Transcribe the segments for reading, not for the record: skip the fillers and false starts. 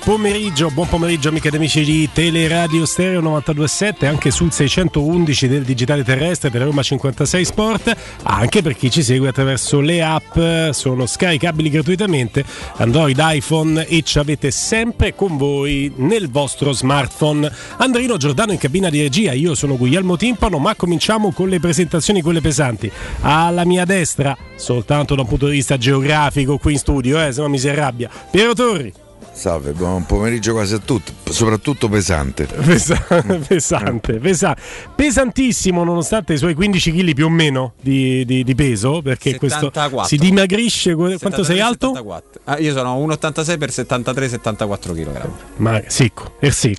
pomeriggio amiche ed amici di Teleradio Stereo 92.7, anche sul 611 del digitale terrestre della Roma 56 Sport, anche per chi ci segue attraverso le app, sono scaricabili gratuitamente Android, iPhone, e ci avete sempre con voi nel vostro smartphone. Andrino Giordano in cabina di regia, io sono Guglielmo Timpano, ma cominciamo con le presentazioni, quelle pesanti. Alla mia destra, soltanto da un punto di vista geografico qui in studio, se no mi si arrabbia, Piero Torri. Salve, buon pomeriggio quasi a tutti, soprattutto pesante. Pesantissimo, nonostante i suoi 15 kg più o meno di peso, perché 74. Questo si dimagrisce. Quanto 73, sei alto? 74. Io sono 1,86 per 73-74 kg. Ma secco.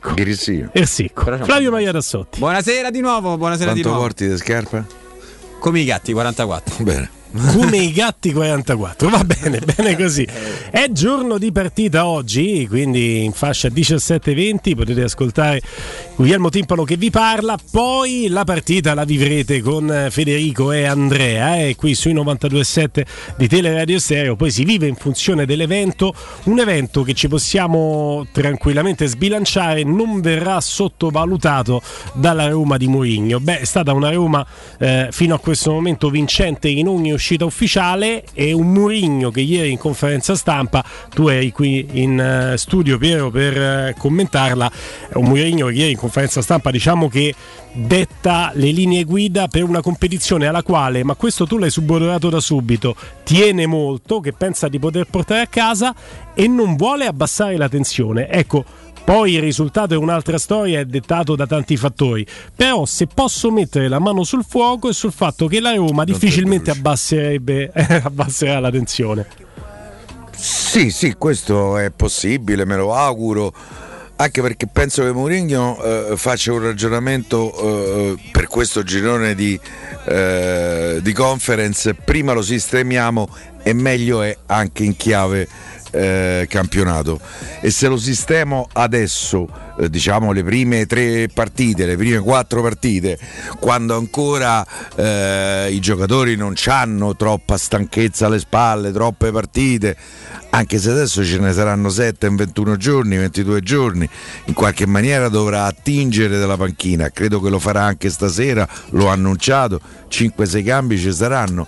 Flavio Maria Tassotti. Buonasera di nuovo. Quanto porti di scarpa? Come i gatti, 44. Bene. Come i gatti 44, va bene così. È giorno di partita oggi, quindi in fascia 17:20 potete ascoltare Guglielmo Timpano che vi parla. Poi la partita la vivrete con Federico e Andrea, qui sui 92.7 di Teleradio Stereo. Poi si vive in funzione dell'evento, un evento che ci possiamo tranquillamente sbilanciare non verrà sottovalutato dalla Roma di Mourinho. È stata una Roma fino a questo momento vincente in ogni uscita ufficiale, e un Mourinho che ieri in conferenza stampa, tu eri qui in studio Piero per commentarla, un Mourinho che ieri in conferenza stampa diciamo che detta le linee guida per una competizione alla quale, ma questo tu l'hai subodorato da subito, tiene molto, che pensa di poter portare a casa e non vuole abbassare la tensione. Ecco, poi il risultato è un'altra storia, è dettato da tanti fattori, però se posso mettere la mano sul fuoco è sul fatto che la Roma difficilmente abbasserà la tensione. Sì, questo è possibile, me lo auguro, anche perché penso che Mourinho faccia un ragionamento per questo girone di conference: prima lo sistemiamo e meglio è anche in chiave campionato, e se lo sistemo adesso, diciamo le prime 3 partite, le prime 4 partite, quando ancora i giocatori non hanno troppa stanchezza alle spalle, troppe partite, anche se adesso ce ne saranno 7 in 21 giorni, 22 giorni, in qualche maniera dovrà attingere dalla panchina. Credo che lo farà anche stasera, l'ho annunciato, 5-6 cambi ci saranno.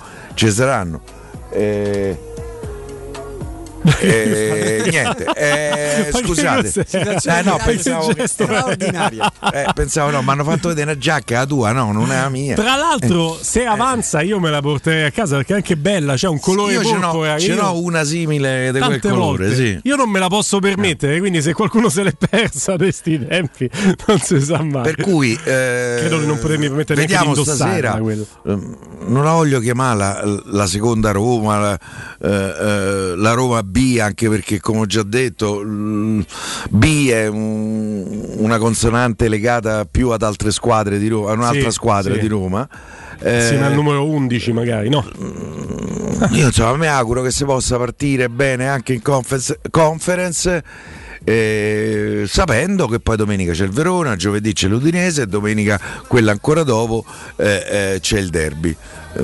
Niente, scusate, pensavo straordinaria. Pensavo no, mi hanno fatto vedere una giacca, la tua, no, non è la mia. Tra l'altro, se avanza io me la porterei a casa perché è anche bella, c'è un colore porpora. Ce n'ho una simile di quel colore, sì. Io non me la posso permettere, quindi se qualcuno se l'è persa questi tempi non si sa mai. Per cui credo di non potermi permettere vediamo neanche di stasera. Non la voglio chiamare la seconda Roma, la Roma B, anche perché, come ho già detto, B è una consonante legata più ad altre squadre di Roma, a un'altra squadra di Roma. Sino al numero 11 magari, no? Io insomma mi auguro che si possa partire bene anche in conference, sapendo che poi domenica c'è il Verona, giovedì c'è l'Udinese e domenica, quella ancora dopo, c'è il derby.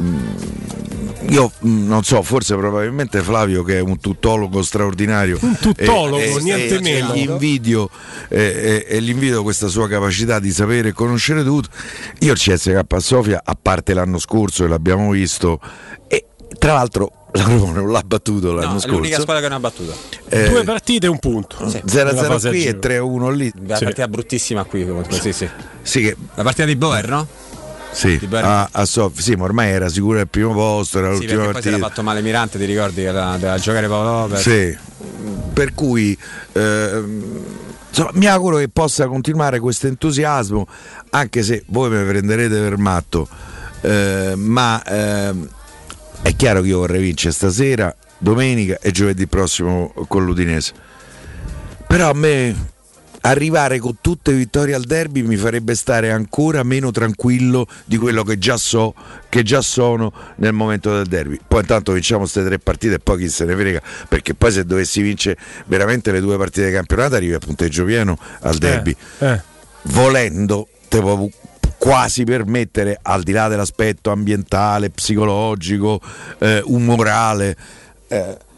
Io non so, forse probabilmente Flavio, che è un tuttologo straordinario, niente meno, invidio questa sua capacità di sapere e conoscere tutto. Io il CSK a Sofia, a parte l'anno scorso, e l'abbiamo visto, e tra l'altro la Roma non l'ha battuto l'anno scorso. È l'unica squadra che non ha battuto. 2 partite e un punto. 0-0 qui e 3-1 lì. La partita bruttissima qui comunque. Sì, che la partita di Boer, no? Sì, a Sofia, sì, ma ormai era sicuro il primo posto, era l'ultima partita. Poi si era fatto male Mirante, ti ricordi che doveva giocare Paolo Lopez? Sì, per cui insomma, mi auguro che possa continuare questo entusiasmo, anche se voi mi prenderete per matto, ma è chiaro che io vorrei vincere stasera, domenica e giovedì prossimo con l'Udinese. Però a me arrivare con tutte vittorie al derby mi farebbe stare ancora meno tranquillo di quello che già sono nel momento del derby. Poi intanto vinciamo queste 3 partite e poi chi se ne frega, perché poi se dovessi vincere veramente le 2 partite di campionato arrivi a punteggio pieno al derby. Volendo te può quasi permettere, al di là dell'aspetto ambientale, psicologico, umorale,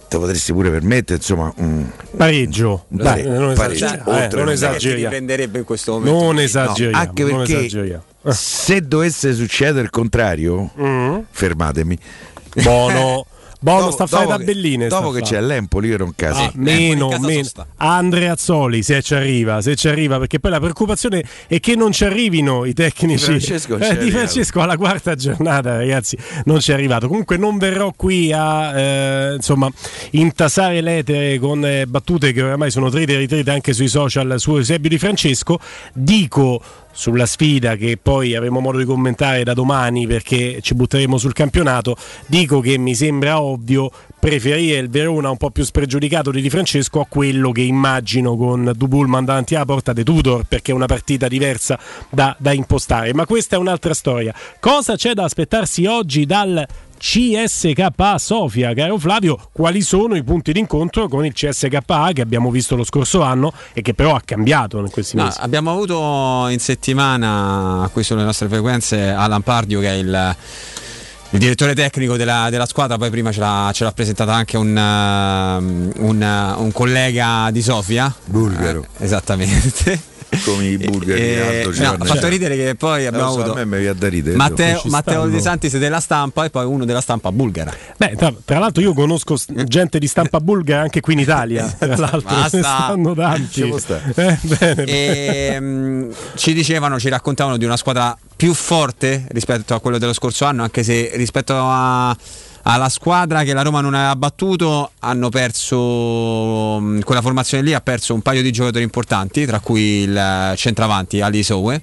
te potresti pure permettere, insomma, pareggio. Dai, non non esageriamo. Prenderebbe in questo momento. Non esageriamo. Anche perché se dovesse succedere il contrario, fermatemi. Bono sta a fare tabelline. Dopo che c'è l'Empoli, io non caso. Meno. Andreazzoli se ci arriva, perché poi la preoccupazione è che non ci arrivino i tecnici. Di Francesco alla quarta giornata, ragazzi, non ci è arrivato. Comunque non verrò qui a intasare l'etere con battute che oramai sono trite e ritrite anche sui social su Eusebio Di Francesco. Dico sulla sfida che poi avremo modo di commentare da domani perché ci butteremo sul campionato, dico che mi sembra ovvio preferire il Verona un po' più spregiudicato di Francesco a quello che immagino con Dubullman davanti alla porta de Tudor, perché è una partita diversa da impostare. Ma questa è un'altra storia. Cosa c'è da aspettarsi oggi dal CSKA Sofia, caro Flavio? Quali sono i punti d'incontro con il CSKA che abbiamo visto lo scorso anno e che però ha cambiato in questi mesi? Abbiamo avuto in settimana, qui sulle nostre frequenze, Alan Pardio, che è il direttore tecnico della squadra. Poi prima ce l'ha presentata anche un collega di Sofia, bulgaro, esattamente, come i bulgari. Ha fatto ridere che poi abbiamo avuto a me da ridere, Matteo De Santis della stampa e poi uno della stampa bulgara. Tra l'altro io conosco gente di stampa bulgara anche qui in Italia, tra l'altro ne stanno tanti. Ci raccontavano di una squadra più forte rispetto a quello dello scorso anno, anche se rispetto alla squadra che la Roma non aveva battuto hanno perso, quella formazione lì ha perso un paio di giocatori importanti, tra cui il centravanti Ali Sowe,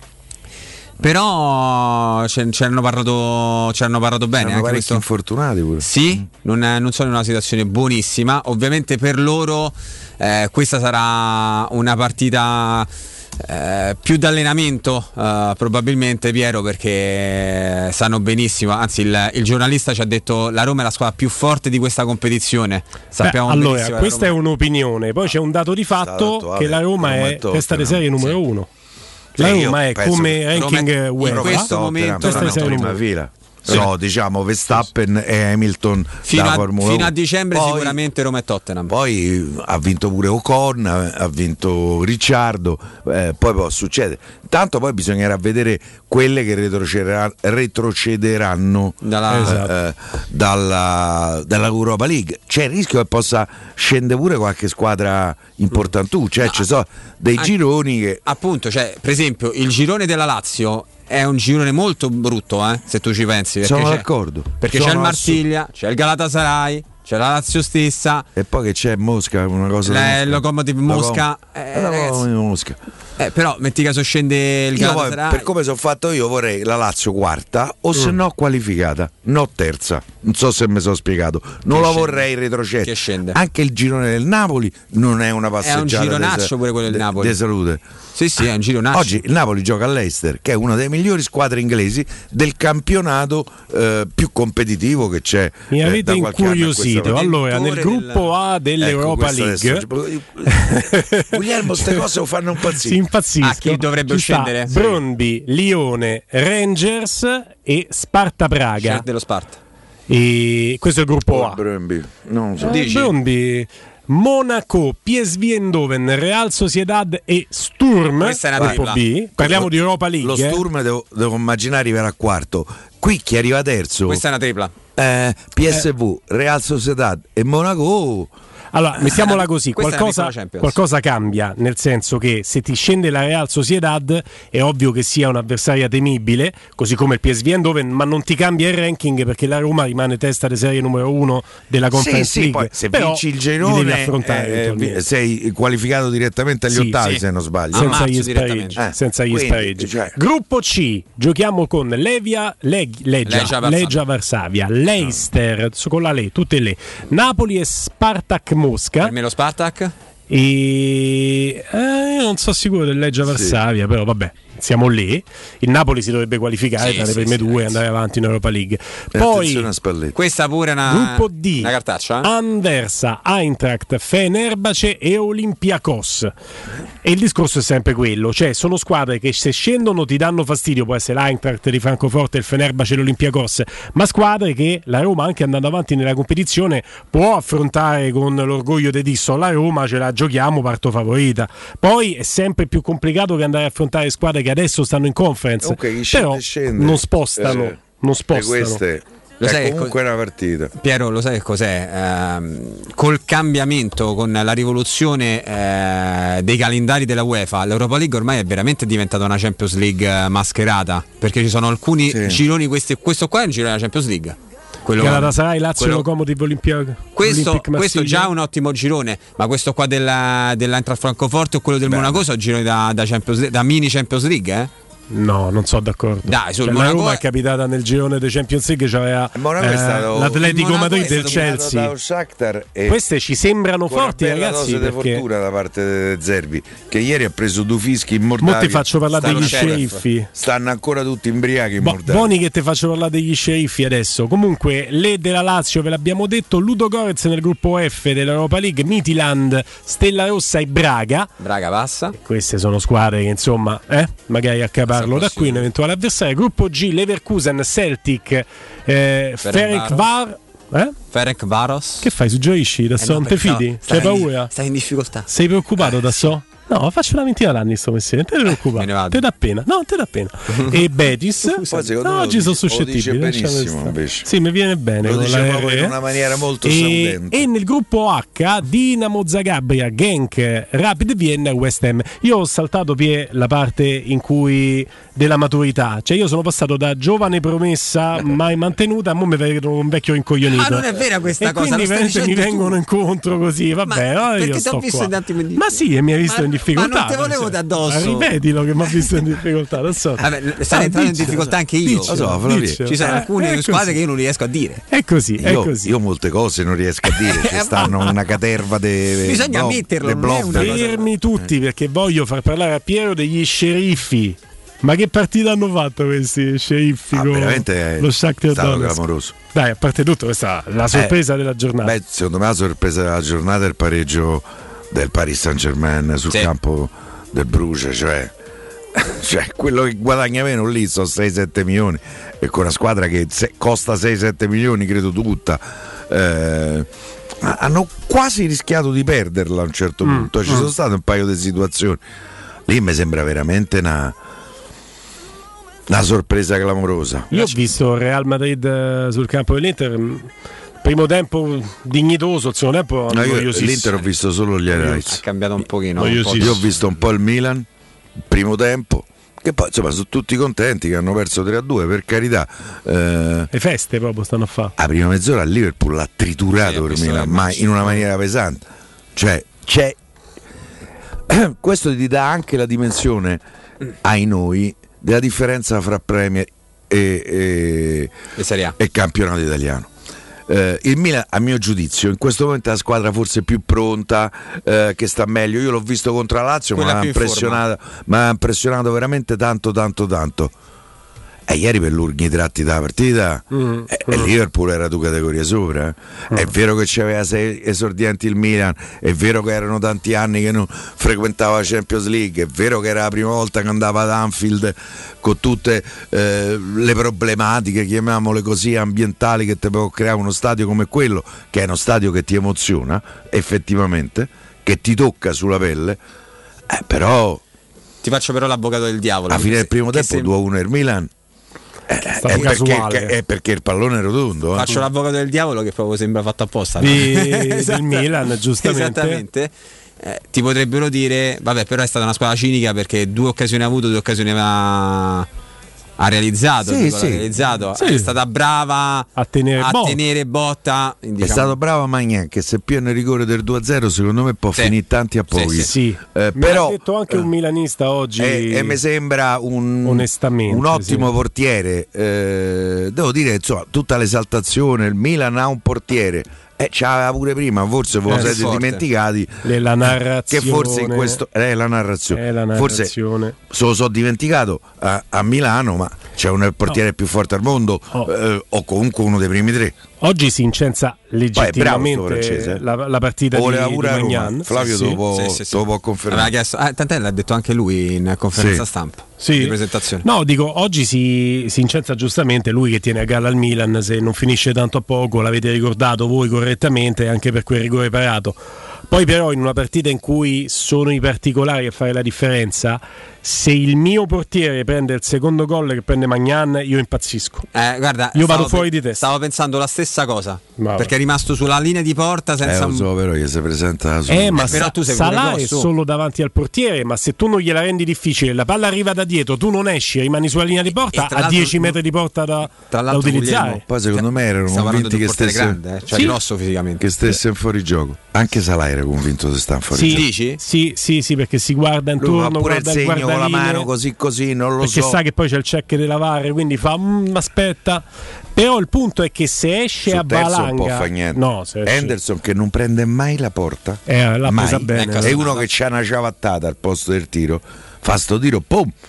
però ci hanno parlato bene, hanno parecchi infortunati pure. Sì, non sono in una situazione buonissima. Ovviamente per loro questa sarà una partita più d'allenamento, probabilmente, Piero, perché sanno benissimo, anzi il giornalista ci ha detto la Roma è la squadra più forte di questa competizione. Sappiamo allora, questa è un'opinione, poi c'è un dato di fatto che la Roma è testa di serie numero 1. La Roma è come ranking UEFA in questo momento testa di serie numero fila. Diciamo Verstappen e Hamilton fino Formula 1. Fino a dicembre poi, sicuramente Roma e Tottenham. Poi ha vinto pure Ocon, ha vinto Ricciardo, poi può succedere. Tanto poi bisognerà vedere quelle che retrocederanno dalla Europa League. C'è il rischio che possa scendere pure qualche squadra importantuccia, ci sono dei gironi che appunto, per esempio il girone della Lazio è un girone molto brutto, se tu ci pensi. Sono d'accordo. Perché c'è il Marsiglia, c'è il Galatasaray, c'è la Lazio stessa. E poi che c'è Mosca, una cosa. Il Lokomotiv Mosca. Mosca. Però metti caso scende il Galatasaray. Per come sono fatto io vorrei la Lazio quarta o se no qualificata, no terza. Non so se mi sono spiegato. Non la vorrei retrocedere. Che scende. Anche il girone del Napoli non è una passeggiata. È un gironaccio pure quello del Napoli. Di salute. Sì, è un gironaccio. Oggi il Napoli gioca all'Leicester, che è una delle migliori squadre inglesi del campionato più competitivo che c'è. Mi avete incuriosito. Allora, nel gruppo A dell'Europa League, Guglielmo, queste cose lo fanno impazzire. A chi dovrebbe scendere? Brøndby, Lione, Rangers e Sparta Praga. C'è dello Sparta. E questo è il gruppo A. Brøndby, non so. Brøndby, Monaco, PSV Eindhoven, Real Sociedad e Sturm. Questa è una gruppo B. Parliamo di Europa League. Lo Sturm devo immaginare arriverà quarto. Qui chi arriva terzo? Questa è una tripla. PSV, Real Sociedad e Monaco. Allora, mettiamola così, qualcosa cambia, nel senso che se ti scende la Real Sociedad è ovvio che sia un'avversaria temibile, così come il PSV Eindhoven, ma non ti cambia il ranking perché la Roma rimane testa di serie numero 1 della Conference League. Poi, se però vinci il girone devi affrontare sei qualificato direttamente agli ottavi, se non sbaglio. Senza gli spareggi. Gruppo C, giochiamo con Legia Varsavia, Leicester, con la Le, tutte le, Napoli e Spartak Mosca. Per me lo Spartak. E io non so sicuro del Legia Varsavia, però vabbè. siamo lì. Il Napoli si dovrebbe qualificare tra le prime due e andare avanti in Europa League. Poi questa pure è una gruppo D, una cartaccia. Anversa, Eintracht, Fenerbahce e Olympiakos. E il discorso è sempre quello, cioè sono squadre che se scendono ti danno fastidio, può essere l'Eintracht di Francoforte, il Fenerbahce e l'Olympiakos, ma squadre che la Roma, anche andando avanti nella competizione, può affrontare con l'orgoglio di Disso. La Roma ce la giochiamo, parto favorita. Poi è sempre più complicato che andare a affrontare squadre che adesso stanno in conference, però non spostano. Queste lo sai, comunque è una partita. Piero, lo sai cos'è? Col cambiamento, con la rivoluzione dei calendari della UEFA, l'Europa League ormai è veramente diventata una Champions League mascherata, perché ci sono alcuni gironi, questo qua è un girone della Champions League. Galatasaray, Lazio, Lokomotiv, Olimpiakos. Questo già è un ottimo girone, ma questo qua dell'Eintracht Francoforte o quello del Monaco sono gironi da Champions League, da mini Champions League, No, non so d'accordo. Dai, sul la Roma è capitata nel girone dei Champions League, c'aveva l'Atletico Madrid del Chelsea. Queste ci sembrano forti, ragazzi. Una dose di fortuna da parte di Zerbi, che ieri ha preso due fischi immortali. Mo ti faccio parlare degli sceriffi. Stanno ancora tutti imbriachi immortali. Buoni che ti faccio parlare degli sceriffi adesso. Comunque, le della Lazio ve l'abbiamo detto, Ludogorets nel gruppo F dell'Europa League, Midtjylland, Stella Rossa e Braga passa. Queste sono squadre che insomma, magari accaparlo da qui un eventuale avversario. Gruppo G, Leverkusen, Celtic, Ferencváros. Che fai? Suggerisci da non te fidi? C'hai paura? Stai in difficoltà. Sei preoccupato da so? No, faccio una ventina d'anni sto mestiere, non te ne preoccupare, te dà pena. E Betis, oggi sono suscettibile. Sì, mi viene bene. Lo dice proprio in una maniera molto saudente. E nel gruppo H, Dinamo Zagabria, Genk, Rapid Vienna e West Ham. Io ho saltato la parte in cui della maturità, cioè io sono passato da giovane promessa mai mantenuta a mo mi vedo un vecchio incoglionito. Ma non è vera questa cosa, quindi mi vengono incontro così, vabbè, io sto qua. Ma sì, e mi hai visto in difficoltà. Ma non te volevo da addosso. Ripetilo che mi ha visto in difficoltà. Non so. Vabbè, stai entrando in difficoltà anche io. Ci sono alcune squadre che io non riesco a dire. È così. Io molte cose non riesco a dire. Ci stanno una caterva di. Bisogna ammetterlo. Fermi tutti perché voglio far parlare a Piero degli sceriffi. Ma che partita hanno fatto questi sceriffi? Veramente lo Shakhtar Donetsk. Clamoroso. Dai, a parte tutto, questa è la sorpresa della giornata. Secondo me la sorpresa della giornata è il pareggio del Paris Saint-Germain sul campo del Bruges, cioè quello che guadagna meno lì sono 6-7 milioni e con una squadra che costa 6-7 milioni credo tutta, hanno quasi rischiato di perderla a un certo punto. Ci sono state un paio di situazioni lì, mi sembra veramente una sorpresa clamorosa. Io ho visto il Real Madrid sul campo dell'Inter, primo tempo dignitoso, il secondo tempo l'Inter ho visto solo gli highlights. Ha cambiato un pochino. Io ho visto un po' il Milan, primo tempo, che poi insomma sono tutti contenti che hanno perso 3-2, per carità. Le feste proprio stanno a fare. La prima mezz'ora il Liverpool l'ha triturato per Milan, ma in una maniera pesante. Cioè c'è questo ti dà anche la dimensione ai noi della differenza fra Premier e campionato italiano. Il Milan, a mio giudizio, in questo momento è la squadra forse più pronta, che sta meglio. Io l'ho visto contro la Lazio, ma mi ha impressionato veramente tanto. E ieri per l'urghi tratti della partita il Liverpool era 2 categorie sopra. È vero che c'aveva 6 esordienti il Milan, è vero che erano tanti anni che non frequentava la Champions League, è vero che era la prima volta che andava ad Anfield con tutte le problematiche, chiamiamole così, ambientali che ti può creare uno stadio come quello, che è uno stadio che ti emoziona effettivamente, che ti tocca sulla pelle, però ti faccio però l'avvocato del diavolo. A fine del primo tempo 2-1 il Milan. È perché il pallone è rotondo. Faccio l'avvocato del diavolo che proprio sembra fatto apposta del Milan, giustamente. Esattamente. Ti potrebbero dire vabbè, però è stata una squadra cinica perché 2 occasioni ha avuto, 2 occasioni ha realizzato, sì. È stata brava a tenere botta, diciamo. È stato bravo Magnan, che se più nel rigore del 2-0 secondo me può finire tanti a pochi. Però ha detto anche un milanista oggi e mi sembra onestamente un ottimo portiere. Devo dire insomma, tutta l'esaltazione, il Milan ha un portiere c'aveva pure prima, forse ve lo siete dimenticati. La narrazione. Che forse in questo la narrazione. Forse se lo so dimenticato a Milano, ma c'è un portiere più forte al mondo, o comunque uno dei primi tre. Oggi si incensa legittimamente la partita di Magnan. Flavio te lo può confermare. Tant'è l'ha detto anche lui in conferenza stampa di presentazione. No, dico, oggi si incensa giustamente lui che tiene a galla il Milan, se non finisce tanto a poco, l'avete ricordato voi correttamente, anche per quel rigore parato. Poi però in una partita in cui sono i particolari a fare la differenza, se il mio portiere prende il secondo gol che prende Magnan, io impazzisco. Guarda, io vado fuori di testa. Stavo pensando la stessa cosa, perché è rimasto sulla linea di porta senza lo so, però che si presenta ma però tu sei Salah è solo davanti al portiere, ma se tu non gliela rendi difficile, la palla arriva da dietro, tu non esci, rimani sulla linea di porta a 10 metri di porta da utilizzare. Poi secondo me erano convinti che stesse grande, cioè grosso fisicamente, che stesse in fuorigioco. Anche Salah era convinto che sta in fuorigioco. Sì, perché si guarda intorno, pure il segno con la mano così, non lo perché so. Perché sa che poi c'è il check della VAR, quindi fa aspetta. Però il punto è che se esce a valanga non può fare niente. Henderson che non prende mai la porta, l'ha presa bene. È uno che c'ha una ciabattata al posto del tiro, fa sto tiro,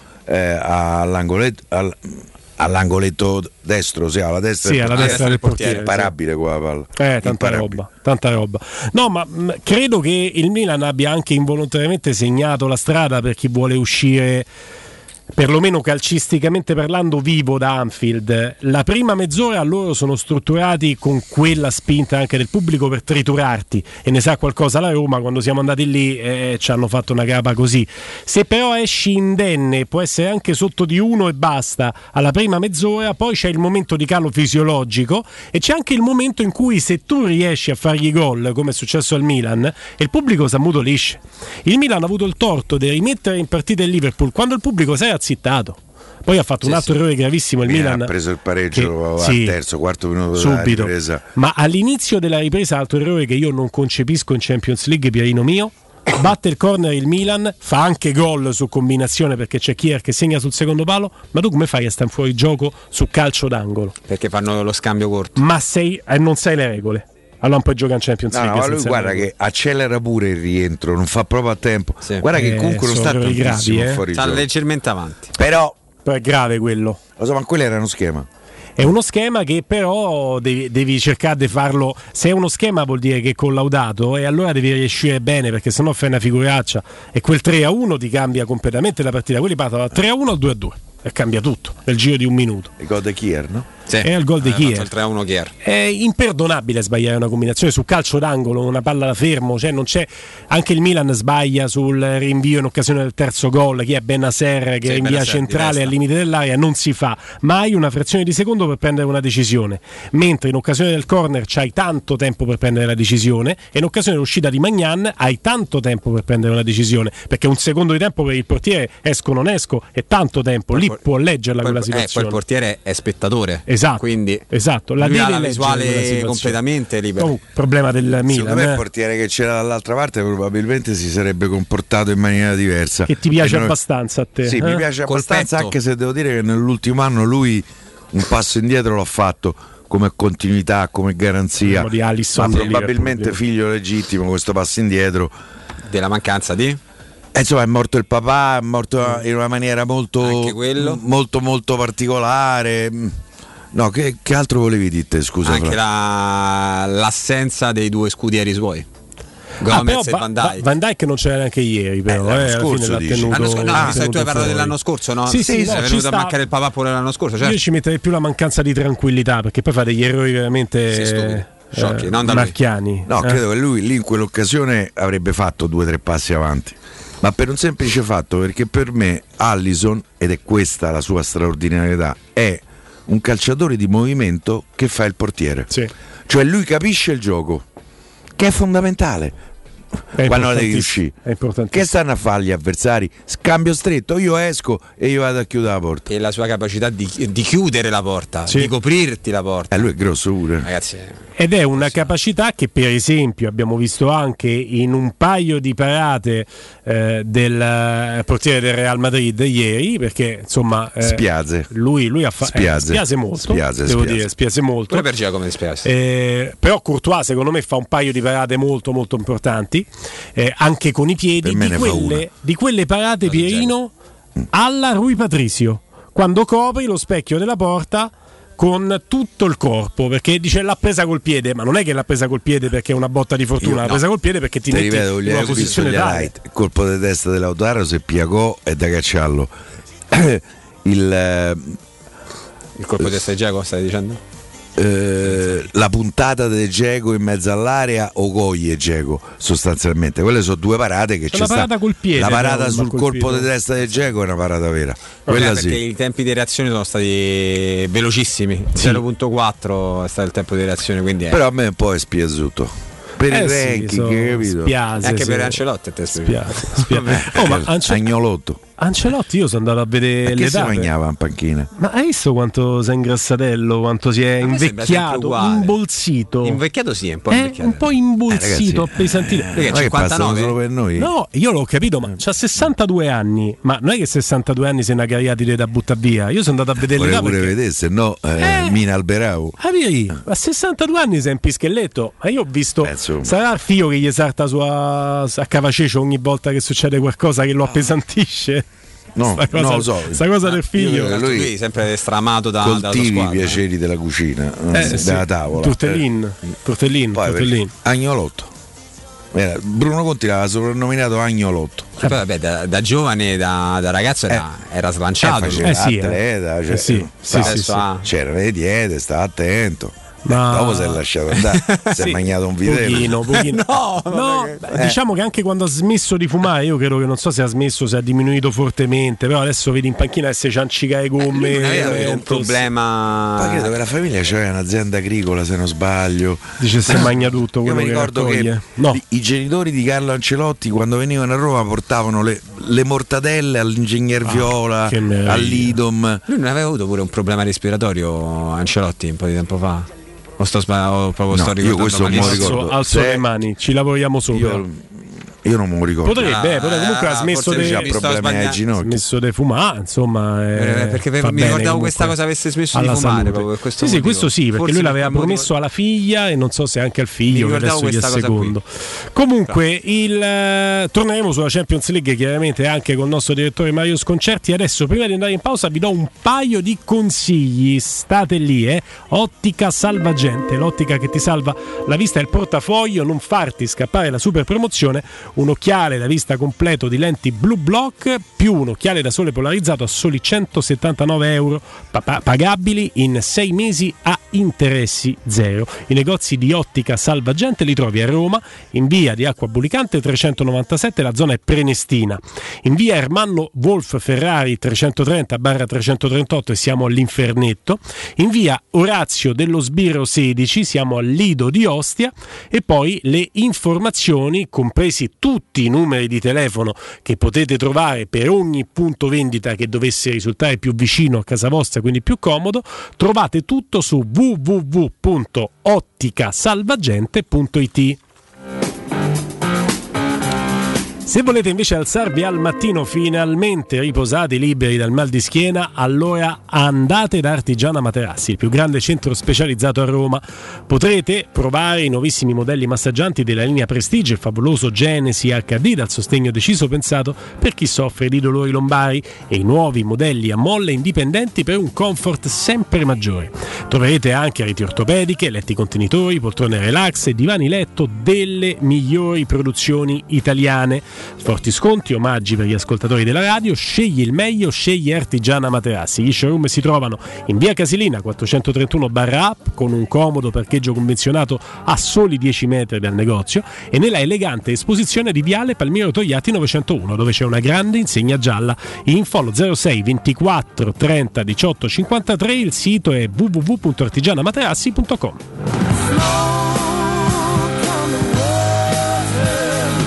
all'angoletto destro, alla destra del portiere, imparabile con la palla. Tanta roba. No, ma credo che il Milan abbia anche involontariamente segnato la strada per chi vuole uscire, perlomeno calcisticamente parlando, vivo da Anfield. La prima mezz'ora loro sono strutturati con quella spinta anche del pubblico per triturarti, e ne sa qualcosa la Roma. Quando siamo andati lì ci hanno fatto una grapa così. Se però esci indenne, può essere anche sotto di 1 e basta alla prima mezz'ora, poi c'è il momento di calo fisiologico e c'è anche il momento in cui, se tu riesci a fargli gol, come è successo al Milan, il pubblico si ammutolisce. Il Milan ha avuto il torto di rimettere in partita il Liverpool quando il pubblico si era zittato. Poi ha fatto un altro errore gravissimo il Milan, ha preso il pareggio al terzo, quarto minuto subito. Della ripresa. Ma all'inizio della ripresa, altro errore che io non concepisco in Champions League, Pierino mio, batte il corner il Milan, fa anche gol su combinazione perché c'è Kier che segna sul secondo palo, ma tu come fai a stare fuori gioco su calcio d'angolo? Perché fanno lo scambio corto. Ma non sai le regole. Allora non puoi giocare in Champions League. No, lui guarda che accelera pure il rientro, non fa proprio a tempo. Guarda che comunque non sta tantissimo fuori sta gioco. Leggermente avanti. Però è grave quello. Lo so, ma quello era uno schema. È uno schema che però devi cercare di farlo. Se è uno schema vuol dire che è collaudato, e allora devi riuscire bene, perché sennò fai una figuraccia e quel 3-1 ti cambia completamente la partita. Quelli partono da 3-1 al 2-2 e cambia tutto nel giro di un minuto. Il gol di Kier, no? Sì. È il gol di Kier. Il 3-1 Kier. È imperdonabile sbagliare una combinazione su calcio d'angolo, una palla da fermo, cioè non c'è. Anche il Milan sbaglia sul rinvio in occasione del terzo gol, chi è Bennacer che rinvia centrale al limite dell'area, non si fa, ma hai una frazione di secondo per prendere una decisione, mentre in occasione del corner c'hai tanto tempo per prendere la decisione, e in occasione dell'uscita di Magnan hai tanto tempo per prendere una decisione, perché un secondo di tempo per il portiere, esco non esco, è tanto tempo, lì può leggerla quella situazione. Poi il portiere è spettatore. Esatto, quindi la deve la visuale completamente libera. Problema del Milan. Secondo me il portiere che c'era dall'altra parte probabilmente si sarebbe comportato in maniera diversa. Che ti piace abbastanza a te? Sì, mi piace abbastanza, anche se devo dire che nell'ultimo anno lui un passo indietro l'ha fatto come continuità, come garanzia. Di Alisson, ma probabilmente figlio legittimo questo passo indietro della mancanza di insomma, è morto il papà, è morto in una maniera molto particolare. No, che altro volevi dire? Scusa. Anche l'assenza dei due scudieri suoi, Gomez e Van Dijk. Van Dijk non c'era neanche ieri, però l'anno scorso l'ha tenuto, visto tu hai parlato dell'anno scorso, no? Sì, è venuto a mancare il papà pure l'anno scorso. Certo. Io ci metterei più la mancanza di tranquillità, perché poi fa degli errori veramente sciocchi, non da marchiani. No, credo che lui lì in quell'occasione avrebbe fatto 2 o 3 passi avanti, ma per un semplice fatto, perché per me Alisson, ed è questa la sua straordinarietà, è un calciatore di movimento che fa il portiere. Sì. Cioè lui capisce il gioco, che è fondamentale. quando devi uscire. Che stanno a fare gli avversari? Scambio stretto, io esco e io vado a chiudere la porta. E la sua capacità di chiudere la porta, di coprirti la porta. Lui è grosso pure. Ragazzi, ed è una capacità che per esempio abbiamo visto anche in un paio di parate del portiere del Real Madrid ieri, perché insomma lui ha spiace molto, spiace molto. Pure per Dzeko come spiace. Però Courtois secondo me fa un paio di parate molto molto importanti, anche con i piedi, di quelle parate, Pierino, alla Rui Patricio, quando copri lo specchio della porta con tutto il corpo, perché dice l'ha presa col piede, ma non è che l'ha presa col piede perché è una botta di fortuna, l'ha presa col piede perché ti metti in una posizione tale. Il colpo di testa dell'Autaro se piagò è da cacciarlo. Il colpo di testa di Dzeko stai dicendo? La puntata del Dzeko in mezzo all'area o Goglie Dzeko sostanzialmente, quelle sono due parate che c'è la parata col piede, la parata sul colpo di testa del Dzeko è una parata vera, quella perché i tempi di reazione sono stati velocissimi, 0.4 è stato il tempo di reazione, quindi però a me un po' è spiaciuto per il ranking, capito? Anche per Ancelotti te Ancelotti io sono andato a vedere le date. Si mangiava in panchina. Ma hai visto quanto sei ingrassatello, quanto si è invecchiato, imbolsito? Invecchiato sì, un po' invecchiato. Un po' imbolsito, appesantito. Perché 59 solo per noi? No, io l'ho capito, ma c'ha 62 anni. Ma non è che 62 anni sei una cariatide da buttare via. Io sono andato a vedere le date. Vorrei pure vedere, se no Mina Alberau. A 62 anni sei un pischelletto. Ma io ho visto, sarà il figlio che gli salta a Cavacecio ogni volta che succede qualcosa che lo appesantisce. No, non lo so. Sta cosa del figlio. Lui è sempre stramato coltivi i piaceri della cucina, della tavola. Tortellin. Agnolotto. Bruno Conti l'aveva soprannominato Agnolotto. Vabbè, da giovane, da ragazzo era slanciato. Atleta, c'erano le diete, sta attento. Dopo si è lasciato andare, si è mangiato un vitello. Pochino. No, diciamo che anche quando ha smesso di fumare, io credo che non so se ha smesso, se ha diminuito fortemente, però adesso vedi in panchina se ciancica le gomme. È un problema. Ma credo che la famiglia c'aveva un'azienda agricola, se non sbaglio. Dice se mangia tutto quello. Io mi ricordo che i genitori di Carlo Ancelotti quando venivano a Roma portavano le mortadelle all'ingegner Viola, all'Idom. Lui non aveva avuto pure un problema respiratorio, Ancelotti, un po' di tempo fa? O sto ricordando? Io questo non me lo ricordo. Alzo le mani, ci lavoriamo sopra. Io non me lo ricordo. Potrebbe comunque ha smesso di fumare, insomma. Perché mi ricordavo questa cosa avesse smesso di fumare. Sì, questo sì, perché lui l'aveva promesso alla figlia e non so se anche al figlio, che adesso gli è secondo. Comunque, torneremo sulla Champions League chiaramente anche con il nostro direttore Mario Sconcerti. Adesso, prima di andare in pausa, vi do un paio di consigli. State lì, Ottica Salvagente, l'ottica che ti salva la vista e il portafoglio. Non farti scappare la super promozione. Un occhiale da vista completo di lenti Blue Block più un occhiale da sole polarizzato a soli €179 pagabili in 6 mesi a interessi zero. I negozi di Ottica Salvagente li trovi a Roma in via di Acqua Bulicante 397, la zona è Prenestina, in via Ermanno Wolf Ferrari 330/338 e siamo all'Infernetto, in via Orazio dello Sbirro 16 siamo al Lido di Ostia, e poi le informazioni, compresi tutti i numeri di telefono che potete trovare per ogni punto vendita che dovesse risultare più vicino a casa vostra, quindi più comodo, trovate tutto su www.otticasalvagente.it. Se volete invece alzarvi al mattino finalmente riposati, liberi dal mal di schiena, allora andate da Artigiana Materassi, il più grande centro specializzato a Roma. Potrete provare i nuovissimi modelli massaggianti della linea Prestige, il favoloso Genesi HD dal sostegno deciso pensato per chi soffre di dolori lombari, e i nuovi modelli a molle indipendenti per un comfort sempre maggiore. Troverete anche reti ortopediche, letti contenitori, poltrone relax e divani letto delle migliori produzioni italiane. Forti sconti, omaggi per gli ascoltatori della radio. Scegli il meglio, scegli Artigiana Materassi. Gli showroom si trovano in via Casilina 431/app con un comodo parcheggio convenzionato a soli 10 metri dal negozio, e nella elegante esposizione di viale Palmiro Togliatti 901, dove c'è una grande insegna gialla. Info allo 06 24 30 18 53. Il sito è www.artigianamaterassi.com.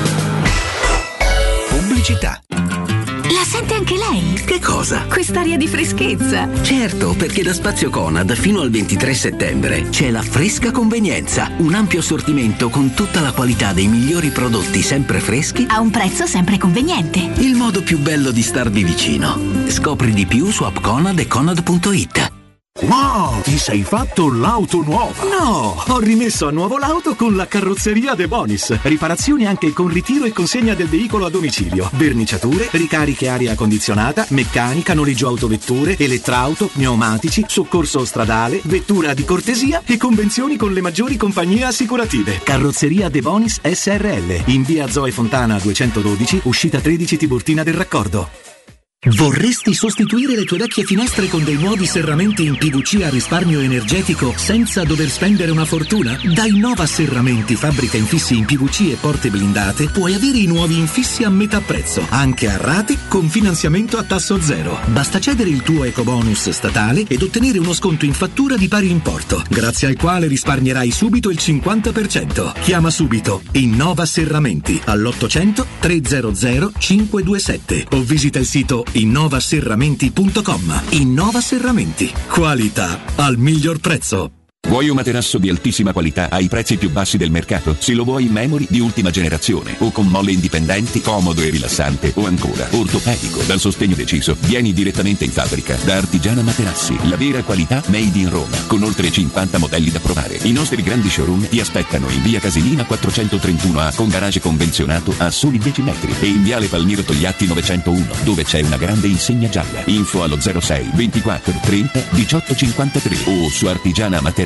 pubblicità. La sente anche lei? Che cosa? Quest'aria di freschezza. Certo, perché da Spazio Conad fino al 23 settembre c'è la Fresca Convenienza, un ampio assortimento con tutta la qualità dei migliori prodotti sempre freschi A un prezzo sempre conveniente. il modo più bello di starvi vicino. Scopri di più su app Conad e Conad.it. Wow, ti sei fatto l'auto nuova? No! Ho rimesso a nuovo l'auto con la carrozzeria De Bonis. Riparazioni anche con ritiro e consegna del veicolo a domicilio. Verniciature, ricariche aria condizionata, meccanica, noleggio autovetture, elettrauto, pneumatici, soccorso stradale, vettura di cortesia e convenzioni con le maggiori compagnie assicurative. Carrozzeria De Bonis SRL. In via Zoe Fontana 212, uscita 13 Tiburtina del Raccordo. Vorresti sostituire le tue vecchie finestre con dei nuovi serramenti in PVC a risparmio energetico senza dover spendere una fortuna? Da Innova Serramenti, fabbrica infissi in PVC e porte blindate, puoi avere i nuovi infissi a metà prezzo, anche a rate con finanziamento a tasso zero. Basta cedere il tuo ecobonus statale ed ottenere uno sconto in fattura di pari importo, grazie al quale risparmierai subito il 50%. Chiama subito Innova Serramenti all'800 300 527 o visita il sito innovaserramenti.com. Innova Serramenti. Qualità al miglior prezzo. Vuoi un materasso di altissima qualità ai prezzi più bassi del mercato? Se lo vuoi in memory di ultima generazione o con molle indipendenti, comodo e rilassante, o ancora ortopedico dal sostegno deciso, vieni direttamente in fabbrica da Artigiana Materassi, la vera qualità made in Roma, con oltre 50 modelli da provare. I nostri grandi showroom ti aspettano in via Casilina 431A con garage convenzionato a soli 10 metri e in viale Palmiro Togliatti 901 dove c'è una grande insegna gialla. Info allo 06 24 30 18 53 o su artigianamaterassi.com.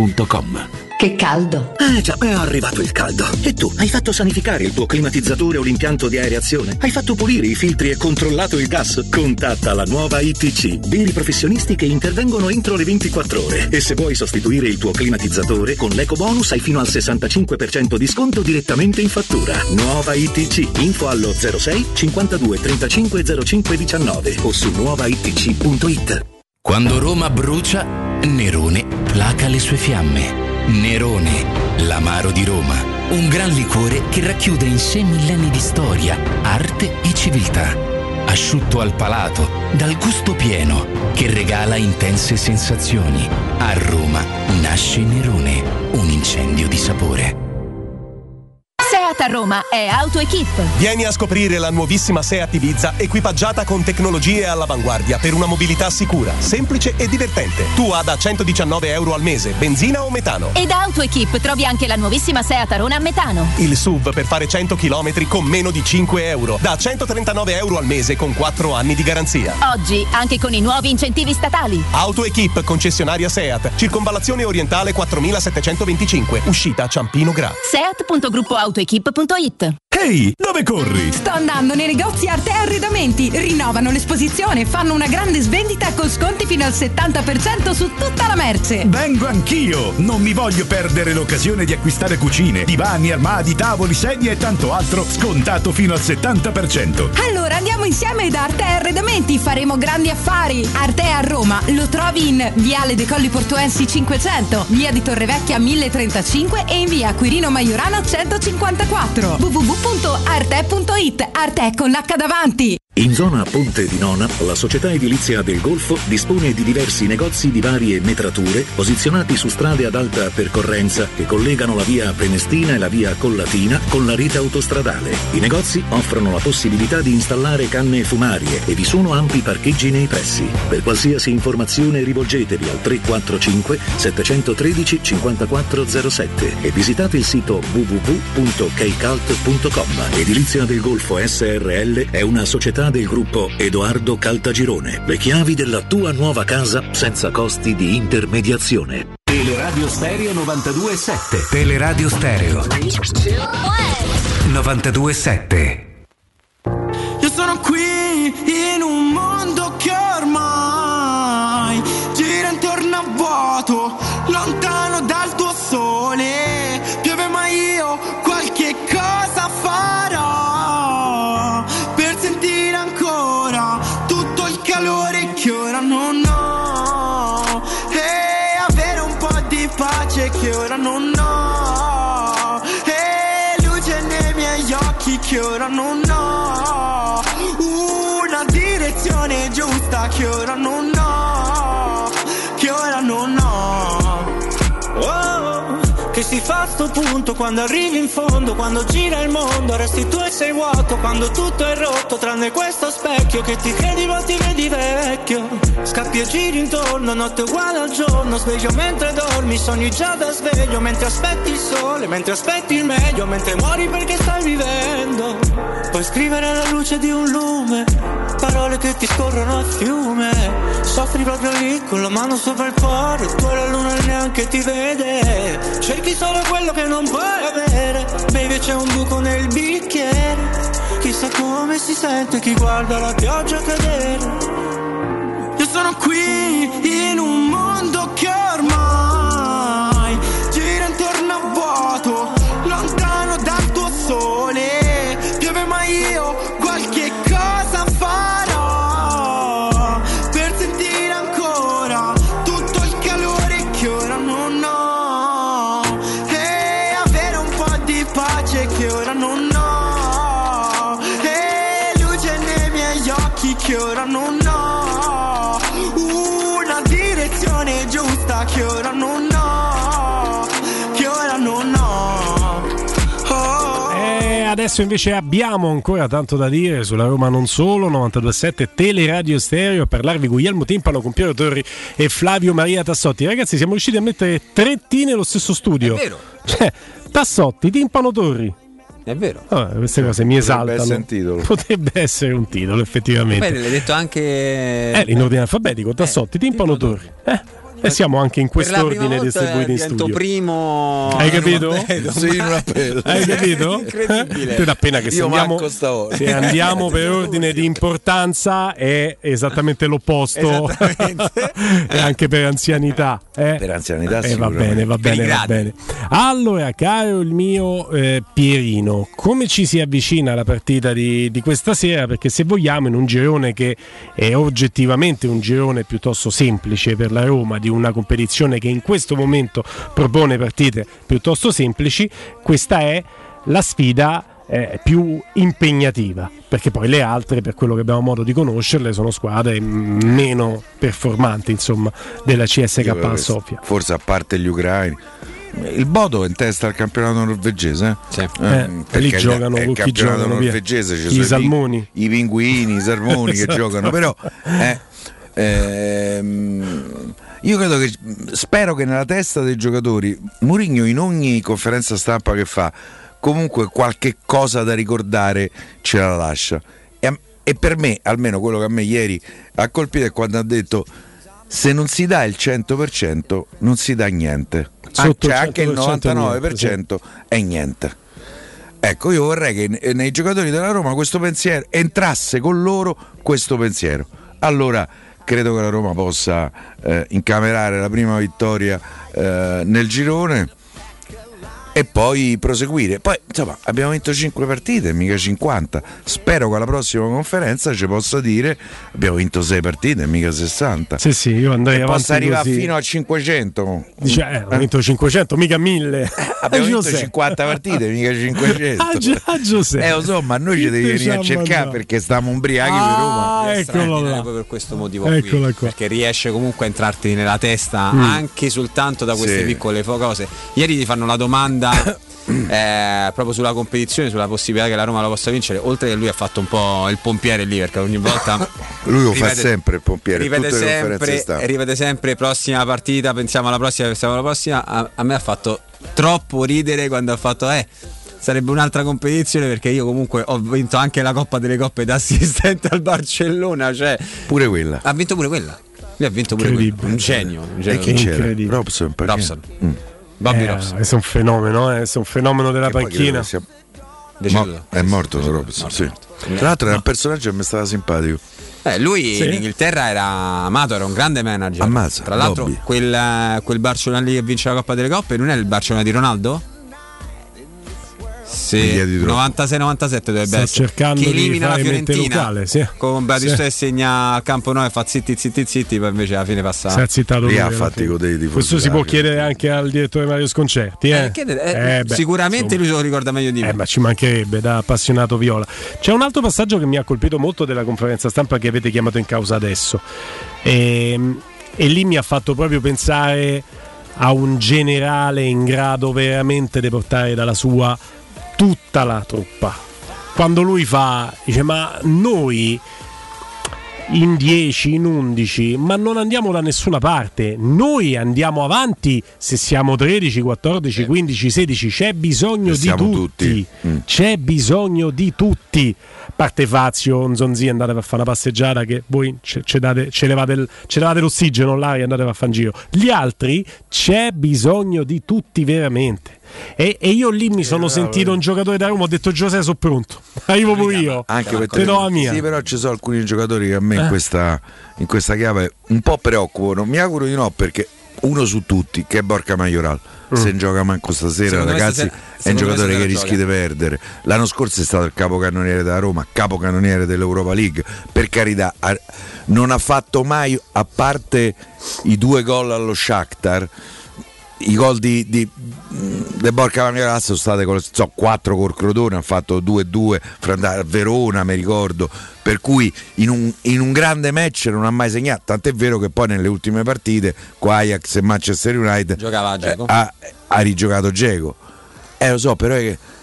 Che caldo. Già, è arrivato il caldo. E tu, hai fatto sanificare il tuo climatizzatore o l'impianto di aerazione? Hai fatto pulire i filtri e controllato il gas? Contatta la nuova ITC, veri professionisti che intervengono entro le 24 ore. E se vuoi sostituire il tuo climatizzatore, con l'ecobonus hai fino al 65% di sconto direttamente in fattura. Nuova ITC, info allo 06 52 35 05 19 o su nuovaitc.it. Quando Roma brucia, Nerone placa le sue fiamme. Nerone, l'amaro di Roma. Un gran liquore che racchiude in sé millenni di storia, arte e civiltà. Asciutto al palato, dal gusto pieno, che regala intense sensazioni. A Roma nasce Nerone, un incendio di sapore. Seat a Roma è AutoEquip. Vieni a scoprire la nuovissima Seat Ibiza equipaggiata con tecnologie all'avanguardia per una mobilità sicura, semplice e divertente. Tua da €119 al mese, benzina o metano. E da AutoEquip trovi anche la nuovissima Seat Arona a metano. Il SUV per fare 100 km con meno di €5, da €139 al mese con 4 anni di garanzia. Oggi anche con i nuovi incentivi statali. AutoEquip, concessionaria Seat, circonvallazione orientale 4725, uscita Ciampino Gra. Seat.gruppoautoequip.it. Ehi, dove corri? Sto andando nei negozi Arte Arredamenti. Rinnovano l'esposizione e fanno una grande svendita con sconti fino al 70% su tutta la merce. Vengo anch'io! Non mi voglio perdere l'occasione di acquistare cucine, divani, armadi, tavoli, sedie e tanto altro scontato fino al 70%. Allora andiamo insieme da Arte Arredamenti, faremo grandi affari. Arte a Roma lo trovi in Viale dei Colli Portuensi 500, Via di Torrevecchia 1035 e in Via Quirino Maiorana 154. www.arte.it. Arte con l'H davanti. In zona Ponte di Nona, la società edilizia del Golfo dispone di diversi negozi di varie metrature posizionati su strade ad alta percorrenza che collegano la via Prenestina e la via Collatina con la rete autostradale. I negozi offrono la possibilità di installare canne fumarie e vi sono ampi parcheggi nei pressi. Per qualsiasi informazione rivolgetevi al 345 713 5407 e visitate il sito www.keicalt.com. Edilizia del Golfo SRL è una società del gruppo Edoardo Caltagirone. Le chiavi della tua nuova casa senza costi di intermediazione. Teleradio Stereo 92.7. Teleradio Stereo 92.7. Io sono qui in un mondo che ormai gira intorno a vuoto, lontano dal tuo sole. Piove ma io qualche cosa farò per sentire ancora tutto il calore che ora non ho e avere un po' di pace che ora non ho e luce nei miei occhi che ora non ho. una direzione giusta che ora non ho, che ora non ho. Oh, che si fa sto punto quando arrivi in fondo, quando gira il mondo, resti tu e sei vuoto, quando tutto è rotto tranne questo specchio che ti credi ma ti vedi vecchio. Scappi e giri intorno, notte uguale al giorno, sveglio mentre dormi, sogni già da sveglio, mentre aspetti il sole, mentre aspetti il meglio, mentre muori perché stai vivendo. Puoi scrivere alla luce di un lume parole che ti scorrono a fiume, soffri proprio lì con la mano sopra il cuore, tu la luna neanche ti vede, cerchi solo quello che non puoi avere, baby c'è un buco nel bicchiere, chissà come si sente chi guarda la pioggia cadere. Io sono qui in un mondo che ormai gira intorno a vuoto, lontano dal tuo sole, piove ma io qualche cosa farò per sentire ancora tutto il calore che ora non ho, e avere un po' di pace che ora non ho, e luce nei miei occhi che ora non ho, una direzione giusta che ora non ho, che ora non ho. Adesso invece abbiamo ancora tanto da dire sulla Roma non solo, 92.7 Teleradio Stereo, a parlarvi Guglielmo Timpano con Piero Torri e Flavio Maria Tassotti. Ragazzi, siamo riusciti a mettere 3 T nello stesso studio. È vero. Cioè, Tassotti, Timpano, Torri. È vero. Queste cose mi esaltano. Potrebbe essere un titolo, effettivamente. Beh, l'hai detto anche in ordine alfabetico, Tassotti, Timpano, Torri. E siamo anche in quest'ordine distribuiti in studio. Primo. Hai capito? Sì, in un appello. Hai capito? Incredibile. Te appena che se andiamo per ordine di importanza è esattamente l'opposto. E anche per anzianità. Per anzianità sì. Va bene. Allora, caro il mio Pierino, come ci si avvicina alla partita di questa sera? Perché se vogliamo, in un girone che è oggettivamente un girone piuttosto semplice per la Roma, di una competizione che in questo momento propone partite piuttosto semplici, questa è la sfida più impegnativa, perché poi le altre, per quello che abbiamo modo di conoscerle, sono squadre meno performanti, insomma, della CSKA Sofia. Forse a parte gli ucraini. Il Bodo è in testa al campionato norvegese. Sì. Lì giocano il campionato norvegese, ci sono i salmoni, i pinguini, i salmoni che giocano, però io credo che, spero che nella testa dei giocatori Mourinho in ogni conferenza stampa che fa comunque qualche cosa da ricordare ce la lascia, e per me, almeno quello che a me ieri ha colpito, è quando ha detto: se non si dà il 100% non si dà niente, cioè anche il 99% è niente. Ecco, io vorrei che nei giocatori della Roma questo pensiero entrasse con loro, questo pensiero. Allora credo che la Roma possa incamerare la prima vittoria nel girone e poi proseguire. Poi insomma abbiamo vinto 5 partite, mica 50. Spero che alla prossima conferenza ci possa dire abbiamo vinto 6 partite, mica 60. Sì, io andrei avanti possa arrivare così, fino a 500. Ho vinto 500, mica 1000. Abbiamo vinto 50 partite, mica 500. Insomma, a noi ci devi venire a cercare perché stiamo ubriachi per Roma. Eccolo là. Per questo motivo qui, perché riesce comunque a entrarti nella testa anche soltanto da queste piccole cose. Ieri ti fanno la domanda proprio sulla competizione, sulla possibilità che la Roma la possa vincere, oltre che lui ha fatto un po' il pompiere lì, perché ogni volta lui lo fa sempre il pompiere, ripete sempre prossima partita, pensiamo alla prossima. A me ha fatto troppo ridere quando ha fatto sarebbe un'altra competizione, perché io comunque ho vinto anche la Coppa delle Coppe da assistente al Barcellona, cioè pure quella ha vinto pure quella. Lui ha vinto pure quella. Un genio. E chi c'era? Robson. Bobby Robson è un fenomeno, è un fenomeno della panchina. È morto Robson, sì. Tra l'altro era un personaggio che mi stava simpatico. Lui in Inghilterra era amato, era un grande manager. Ammazza, tra l'altro Bobby. quel Barcellona lì che vince la Coppa delle Coppe non è il Barcellona di Ronaldo? Sì, 96-97 dovrebbe essere. Cercando che elimina di la Fiorentina locale, sì. con Batistuta e segna al campo 9 e fa zitti, poi invece alla fine passa. Si è zittato lì, lui, ha fatti godere di questo si può chiedere anche al direttore Mario Sconcerti. Sicuramente lui se lo ricorda meglio di me. Ma ci mancherebbe, da appassionato viola. C'è un altro passaggio che mi ha colpito molto della conferenza stampa che avete chiamato in causa adesso, e lì mi ha fatto proprio pensare a un generale in grado veramente di portare dalla sua tutta la truppa. Quando lui dice ma noi in 10, in 11, ma non andiamo da nessuna parte, noi andiamo avanti se siamo 13, 14, 15, 16, c'è bisogno di tutti. C'è bisogno di tutti. Parte Fazio, Nzonzi, andate a fare una passeggiata che voi ce levate l'ossigeno là e andate a fare un giro. Gli altri c'è bisogno di tutti veramente. E io lì mi sono sentito un giocatore da Roma, ho detto Giuseppe sono pronto, arrivo pure io, anche te do la mia. Sì, però ci sono alcuni giocatori che a me in questa chiave un po' preoccupano. Mi auguro di no, perché uno su tutti che è Borca Majoral, se non gioca manco stasera, secondo ragazzi, è un giocatore che rischi di perdere. L'anno scorso è stato il capocannoniere della Roma, capocannoniere dell'Europa League, per carità, non ha fatto mai, a parte i 2 gol allo Shakhtar, i gol di Borca Majoral sono state 4 col Crotone, ha fatto 2-2 fra Verona, mi ricordo, per cui in un grande match non ha mai segnato, tant'è vero che poi nelle ultime partite con Ajax e Manchester United giocava ha rigiocato Dzeko, lo so, però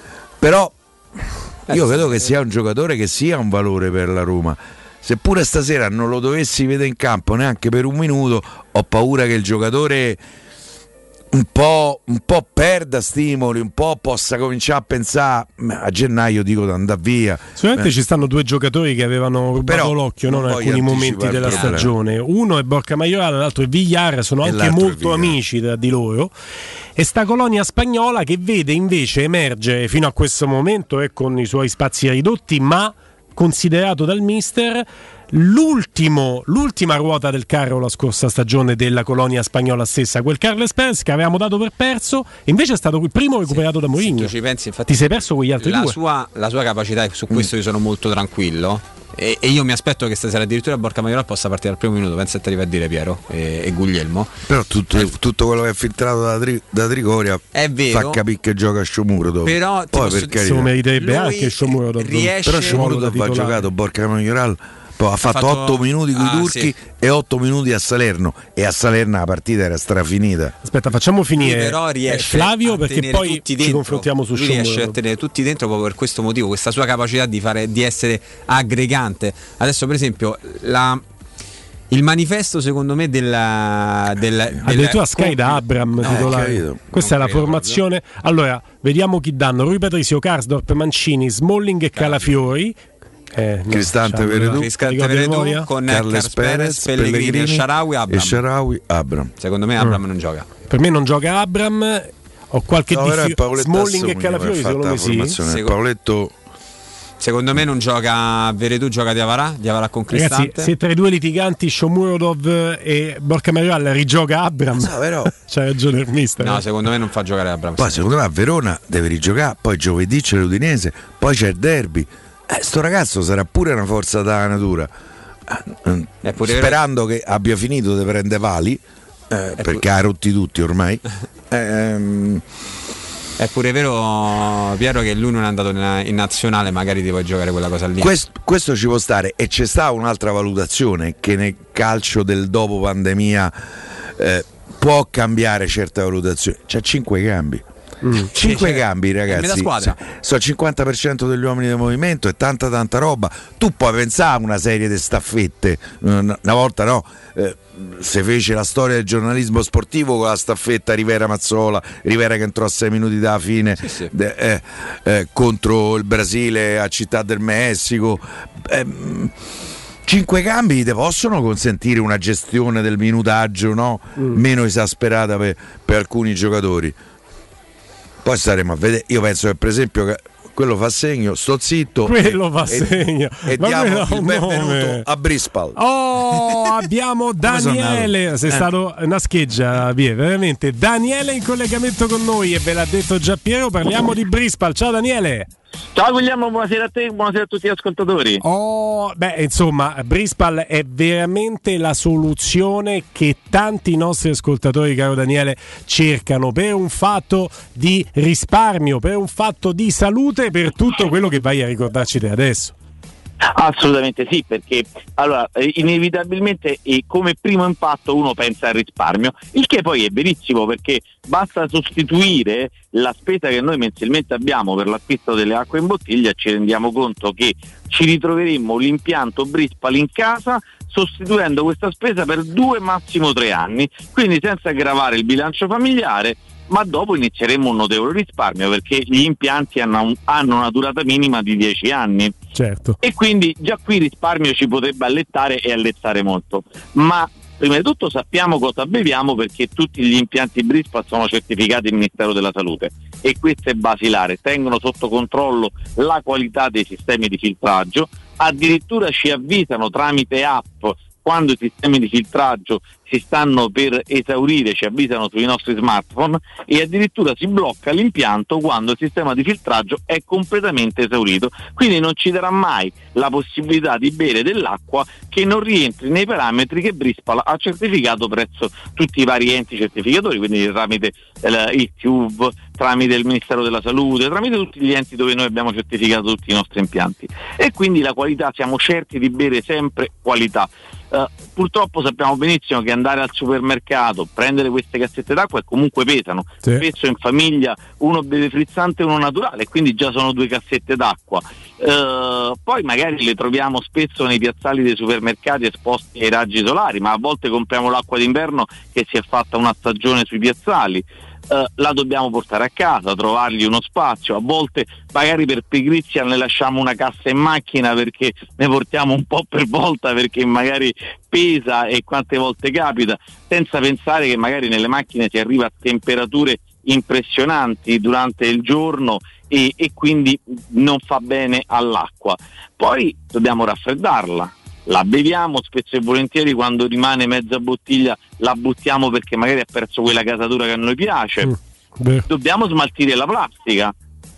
io credo che sia un giocatore che sia un valore per la Roma. Seppure stasera non lo dovessi vedere in campo neanche per un minuto, ho paura che il giocatore un po' perda stimoli, un po' possa cominciare a pensare a gennaio dico di andare via. Sicuramente ci stanno 2 giocatori che avevano rubato l'occhio in alcuni momenti della stagione. Uno è Borca Majoral, l'altro è Villar, sono anche molto amici tra di loro. E sta colonia spagnola che vede invece emergere fino a questo momento e con i suoi spazi ridotti, ma considerato dal mister l'ultima ruota del carro la scorsa stagione della colonia spagnola stessa, quel Carles Perez che avevamo dato per perso, invece è stato il primo recuperato da Mourinho. Se tu ci pensi, infatti, ti sei perso con gli altri due. La sua capacità, su questo io sono molto tranquillo. E io mi aspetto che stasera addirittura Borca Majoral possa partire al primo minuto. Pensa a te, arriva a dire Piero e Guglielmo. Però tutto quello che è filtrato da Trigoria è vero, fa capire che gioca a Shomurodov. Però poi perché se lo meriterebbe anche Shomurodov. Però Shomurodov ha giocato, Borca Majoral poi ha fatto 8 minuti con i turchi e 8 minuti a Salerno, e a Salerno la partita era strafinita. Aspetta, facciamo finire però Flavio, perché poi ci confrontiamo su Shomurodov. Riesce a tenere tutti dentro proprio per questo motivo, questa sua capacità di essere aggregante. Adesso per esempio il manifesto secondo me addirittura Sky da Abram titolare. Questa è la formazione proprio. Allora vediamo chi danno: Rui Patricio, Karsdorp, Mancini, Smalling e Calafiori, Cristante Veredù con Carles Perez, Pellegrini, e Shaarawy, Abram. Secondo me Abram non gioca. Per me non gioca Abram. Ho qualche Smalling e Calafiori secondo me sì. Paoletto. Secondo me non gioca Veredù, gioca Diavara con Cristante. Ragazzi, se tra i 2 litiganti Shomurodov e Borca Majoral rigioca Abram, c'ha ragione il mister. No, secondo me non fa giocare Abram. Poi secondo me a Verona deve rigiocare, poi giovedì c'è l'Udinese, poi c'è il derby. Sto ragazzo sarà pure una forza dalla natura, sperando che abbia finito di prendere pali, perché ha rotti tutti ormai. È pure vero, Piero, che lui non è andato in nazionale, magari ti puoi giocare quella cosa lì. Questo ci può stare, e c'è stata un'altra valutazione che nel calcio del dopo pandemia può cambiare certe valutazioni. C'ha 5 cambi. 5 cambi, ragazzi. Sono il 50% degli uomini del movimento e tanta roba. Tu puoi pensare a una serie di staffette. Una volta se fece la storia del giornalismo sportivo con la staffetta Rivera Mazzola, Rivera che entrò a 6 minuti dalla fine contro il Brasile a Città del Messico. 5 cambi ti possono consentire una gestione del minutaggio meno esasperata per alcuni giocatori. Poi staremo a vedere. Io penso che per esempio quello fa segno, sto zitto. Quello fa segno. E diamo il benvenuto a Brispal. Oh, abbiamo Daniele. Sei stato una scheggia, veramente. Daniele in collegamento con noi e ve l'ha detto già Piero. Parliamo di Brispal. Ciao Daniele. Ciao Guglielmo, buonasera a te, buonasera a tutti gli ascoltatori. Insomma, Brispal è veramente la soluzione che tanti nostri ascoltatori, caro Daniele, cercano per un fatto di risparmio, per un fatto di salute, per tutto quello che vai a ricordarci te adesso. Assolutamente sì, perché allora inevitabilmente come primo impatto uno pensa al risparmio, il che poi è verissimo, perché basta sostituire la spesa che noi mensilmente abbiamo per l'acquisto delle acque in bottiglia, ci rendiamo conto che ci ritroveremmo l'impianto Brispal in casa sostituendo questa spesa per 2 massimo 3 anni, quindi senza aggravare il bilancio familiare, ma dopo inizieremo un notevole risparmio, perché gli impianti hanno una durata minima di 10 anni. Certo. E quindi già qui il risparmio ci potrebbe allettare e allettare molto. Ma prima di tutto sappiamo cosa beviamo, perché tutti gli impianti Brispal sono certificati dal Ministero della Salute, e questo è basilare, tengono sotto controllo la qualità dei sistemi di filtraggio, addirittura ci avvisano tramite app quando i sistemi di filtraggio si stanno per esaurire, ci avvisano sui nostri smartphone, e addirittura si blocca l'impianto quando il sistema di filtraggio è completamente esaurito, quindi non ci darà mai la possibilità di bere dell'acqua che non rientri nei parametri che Brispal ha certificato presso tutti i vari enti certificatori, quindi tramite il TÜV, tramite il Ministero della Salute, tramite tutti gli enti dove noi abbiamo certificato tutti i nostri impianti, e quindi la qualità, siamo certi di bere sempre qualità. Purtroppo sappiamo benissimo che andare al supermercato, prendere queste cassette d'acqua, e comunque pesano, sì. Spesso in famiglia uno beve frizzante e uno naturale, quindi già sono 2 cassette d'acqua. Poi magari le troviamo spesso nei piazzali dei supermercati esposti ai raggi solari, ma a volte compriamo l'acqua d'inverno che si è fatta una stagione sui piazzali. La dobbiamo portare a casa, trovargli uno spazio, a volte magari per pigrizia ne lasciamo una cassa in macchina perché ne portiamo un po' per volta, perché magari pesa, e quante volte capita, senza pensare che magari nelle macchine si arriva a temperature impressionanti durante il giorno e quindi non fa bene all'acqua. Poi dobbiamo raffreddarla, la beviamo, spesso e volentieri quando rimane mezza bottiglia la buttiamo perché magari ha perso quella gasatura che a noi piace. Dobbiamo smaltire la plastica,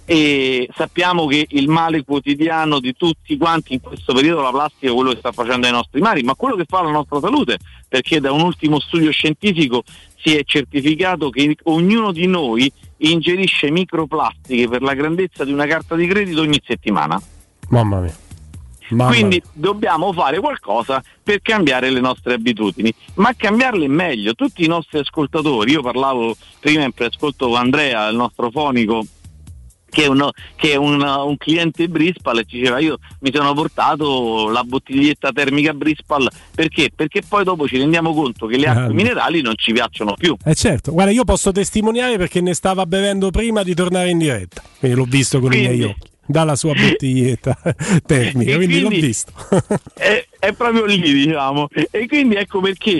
e sappiamo che il male quotidiano di tutti quanti in questo periodo la plastica è quello che sta facendo ai nostri mari, ma quello che fa alla nostra salute, perché da un ultimo studio scientifico si è certificato che ognuno di noi ingerisce microplastiche per la grandezza di una carta di credito ogni settimana. Mamma mia. Quindi dobbiamo fare qualcosa per cambiare le nostre abitudini, ma cambiarle meglio. Tutti i nostri ascoltatori, io parlavo prima in preascolto con Andrea, il nostro fonico, che è un cliente Brispal, e ci diceva: io mi sono portato la bottiglietta termica Brispal perché poi dopo ci rendiamo conto che le acque minerali non ci piacciono più. Certo, guarda, io posso testimoniare perché ne stava bevendo prima di tornare in diretta, quindi l'ho visto con i miei occhi dalla sua bottiglietta termica, quindi l'ho visto. È proprio lì, diciamo, e quindi ecco perché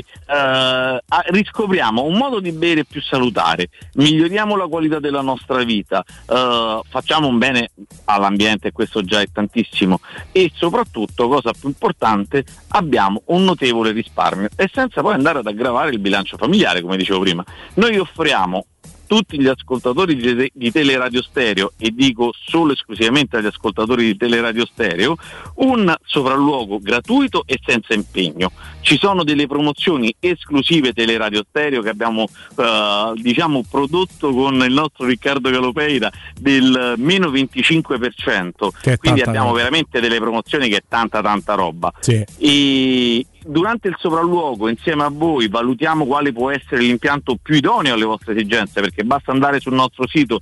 riscopriamo un modo di bere più salutare, miglioriamo la qualità della nostra vita, facciamo un bene all'ambiente, e questo già è tantissimo, e soprattutto, cosa più importante, abbiamo un notevole risparmio, e senza poi andare ad aggravare il bilancio familiare, come dicevo prima. Noi offriamo tutti gli ascoltatori di Teleradio Stereo, e dico solo esclusivamente agli ascoltatori di Teleradio Stereo, un sopralluogo gratuito e senza impegno. Ci sono delle promozioni esclusive Teleradio Stereo che abbiamo prodotto con il nostro Riccardo Galopeira del meno 25%, quindi abbiamo veramente delle promozioni che è tanta roba. Sì. E durante il sopralluogo, insieme a voi, valutiamo quale può essere l'impianto più idoneo alle vostre esigenze, perché basta andare sul nostro sito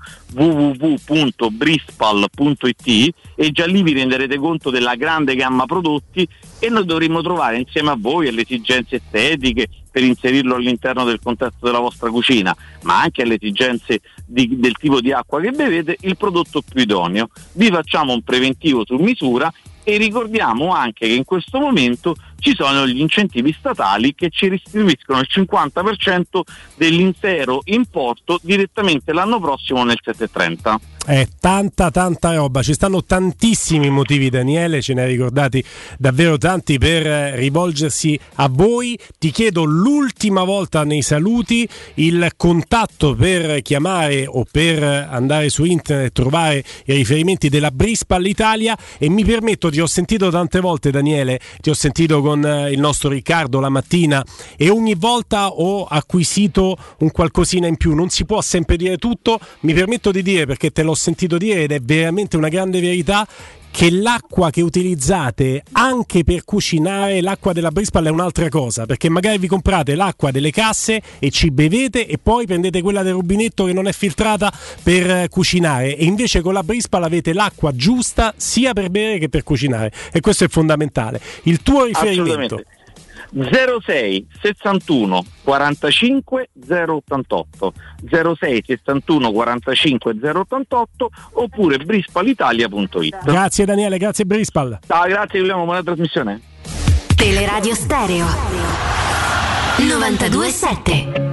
www.brispal.it e già lì vi renderete conto della grande gamma prodotti, e noi dovremo trovare insieme a voi alle esigenze estetiche per inserirlo all'interno del contesto della vostra cucina, ma anche alle esigenze del tipo di acqua che bevete, il prodotto più idoneo. Vi facciamo un preventivo su misura, e ricordiamo anche che in questo momento ci sono gli incentivi statali che ci restituiscono il 50% dell'intero importo direttamente l'anno prossimo nel 730. È tanta roba, ci stanno tantissimi motivi, Daniele, ce ne hai ricordati davvero tanti per rivolgersi a voi. Ti chiedo l'ultima volta nei saluti il contatto per chiamare o per andare su internet e trovare i riferimenti della Brispal Italia, e mi permetto, ti ho sentito tante volte, Daniele, ti ho sentito con il nostro Riccardo la mattina e ogni volta ho acquisito un qualcosina in più. Non si può sempre dire tutto, mi permetto di dire, perché te l'ho sentito dire ed è veramente una grande verità, che l'acqua che utilizzate anche per cucinare, l'acqua della Brispal è un'altra cosa, perché magari vi comprate l'acqua delle casse e ci bevete e poi prendete quella del rubinetto che non è filtrata per cucinare, e invece con la Brispal avete l'acqua giusta sia per bere che per cucinare, e questo è fondamentale. Il tuo riferimento? 06 61 45 088 06 61 45 088 oppure brispalitalia.it. Grazie Daniele, grazie Brispal. Ciao, grazie Guglielmo, buona trasmissione. Teleradio Stereo 92.7.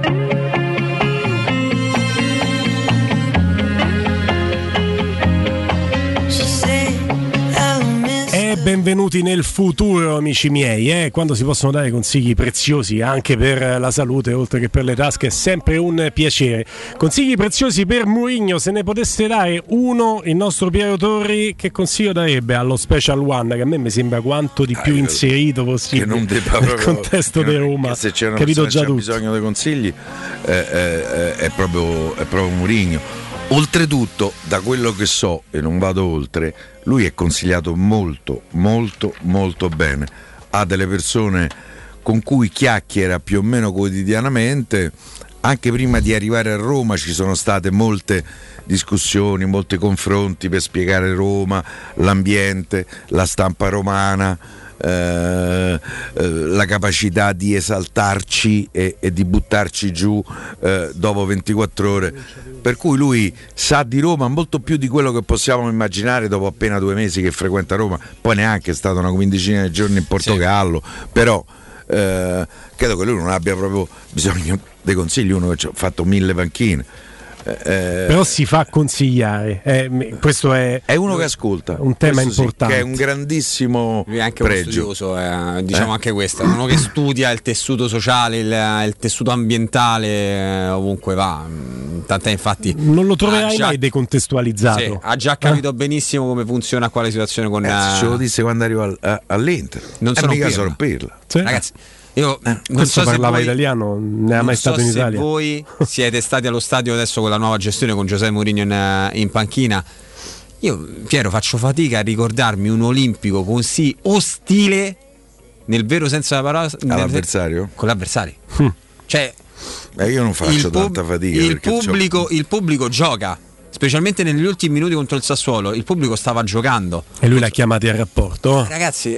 Benvenuti nel futuro, amici miei, quando si possono dare consigli preziosi anche per la salute oltre che per le tasche è sempre un piacere. Consigli preziosi per Mourinho, se ne potesse dare uno il nostro Piero Torri, che consiglio darebbe allo Special One, che a me mi sembra quanto di più inserito possibile nel contesto di Roma, se c'è una capito già c'è tutto. bisogno dei consigli è proprio Mourinho. Oltretutto, da quello che so, e non vado oltre, lui è consigliato molto bene. Ha delle persone con cui chiacchiera più o meno quotidianamente. Anche prima di arrivare a Roma ci sono state molte discussioni, molti confronti per spiegare Roma, l'ambiente, la stampa romana, la capacità di esaltarci e di buttarci giù dopo 24 ore, per cui lui sa di Roma molto più di quello che possiamo immaginare dopo appena 2 mesi che frequenta Roma. Poi neanche è stato una quindicina di giorni in Portogallo, però credo che lui non abbia proprio bisogno dei consigli, uno che ha fatto 1000 panchine. Però si fa consigliare, questo è uno che ascolta, un tema questo importante, sì, che è un grandissimo lui è anche pregio. uno studioso, diciamo anche questo, uno che studia il tessuto sociale, il tessuto ambientale ovunque va, tant'è infatti non lo troverai mai decontestualizzato. Sì, ha già capito benissimo come funziona quale situazione con ce lo disse quando arrivò all'Inter, non sono mica sono pirla. Sì. Ragazzi, io non so parlava italiano, non è mai stato in Italia. Se voi siete stati allo stadio adesso con la nuova gestione con José Mourinho in panchina, io Piero faccio fatica a ricordarmi un olimpico così ostile nel vero senso della parola all'avversario? Con l'avversario. Cioè io non faccio tanta fatica. Il pubblico gioca, specialmente negli ultimi minuti contro il Sassuolo, il pubblico stava giocando. E lui l'ha chiamato a rapporto. Ragazzi,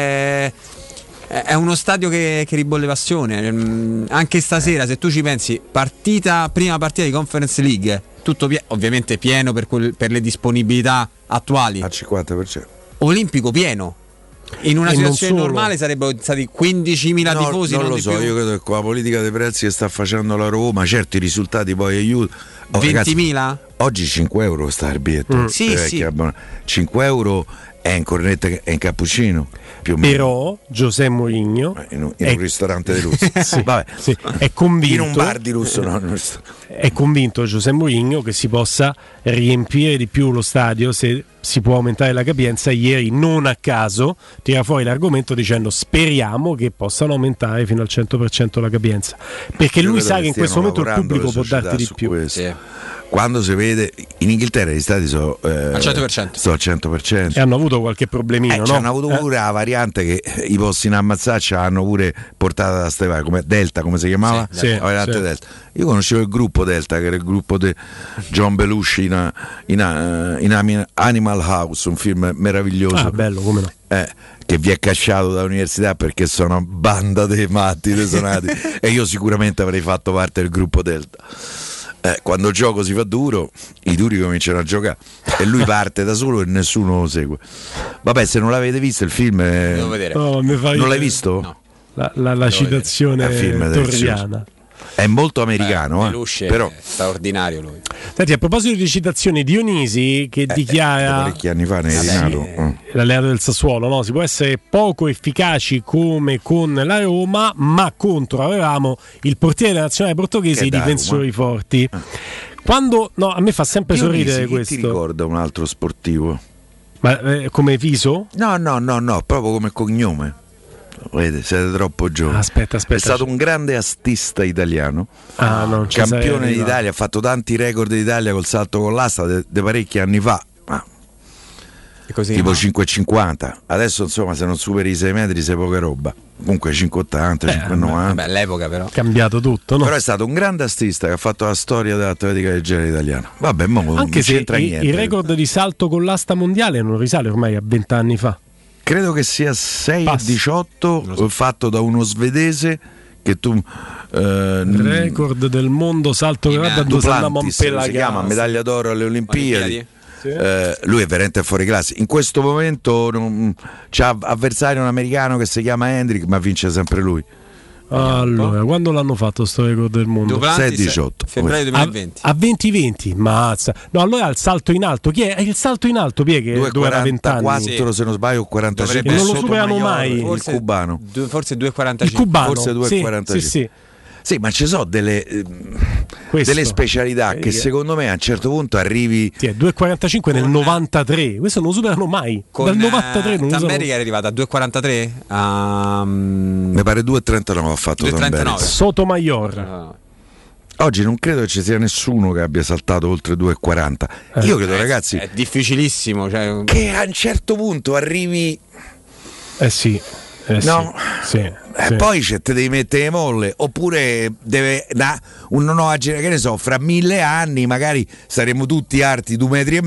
è uno stadio che ribolle passione. Anche stasera, se tu ci pensi, prima partita di Conference League, tutto ovviamente pieno per le disponibilità attuali. Al 50%. Olimpico pieno. In una situazione normale sarebbero stati 15.000 tifosi. Non lo so, io credo che con la politica dei prezzi che sta facendo la Roma, certo i risultati poi aiutano. 20.000? Ragazzi, oggi 5 euro sta il biglietto. Sì. 5 euro è in cornetta, è in cappuccino. Più o meno. Però José Mourinho in un ristorante di lusso. Sì, vabbè. Sì, è convinto, in un bar di lusso, no, è convinto José Mourinho che si possa riempire di più lo stadio se si può aumentare la capienza. Ieri non a caso tira fuori l'argomento dicendo speriamo che possano aumentare fino al 100% la capienza, perché lui sa che in questo momento il pubblico può darti di più. Sì. Quando si vede in Inghilterra gli stati sono al 100%. Sto al 100%. E hanno avuto qualche problemino, no? Hanno avuto pure la variante che i posti in ammazzaccia hanno pure portata da Stefano, come Delta, come si chiamava? Sì. Delta. Io conoscevo il gruppo Delta, che era il gruppo di John Belushi in Animal House, un film meraviglioso. Ah, bello, come no? Che vi è cacciato dall'università perché sono una banda dei matti, dei sonati e io sicuramente avrei fatto parte del gruppo Delta. quando il gioco si fa duro, i duri cominciano a giocare e lui parte da solo e nessuno lo segue. Vabbè, se non l'avete visto il film, Devo vedere. non l'hai visto? No. La citazione torriana. È molto americano, però straordinario lui. Senti, a proposito di citazioni, Dionisi che dichiara parecchi anni fa ne è rinato. l'alleato del Sassuolo, no? Si può essere poco efficaci come con la Roma, ma contro avevamo il portiere della nazionale portoghese e i difensori forti. Quando a me fa sempre Dionisi, sorridere chi questo. ti ricorda un altro sportivo? Ma come viso? No, proprio come cognome. Vedete, siete troppo giovani. Aspetta. È stato un grande astista italiano, non ci sarei campione arrivato. d'Italia, ha fatto tanti record d'Italia col salto con l'asta di parecchi anni fa. Tipo 5,50. Adesso insomma se non superi i 6 metri sei poca roba. Comunque 5,80, 5,90. Beh, all'epoca però. Cambiato tutto, no? Però è stato un grande astista che ha fatto la storia dell'atletica leggera italiana. Vabbè, Anche non se c'entra niente. il record di salto con l'asta mondiale non risale ormai a 20 anni fa. Credo che sia 6,18 fatto da uno svedese che tu record del mondo salto con l'asta Duplantis, si chiama medaglia d'oro alle Olimpiadi. Lui è veramente fuori classe. In questo momento c'ha avversario un americano che si chiama Hendrick, ma vince sempre lui. Allora, quando l'hanno fatto sto record del mondo? 6,18 febbraio 2020. A 2020, mazza. No, allora il salto in alto. Chi è il salto in alto? Che dove era 20 anni? 4 se non sbaglio, 45. E non lo superano mai. Forse, il cubano. Forse 2,45. Il cubano. Forse 2,45. Sì. Sì, ma ci sono delle specialità che secondo me a un certo punto arrivi. Sì, è 2,45 nel 93. Questo non lo superano mai. Dal 93 non lo Tamberi era arrivata a 2,43. Mi pare 2,39 ha fatto Tamberi. Sotomayor. Oggi non credo che ci sia nessuno che abbia saltato oltre 2,40. Io credo, ragazzi, è difficilissimo, che a un certo punto arrivi. Sì. Poi te devi mettere molle, oppure una nuova generazione, che ne so, fra 1000 anni magari saremo tutti alti 2,5 metri.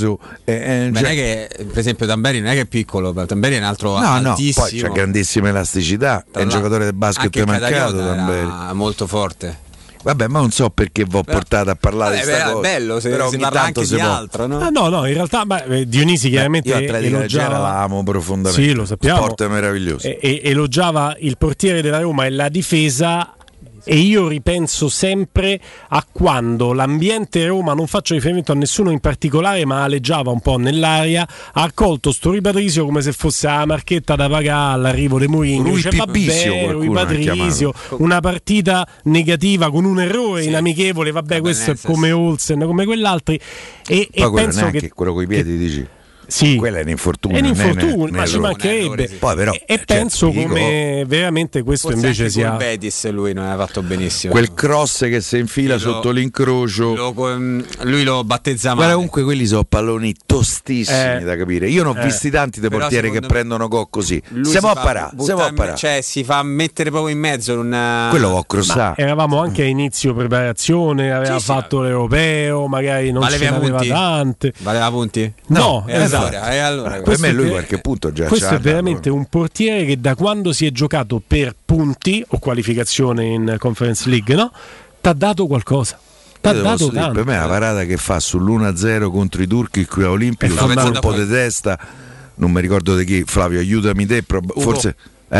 Non è che, per esempio, Tamberi non è che è piccolo, Tamberi è un altro altissimo. Poi c'ha grandissima elasticità, è un giocatore di basket mancato. Tamberi molto forte. Vabbè, ma non so perché vi ho portato a parlare di questa cosa. È bello se però si parla anche di altro, no? No, in realtà Dionisi chiaramente io atletica leggera la amo profondamente. Sì, lo sappiamo. Sport è meraviglioso. Elogiava il portiere della Roma e la difesa. E io ripenso sempre a quando l'ambiente Roma, non faccio riferimento a nessuno in particolare, ma aleggiava un po' nell'aria, ha accolto sto Rui Patrizio come se fosse la marchetta da pagare all'arrivo dei Mourinho. Rui Patrizio, una partita negativa con un errore in amichevole, questo è come Olsen, come quell'altro. E penso che quello coi piedi dici. Sì, quella è un infortunio. Ma ci mancherebbe. Poi però, penso come veramente questo forse invece anche sia. Betis lui non aveva fatto benissimo. Quel cross che si infila sotto l'incrocio. Lui lo battezza male. Guarda, comunque quelli sono palloni tostissimi da capire. Io non ho visti tanti dei portieri che prendono gol così. Siamo a parare. Cioè si fa mettere proprio in mezzo. Quello va a crossare. Eravamo anche a inizio preparazione, aveva fatto l'europeo, magari non ce n'aveva tante. Valeva punti? No, esatto. Allora, per me lui qualche punto già questo è veramente un portiere che da quando si è giocato per punti o qualificazione in Conference League, no? T'ha dato qualcosa. T'ha dato tanto. Per me la parata che fa sull'1-0 contro i turchi qui a Olimpico, sul colpo di testa, non mi ricordo di chi. Flavio, aiutami te, forse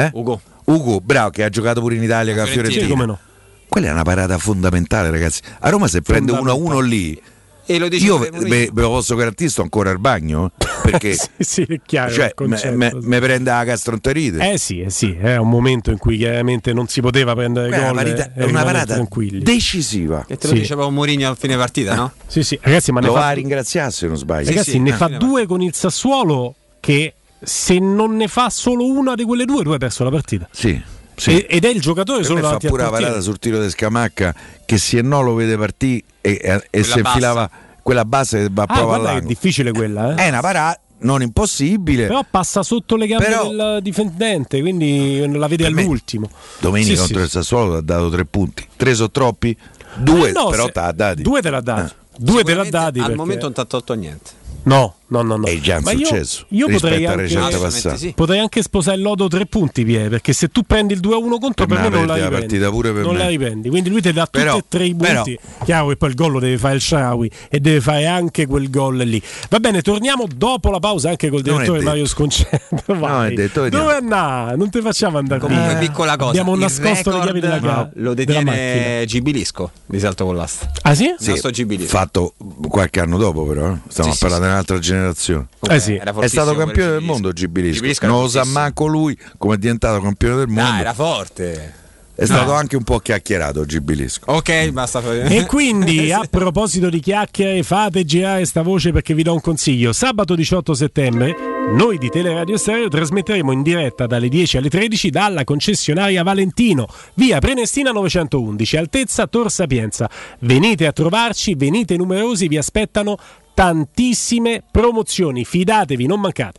Ugo, bravo, che ha giocato pure in Italia con la Fiorentina. Come no? Quella è una parata fondamentale, ragazzi. A Roma se prende 1-1 lì. E lo dice io ve lo posso garantire, sto ancora al bagno perché sì, è chiaro, cioè, me prende la gastroenterite. Sì, è un momento in cui chiaramente non si poteva prendere gol. È una parata decisiva. Che te lo diceva Mourinho a fine partita, no? Sì, ragazzi, ma lo va a ringraziare se non sbaglio. Ragazzi, ne fa due con il Sassuolo che se non ne fa solo una di quelle due, tu hai perso la partita. Sì. Ed è il giocatore solo davanti al portiere. Fa pure la parata sul tiro di Scamacca che se no lo vede partire e si infilava quella base che va proprio all'angolo. È difficile quella, È una parata non impossibile, però passa sotto le gambe del difendente, quindi la vede all'ultimo. Domenica contro il Sassuolo ha dato 3 punti. 3 sono troppi? 2 però te l'ha dati. 2 te l'ha dati. 2 te l'ha dati al perché momento non ti ha tolto niente. No, È già un successo. Io potrei anche sposare il lodo 3 punti, Pier, perché se tu prendi il 2-1 contro per me non la riprendi. Non la riprendi. Quindi lui ti dà tutti e 3 i punti. Chiaro che poi il gol lo deve fare il Shaarawy e deve fare anche quel gol lì. Va bene, torniamo dopo la pausa anche col direttore Mario Sconcerto. Dove andà? Non ti facciamo andare comunque, piccola cosa. Abbiamo nascosto le chiavi della gara. Lo detiene Gibilisco di salto con l'asta. Ah sì? Sì, fatto qualche anno dopo, però stiamo parlando di un'altra generazione. È stato campione del mondo Gibilisco. Non lo sa manco lui come è diventato campione del mondo. Era forte. È stato anche un po' chiacchierato Gibilisco. Ok, basta. E quindi a proposito di chiacchiere, fate girare sta voce perché vi do un consiglio. Sabato 18 settembre noi di Teleradio Stereo trasmetteremo in diretta dalle 10 alle 13 dalla concessionaria Valentino, via Prenestina 911, altezza Tor Sapienza. Venite a trovarci, venite numerosi, vi aspettano tantissime promozioni, fidatevi, non mancate.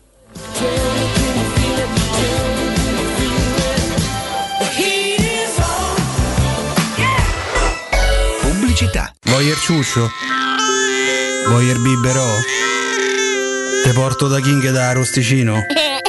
Pubblicità. Voyer ciuscio? Voyer biberò? Te porto da King da Arosticino?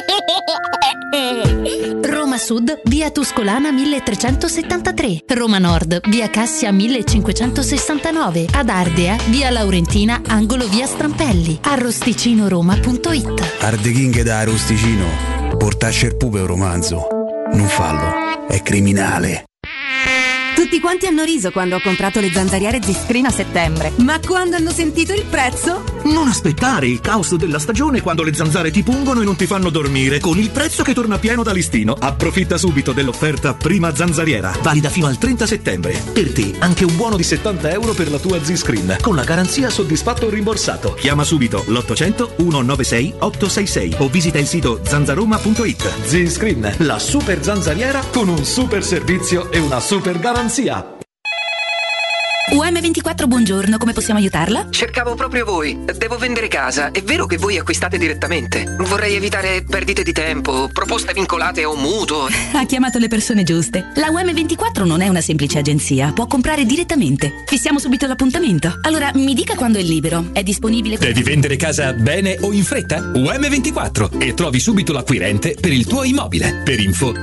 Roma Sud, via Tuscolana 1373. Roma Nord, via Cassia 1569. Ad Ardea, via Laurentina, angolo via Strampelli. Arrosticinoroma.it. Arde King da Arosticino. Portasce il pupe un romanzo. Non fallo, è criminale. Tutti quanti hanno riso quando ho comprato le zanzariere Ziscreen a settembre. Ma quando hanno sentito il prezzo? Non aspettare il caos della stagione quando le zanzare ti pungono e non ti fanno dormire. Con il prezzo che torna pieno da listino, approfitta subito dell'offerta Prima Zanzariera, valida fino al 30 settembre. Per te anche un buono di €70 per la tua Ziscreen, con la garanzia soddisfatto o rimborsato. Chiama subito l'800 196 866 o visita il sito zanzaroma.it. Ziscreen, la super zanzariera con un super servizio e una super garanzia. UM24, buongiorno, come possiamo aiutarla? Cercavo proprio voi. Devo vendere casa. È vero che voi acquistate direttamente? Vorrei evitare perdite di tempo, proposte vincolate o mutuo. Ha chiamato le persone giuste. La UM24 non è una semplice agenzia, può comprare direttamente. Fissiamo subito l'appuntamento. Allora, mi dica quando è libero. È disponibile? Devi vendere casa bene o in fretta? UM24 e trovi subito l'acquirente per il tuo immobile. Per info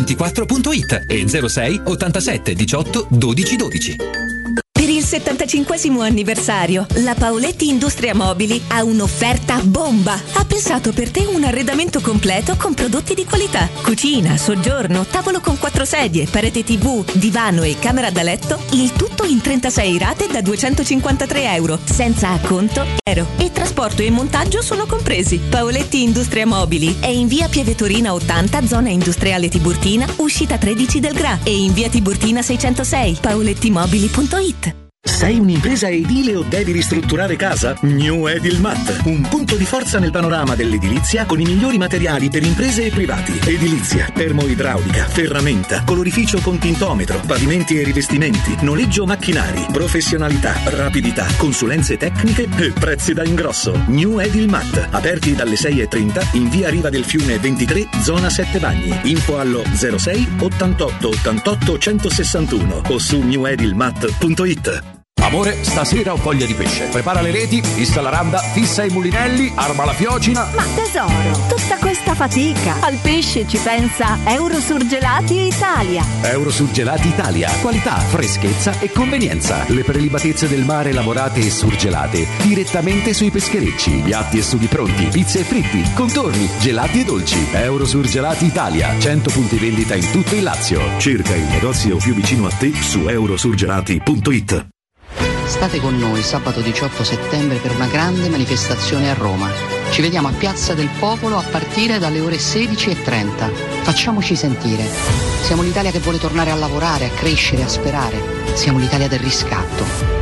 um24.it e 06 87 18 12 12. Per il 75° anniversario, la Paoletti Industria Mobili ha un'offerta bomba. Ha pensato per te un arredamento completo con prodotti di qualità. Cucina, soggiorno, tavolo con 4 sedie, parete TV, divano e camera da letto. Il tutto in 36 rate da €253, senza acconto, zero. E trasporto e montaggio sono compresi. Paoletti Industria Mobili è in via Pieve Torina 80, zona industriale Tiburtina, uscita 13 del Gra, e in via Tiburtina 606, paolettimobili.it. Sei un'impresa edile o devi ristrutturare casa? New Edilmat, un punto di forza nel panorama dell'edilizia con i migliori materiali per imprese e privati. Edilizia, termoidraulica, ferramenta, colorificio con tintometro, pavimenti e rivestimenti, noleggio macchinari, professionalità, rapidità, consulenze tecniche e prezzi da ingrosso. New Edilmat, aperti dalle 6:30 in via Riva del Fiume 23, zona 7 Bagni. Info allo 06 88 88 161 o su newedilmat.it. Amore, stasera ho voglia di pesce. Prepara le reti, fissa la randa, fissa i mulinelli, arma la fiocina. Ma tesoro, tutta questa fatica. Al pesce ci pensa Eurosurgelati Italia. Eurosurgelati Italia. Qualità, freschezza e convenienza. Le prelibatezze del mare lavorate e surgelate direttamente sui pescherecci. Piatti e sughi pronti, pizze e fritti, contorni, gelati e dolci. Eurosurgelati Italia. 100 punti vendita in tutto il Lazio. Cerca il negozio più vicino a te su eurosurgelati.it. State con noi sabato 18 settembre per una grande manifestazione a Roma. Ci vediamo a Piazza del Popolo a partire dalle ore 16:30. Facciamoci sentire. Siamo l'Italia che vuole tornare a lavorare, a crescere, a sperare. Siamo l'Italia del riscatto.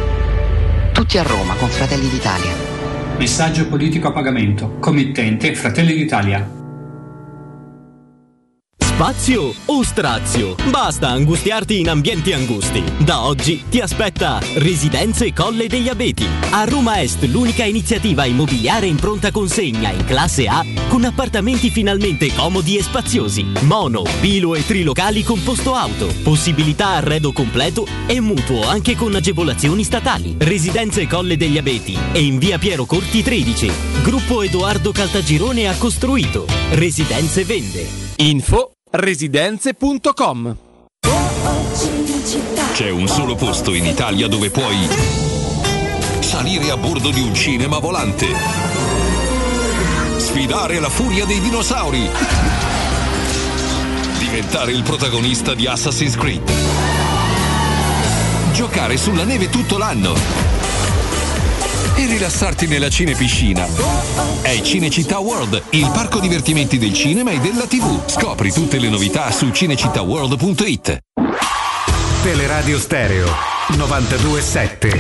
Tutti a Roma con Fratelli d'Italia. Messaggio politico a pagamento. Committente Fratelli d'Italia. Spazio o strazio? Basta angustiarti in ambienti angusti. Da oggi ti aspetta Residenze Colle degli Abeti. A Roma Est l'unica iniziativa immobiliare in pronta consegna in classe A con appartamenti finalmente comodi e spaziosi. Mono, bilo e trilocali con posto auto. Possibilità arredo completo e mutuo anche con agevolazioni statali. Residenze Colle degli Abeti e in via Piero Corti 13. Gruppo Edoardo Caltagirone ha costruito. Residenze vende. Info residenze.com. C'è un solo posto in Italia dove puoi salire a bordo di un cinema volante, sfidare la furia dei dinosauri, diventare il protagonista di Assassin's Creed, giocare sulla neve tutto l'anno e rilassarti nella cinepiscina. È Cinecittà World, il parco divertimenti del cinema e della TV. Scopri tutte le novità su cinecittàworld.it. Teleradio Stereo 92.7.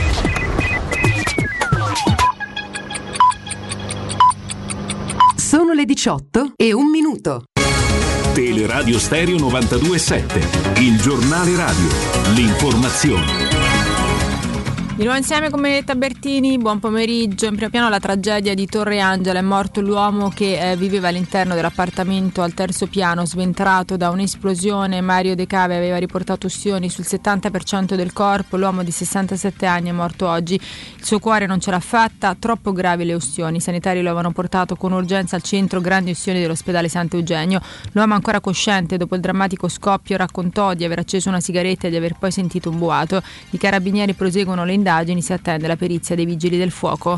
Sono le 18:01. Teleradio Stereo 92.7, il giornale radio, l'informazione. Di nuovo insieme con Benedetta Bertini, buon pomeriggio. In primo piano la tragedia di Torre Angela, è morto l'uomo che viveva all'interno dell'appartamento al terzo piano, sventrato da un'esplosione. Mario De Cave aveva riportato ustioni sul 70% del corpo, l'uomo di 67 anni è morto oggi, il suo cuore non ce l'ha fatta, troppo gravi le ustioni, i sanitari lo avevano portato con urgenza al centro grandi ustioni dell'ospedale Sant'Eugenio. L'uomo ancora cosciente dopo il drammatico scoppio raccontò di aver acceso una sigaretta e di aver poi sentito un boato. I carabinieri proseguono le indagini, si attende la perizia dei vigili del fuoco.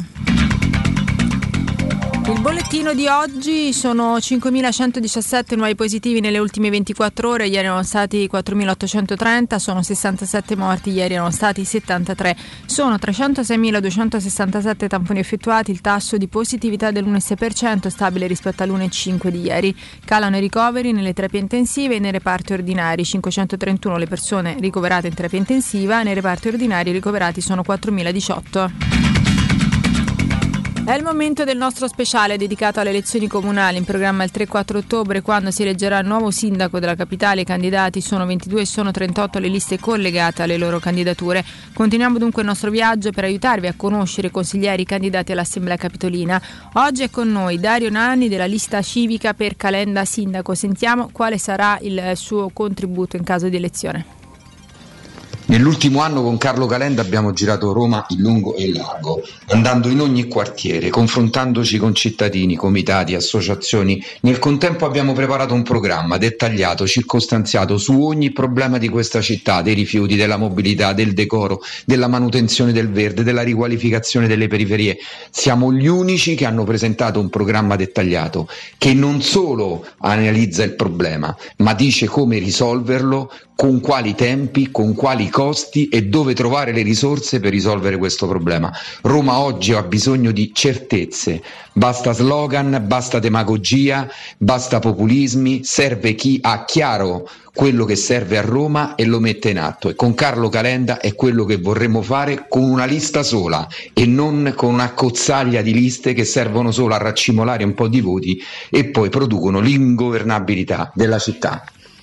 Il bollettino di oggi: sono 5.117 nuovi positivi nelle ultime 24 ore, ieri erano stati 4.830, sono 67 morti, ieri erano stati 73, sono 306.267 tamponi effettuati, il tasso di positività dell'1,6%, stabile rispetto all'1,5% di ieri. Calano i ricoveri nelle terapie intensive e nei reparti ordinari, 531 le persone ricoverate in terapia intensiva, nei reparti ordinari ricoverati sono 4.018. È il momento del nostro speciale dedicato alle elezioni comunali, in programma il 3-4 ottobre, quando si eleggerà il nuovo sindaco della capitale. I candidati sono 22 e sono 38 le liste collegate alle loro candidature. Continuiamo dunque il nostro viaggio per aiutarvi a conoscere i consiglieri candidati all'Assemblea Capitolina. Oggi è con noi Dario Nanni della lista civica per Calenda Sindaco. Sentiamo quale sarà il suo contributo in caso di elezione. Nell'ultimo anno con Carlo Calenda abbiamo girato Roma in lungo e in largo, andando in ogni quartiere, confrontandoci con cittadini, comitati, associazioni. Nel contempo abbiamo preparato un programma dettagliato, circostanziato su ogni problema di questa città, dei rifiuti, della mobilità, del decoro, della manutenzione del verde, della riqualificazione delle periferie. Siamo gli unici che hanno presentato un programma dettagliato che non solo analizza il problema, ma dice come risolverlo, con quali tempi, con quali costi e dove trovare le risorse per risolvere questo problema. Roma oggi ha bisogno di certezze, basta slogan, basta demagogia, basta populismi, serve chi ha chiaro quello che serve a Roma e lo mette in atto, e con Carlo Calenda è quello che vorremmo fare con una lista sola e non con una cozzaglia di liste che servono solo a raccimolare un po' di voti e poi producono l'ingovernabilità della città.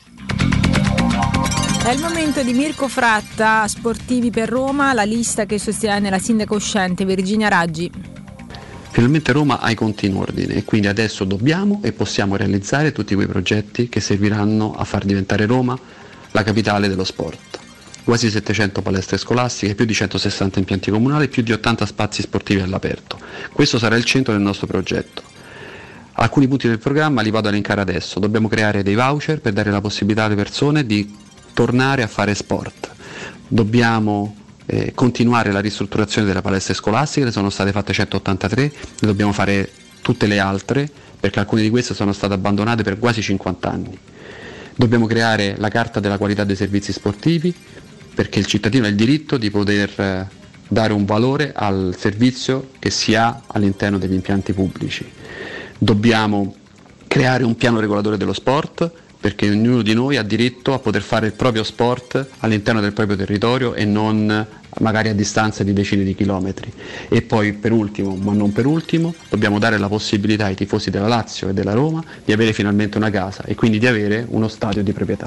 È il momento di Mirko Fratta, Sportivi per Roma, la lista che sostiene la sindaca uscente Virginia Raggi. Finalmente Roma ha i conti in ordine e quindi adesso dobbiamo e possiamo realizzare tutti quei progetti che serviranno a far diventare Roma la capitale dello sport. Quasi 700 palestre scolastiche, più di 160 impianti comunali, più di 80 spazi sportivi all'aperto. Questo sarà il centro del nostro progetto. Alcuni punti del programma li vado a elencare adesso. Dobbiamo creare dei voucher per dare la possibilità alle persone di tornare a fare sport. Dobbiamo continuare la ristrutturazione delle palestre scolastiche, ne sono state fatte 183, ne dobbiamo fare tutte le altre perché alcune di queste sono state abbandonate per quasi 50 anni. Dobbiamo creare la carta della qualità dei servizi sportivi perché il cittadino ha il diritto di poter dare un valore al servizio che si ha all'interno degli impianti pubblici. Dobbiamo creare un piano regolatore dello sport perché ognuno di noi ha diritto a poter fare il proprio sport all'interno del proprio territorio e non magari a distanza di decine di chilometri. E poi per ultimo, ma non per ultimo, dobbiamo dare la possibilità ai tifosi della Lazio e della Roma di avere finalmente una casa e quindi di avere uno stadio di proprietà.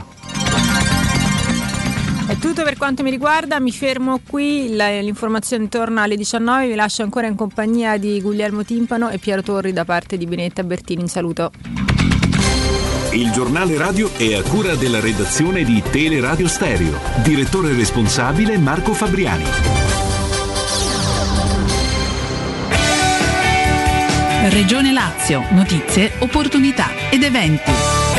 È tutto per quanto mi riguarda, mi fermo qui, l'informazione torna alle 19, vi lascio ancora in compagnia di Guglielmo Timpano e Piero Torri da parte di Benetta Bertini, un saluto. Il giornale radio è a cura della redazione di Teleradio Stereo, direttore responsabile Marco Fabriani. Regione Lazio, notizie, opportunità ed eventi.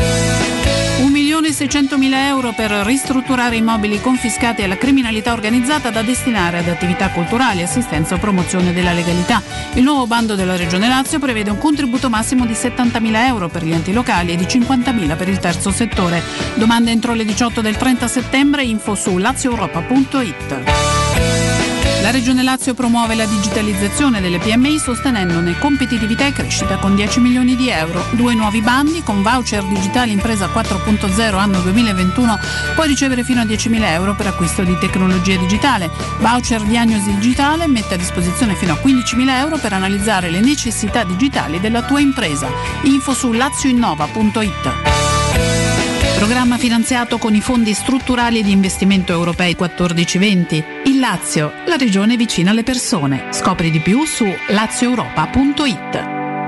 1.600.000 euro per ristrutturare immobili confiscati alla criminalità organizzata da destinare ad attività culturali, assistenza o promozione della legalità. Il nuovo bando della Regione Lazio prevede un contributo massimo di 70.000 euro per gli enti locali e di 50.000 per il terzo settore. Domande entro le 18 del 30 settembre, info su lazioeuropa.it. La Regione Lazio promuove la digitalizzazione delle PMI sostenendone competitività e crescita con 10 milioni di euro. 2 nuovi bandi con voucher digitali impresa 4.0 anno 2021. Puoi ricevere fino a 10.000 euro per acquisto di tecnologia digitale. Voucher diagnosi digitale mette a disposizione fino a 15.000 euro per analizzare le necessità digitali della tua impresa. Info su lazioinnova.it. Programma finanziato con i fondi strutturali di investimento europei 14-20. Il Lazio, la regione vicina alle persone. Scopri di più su lazioeuropa.it.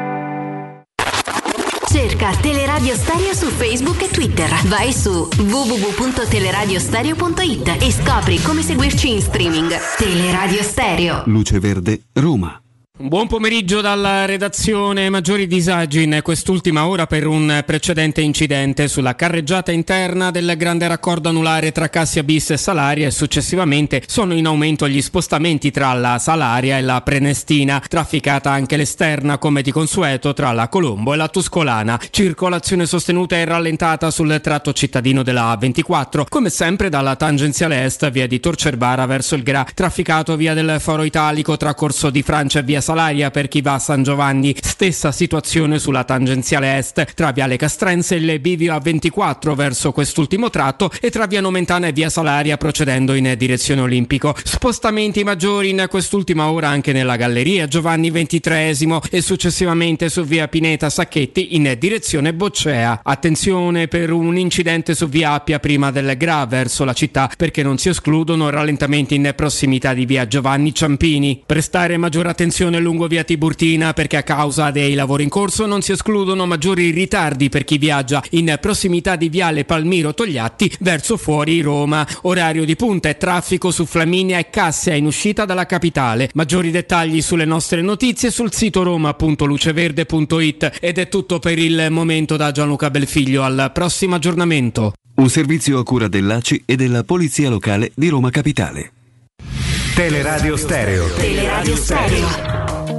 Cerca Teleradio Stereo su Facebook e Twitter. Vai su www.teleradiostereo.it e scopri come seguirci in streaming. Teleradio Stereo. Luce Verde, Roma. Buon pomeriggio dalla redazione. Maggiori disagi in quest'ultima ora per un precedente incidente sulla carreggiata interna del grande raccordo anulare tra Cassia Bis e Salaria e successivamente sono in aumento gli spostamenti tra la Salaria e la Prenestina, trafficata anche l'esterna come di consueto tra la Colombo e la Tuscolana. Circolazione sostenuta e rallentata sul tratto cittadino della A24, come sempre dalla tangenziale est via di Tor Cerbara verso il Gra, trafficato via del Foro Italico tra Corso di Francia e via Salaria per chi va a San Giovanni. Stessa situazione sulla tangenziale est tra viale Castrense e il bivio A24 verso quest'ultimo tratto e tra via Nomentana e via Salaria procedendo in direzione Olimpico. Spostamenti maggiori in quest'ultima ora anche nella galleria Giovanni XXIII e successivamente su via Pineta Sacchetti in direzione Boccea. Attenzione per un incidente su via Appia prima del Gra verso la città perché non si escludono rallentamenti in prossimità di via Giovanni Ciampini. Prestare maggiore attenzione lungo via Tiburtina perché a causa dei lavori in corso non si escludono maggiori ritardi per chi viaggia in prossimità di viale Palmiro Togliatti verso fuori Roma. Orario di punta e traffico su Flaminia e Cassia in uscita dalla capitale. Maggiori dettagli sulle nostre notizie sul sito roma.luceverde.it. ed è tutto per il momento da Gianluca Belfiglio. Al prossimo aggiornamento. Un servizio a cura dell'ACI e della Polizia Locale di Roma Capitale. Teleradio Stereo. Teleradio Stereo.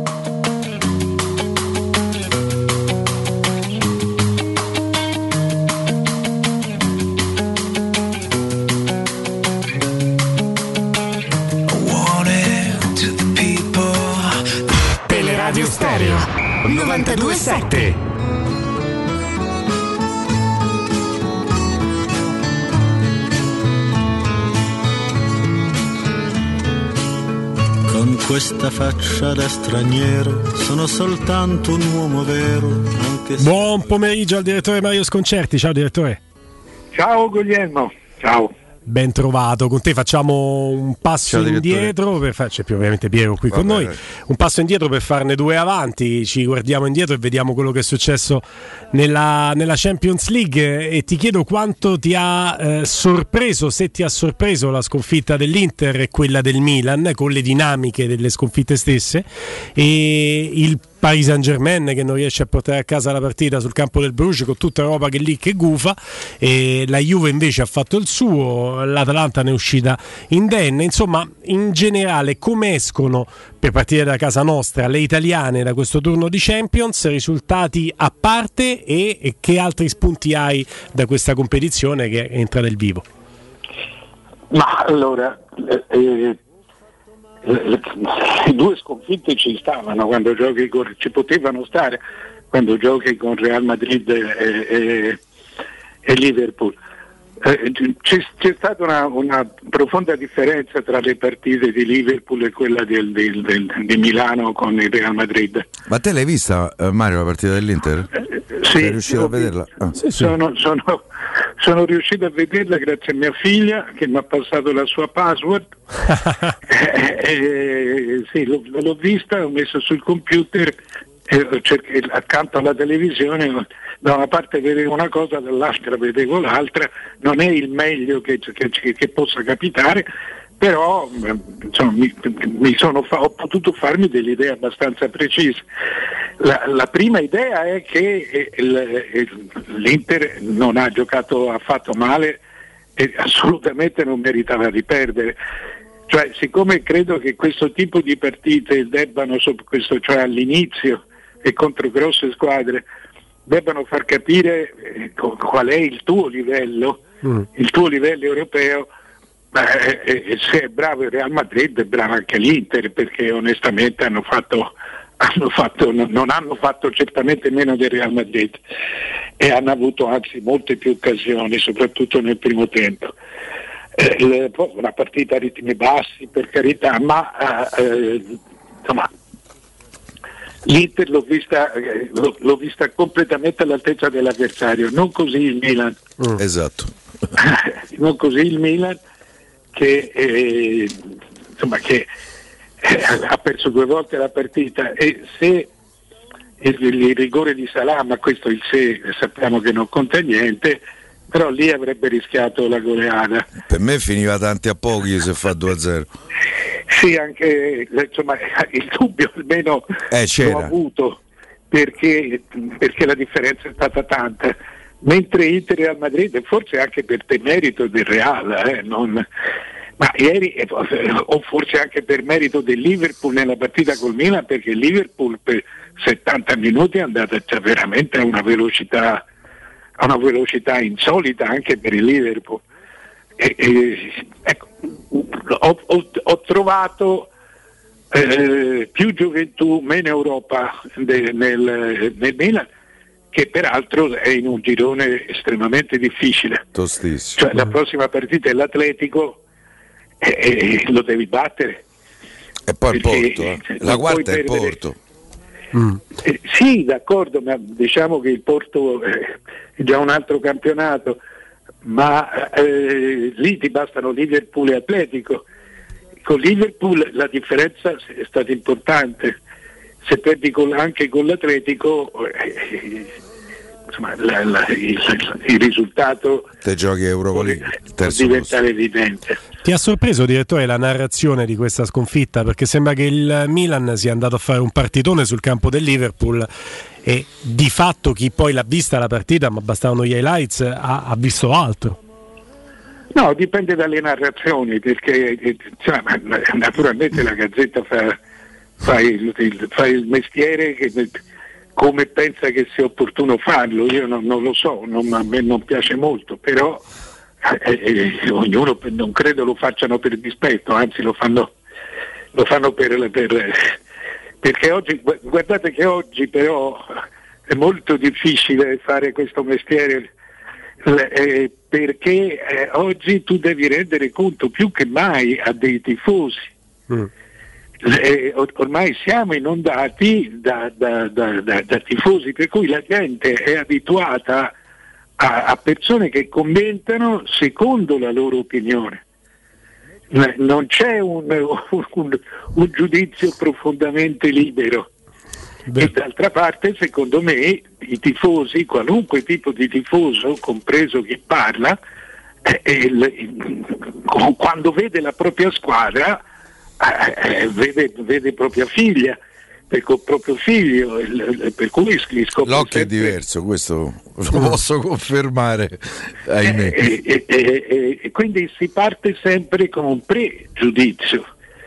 Teleradio Stereo 92.7. Con questa faccia da straniero sono soltanto un uomo vero. Anche se... Buon pomeriggio al direttore Mario Sconcerti. Ciao direttore. Ciao Guglielmo. Ciao. Ben trovato, con te facciamo un passo indietro per c'è più ovviamente Piero qui con noi, un passo indietro per farne due avanti, ci guardiamo indietro e vediamo quello che è successo nella Champions League e ti chiedo quanto ti ha sorpreso, se ti ha sorpreso la sconfitta dell'Inter e quella del Milan con le dinamiche delle sconfitte stesse e il Paris Saint-Germain che non riesce a portare a casa la partita sul campo del Bruges con tutta Europa che lì che gufa e la Juve invece ha fatto il suo, l'Atalanta ne è uscita indenne. Insomma, in generale come escono, per partire da casa nostra, le italiane da questo turno di Champions, risultati a parte e che altri spunti hai da questa competizione che entra nel vivo? Ma allora le due sconfitte ci stavano quando giochi ci potevano stare quando giochi con Real Madrid e Liverpool. C'è stata una profonda differenza tra le partite di Liverpool e quella di Milano con il Real Madrid. Ma te l'hai vista, Mario, la partita dell'Inter? Sì, sei riuscito a vederla? Sì. Sono riuscito a vederla grazie a mia figlia che mi ha passato la sua password. Sì, l'ho vista, ho messo sul computer accanto alla televisione, da una parte vedevo una cosa, dall'altra vedevo l'altra. Non è il meglio che possa capitare, però insomma, ho potuto farmi delle idee abbastanza precise. La prima idea è che l'Inter non ha giocato affatto male e assolutamente non meritava di perdere. Cioè, siccome credo che questo tipo di partite debbano, cioè all'inizio e contro grosse squadre, debbano far capire qual è il tuo livello, il tuo livello europeo. Se è bravo il Real Madrid è bravo anche l'Inter, perché onestamente non hanno fatto certamente meno del Real Madrid e hanno avuto anzi molte più occasioni, soprattutto nel primo tempo. Una partita a ritmi bassi, per carità, ma insomma l'Inter l'ho vista completamente all'altezza dell'avversario, non così il Milan. Esatto. Non così il Milan che ha perso 2 volte la partita, e se il rigore di Salah, ma questo il se sappiamo che non conta niente, però lì avrebbe rischiato la goleada. Per me finiva tanti a pochi se fa 2-0. Sì, anche insomma il dubbio almeno l'ho avuto, perché la differenza è stata tanta, mentre Inter e Real Madrid, forse anche per merito del Real, ma ieri, o forse anche per merito del Liverpool nella partita col Milan, perché il Liverpool per 70 minuti è andata veramente a una velocità insolita anche per il Liverpool. Ecco, ho trovato più gioventù, meno Europa nel Milan, che peraltro è in un girone estremamente difficile. Tostissimo. Cioè, la prossima partita è l'Atletico e lo devi battere. E poi il Porto, la quarta è il Porto. Sì, d'accordo, ma diciamo che il Porto è già un altro campionato, ma lì ti bastano Liverpool e Atletico. Con Liverpool la differenza è stata importante. Se perdi anche con l'Atletico, insomma, il risultato te giochi Europa League, può diventare evidente. Ti ha sorpreso, direttore, la narrazione di questa sconfitta? Perché sembra che il Milan sia andato a fare un partitone sul campo del Liverpool e di fatto chi poi l'ha vista la partita, ma bastavano gli highlights, ha visto altro. No, dipende dalle narrazioni, perché naturalmente la Gazzetta fa il mestiere come pensa che sia opportuno farlo. Io non lo so, a me non piace molto, però ognuno non credo lo facciano per dispetto, anzi lo fanno perché oggi, guardate che oggi però è molto difficile fare questo mestiere, perché oggi tu devi rendere conto più che mai a dei tifosi. Ormai siamo inondati da tifosi, per cui la gente è abituata a persone che commentano secondo la loro opinione. Non c'è un giudizio profondamente libero. E d'altra parte, secondo me, i tifosi, qualunque tipo di tifoso, compreso chi parla, quando vede la propria squadra, vede propria figlia, proprio figlio, per cui si scopre l'occhio è diverso, questo lo posso confermare, ahimè. E quindi si parte sempre con un pregiudizio,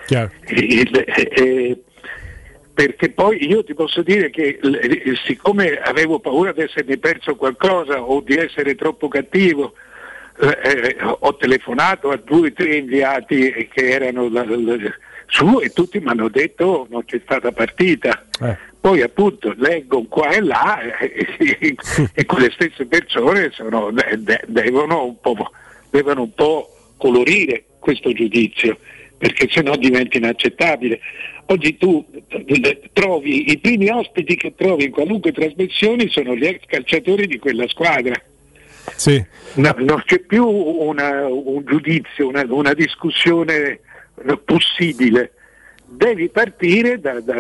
perché poi io ti posso dire che siccome avevo paura di essermi perso qualcosa o di essere troppo cattivo, ho telefonato a 2 o 3 inviati che erano su, e tutti mi hanno detto non c'è stata partita. Poi appunto leggo qua e là e quelle stesse persone devono un po' devono un po' colorire questo giudizio, perché sennò diventa inaccettabile. Oggi tu trovi i primi ospiti che trovi in qualunque trasmissione sono gli ex calciatori di quella squadra. Sì. Non c'è più un giudizio, una discussione possibile. Devi partire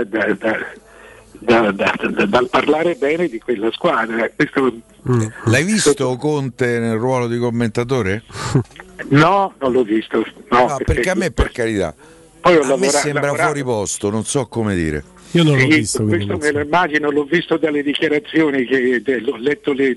dal parlare bene di quella squadra. L'hai visto Conte nel ruolo di commentatore? No, non l'ho visto. No, perché a me, per carità, poi a me sembra fuori posto, non so come dire. Io non l'ho visto. Questo me lo immagino, l'ho visto dalle dichiarazioni che ho letto le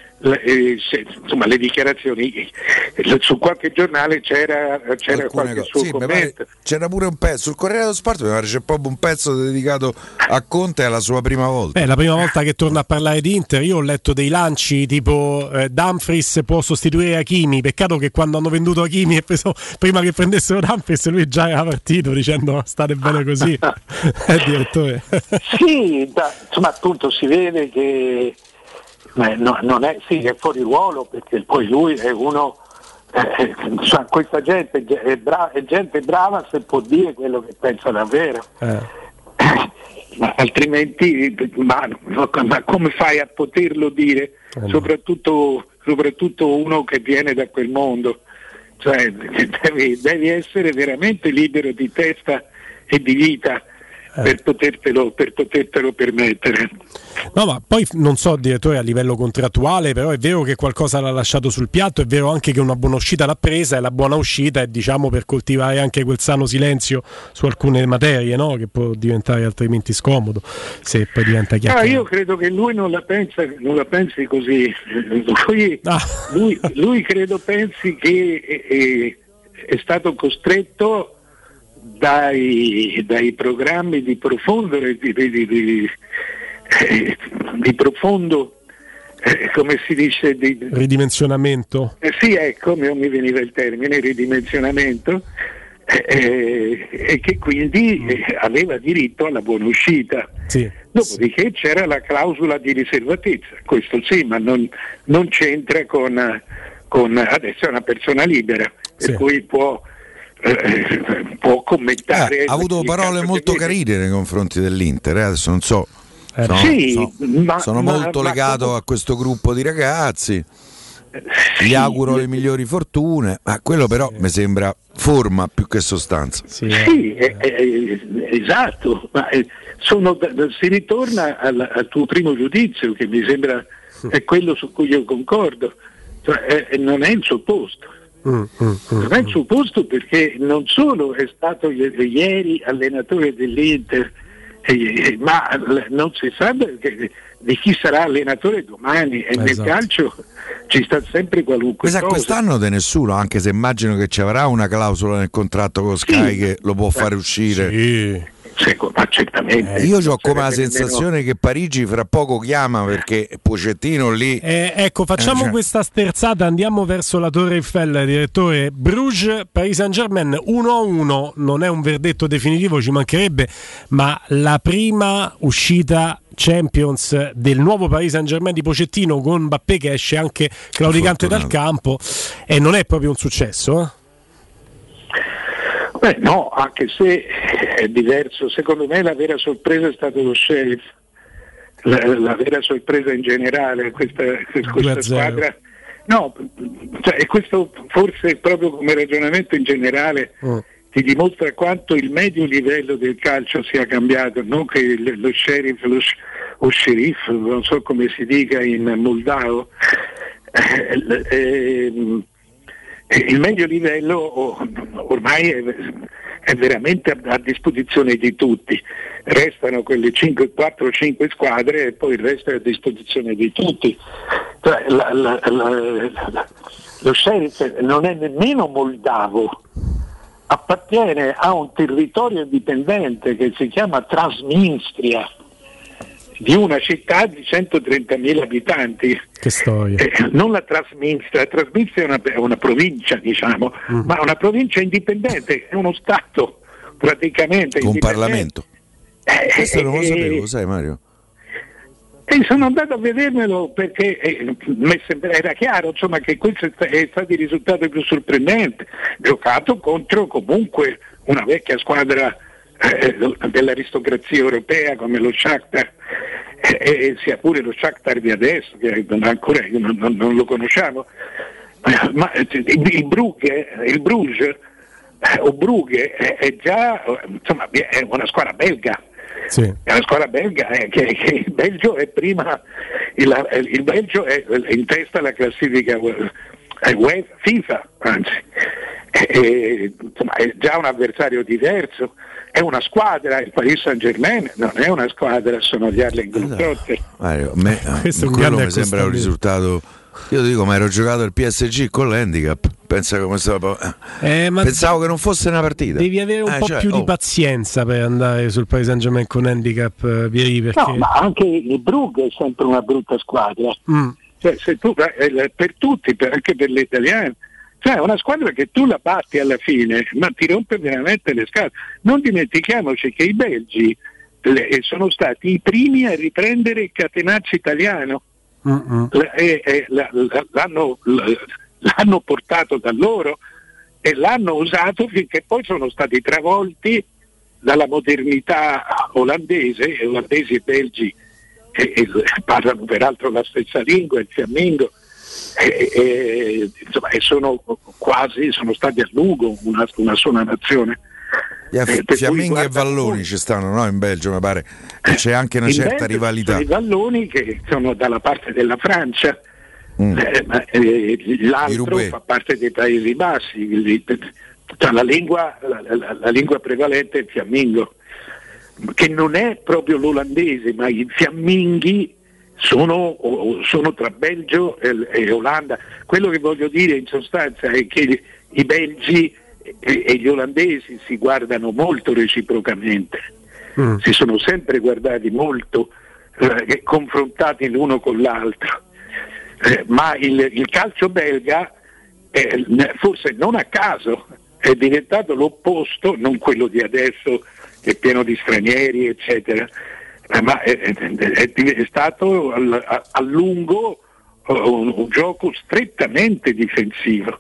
dichiarazioni su qualche giornale c'era qualche suo commento. C'era pure un pezzo sul Corriere dello Sport, c'è proprio un pezzo dedicato a Conte alla sua prima volta. La prima volta che torna a parlare di Inter, io ho letto dei lanci tipo Dumfries può sostituire Hakimi, peccato che quando hanno venduto Hakimi e prima che prendessero Dumfries lui già era partito dicendo state bene così. Direttore. Sì, insomma appunto si vede che non è, sì, è fuori ruolo, perché poi lui è uno, questa gente è gente brava se può dire quello che pensa davvero, ma altrimenti ma come fai a poterlo dire, soprattutto uno che viene da quel mondo, cioè devi essere veramente libero di testa e di vita per potertelo permettere. No, ma poi non so, direttore, a livello contrattuale, però è vero che qualcosa l'ha lasciato sul piatto, è vero anche che una buona uscita l'ha presa, e la buona uscita è, diciamo, per coltivare anche quel sano silenzio su alcune materie, no? Che può diventare altrimenti scomodo se poi diventa chiaro. Io credo che lui non la pensi così. Lui credo pensi che è stato costretto dai programmi di profondo come si dice, ridimensionamento. Sì, ecco, non mi veniva il termine, ridimensionamento, e che quindi aveva diritto alla buona uscita. Sì. Dopodiché c'era la clausola di riservatezza, questo sì, ma non c'entra con adesso è una persona libera, per cui può commentare. Ha avuto parole molto carine nei confronti dell'Inter, adesso non so. Sono molto legato a questo gruppo di ragazzi. Gli auguro le migliori fortune, ma quello però mi sembra forma più che sostanza. Esatto, ma si ritorna al tuo primo giudizio, che mi sembra è quello su cui io concordo, cioè, non è il suo posto. Non è il suo posto, perché non solo è stato ieri allenatore dell'Inter, ma non si sa di chi sarà allenatore domani, e nel calcio ci sta sempre qualunque cosa. Quest'anno di nessuno, anche se immagino che ci avrà una clausola nel contratto con Sky che lo può fare uscire. Ma certamente. Io ho come la sensazione che Parigi fra poco chiama, perché Pochettino lì. Ecco, facciamo questa sterzata, andiamo verso la Torre Eiffel, direttore. Bruges, Paris Saint-Germain 1-1, non è un verdetto definitivo, ci mancherebbe, ma la prima uscita Champions del nuovo Paris Saint-Germain di Pochettino, con Mbappé che esce anche claudicante dal campo, e non è proprio un successo, no, anche se è diverso. Secondo me la vera sorpresa è stato lo Sheriff, la vera sorpresa in generale, questa squadra. No, e questo forse proprio come ragionamento in generale ti dimostra quanto il medio livello del calcio sia cambiato, non che lo Sheriff, o Sheriff, non so come si dica in moldavo, il medio livello ormai è veramente a disposizione di tutti. Restano quelle 4-5 squadre e poi il resto è a disposizione di tutti. Cioè, lo Sheriff non è nemmeno moldavo, appartiene a un territorio indipendente che si chiama Transnistria, di una città di 130.000 abitanti. Che storia. Non la Transnistria è una provincia, diciamo, ma una provincia indipendente, è uno stato praticamente con Parlamento. Questo non lo sapevo, sai Mario? E sono andato a vedermelo perché era chiaro, insomma, che questo è stato il risultato più sorprendente. Giocato contro comunque una vecchia squadra dell'aristocrazia europea come lo Shakhtar, sia pure lo Shakhtar di adesso, che ancora non lo conosciamo, ma il Bruges o Brugge è già, insomma, è una squadra belga. Sì. È una squadra belga che il Belgio è prima, il Belgio è in testa alla classifica FIFA, anzi, insomma, è già un avversario diverso, è una squadra, il Paris Saint-Germain non è una squadra, sono gli Harlem Globetrotters. Quello mi sembra un risultato. Io dico, ma ero giocato il PSG con l'handicap. Pensa come stava. Pensavo che non fosse una partita. Devi avere un po' più di pazienza per andare sul Paris Saint-Germain con handicap, Pieri, perché... No, ma anche il Brugge è sempre una brutta squadra. Cioè, se tu, per tutti, anche per gli italiani, cioè è una squadra che tu la batti alla fine, ma ti rompe veramente le scatole. Non dimentichiamoci che i belgi sono stati i primi a riprendere il catenaccio italiano. L'hanno portato da loro e l'hanno usato finché poi sono stati travolti dalla modernità olandese. Olandesi e belgi parlano peraltro la stessa lingua, il fiammingo, insomma, sono stati a lungo una sola nazione. Fiammingo e Valloni ci stanno, no? In Belgio mi pare c'è anche una certa rivalità. I Valloni che sono dalla parte della Francia, l'altro fa parte dei Paesi Bassi, cioè la lingua prevalente è il fiammingo, che non è proprio l'olandese, ma i fiamminghi sono tra Belgio e Olanda. Quello che voglio dire in sostanza è che i belgi e gli olandesi si guardano molto reciprocamente, si sono sempre guardati molto, confrontati l'uno con l'altro, ma il calcio belga forse non a caso è diventato l'opposto, non quello di adesso che è pieno di stranieri eccetera, ma è stato a lungo un gioco strettamente difensivo,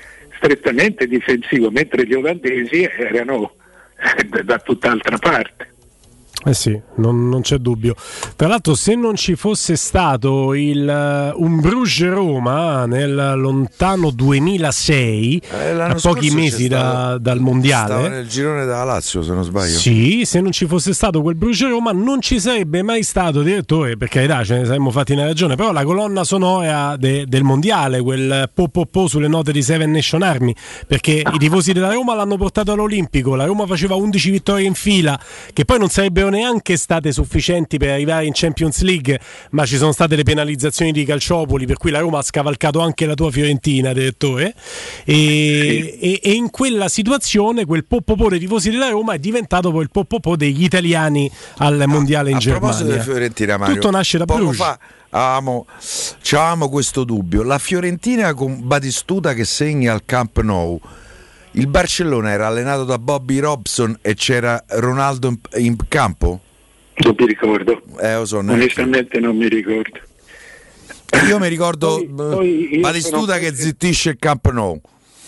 mentre gli olandesi erano da tutt'altra parte. Sì, non c'è dubbio. Tra l'altro, se non ci fosse stato un Bruges-Roma nel lontano 2006, a pochi mesi dal mondiale, stava nel girone della Lazio, se non sbaglio. Sì, se non ci fosse stato quel Bruges-Roma non ci sarebbe mai stato, direttore, per carità, ce ne saremmo fatti una ragione, però la colonna sonora del mondiale, quel po' sulle note di Seven Nation Army, perché i tifosi della Roma l'hanno portato all'Olimpico, la Roma faceva 11 vittorie in fila, che poi non sarebbero neanche state sufficienti per arrivare in Champions League, ma ci sono state le penalizzazioni di Calciopoli, per cui la Roma ha scavalcato anche la tua Fiorentina, direttore, e in quella situazione quel po' dei tifosi della Roma è diventato poi il po' degli italiani al mondiale in Germania. A proposito della Fiorentina, Mario, tutto nasce da poco Bruges. fa avevamo questo dubbio, la Fiorentina con Batistuta che segna al Camp Nou. Il Barcellona era allenato da Bobby Robson e c'era Ronaldo in campo? Non mi ricordo. Onestamente non mi ricordo. Io mi ricordo Batistuta che zittisce il Camp Nou.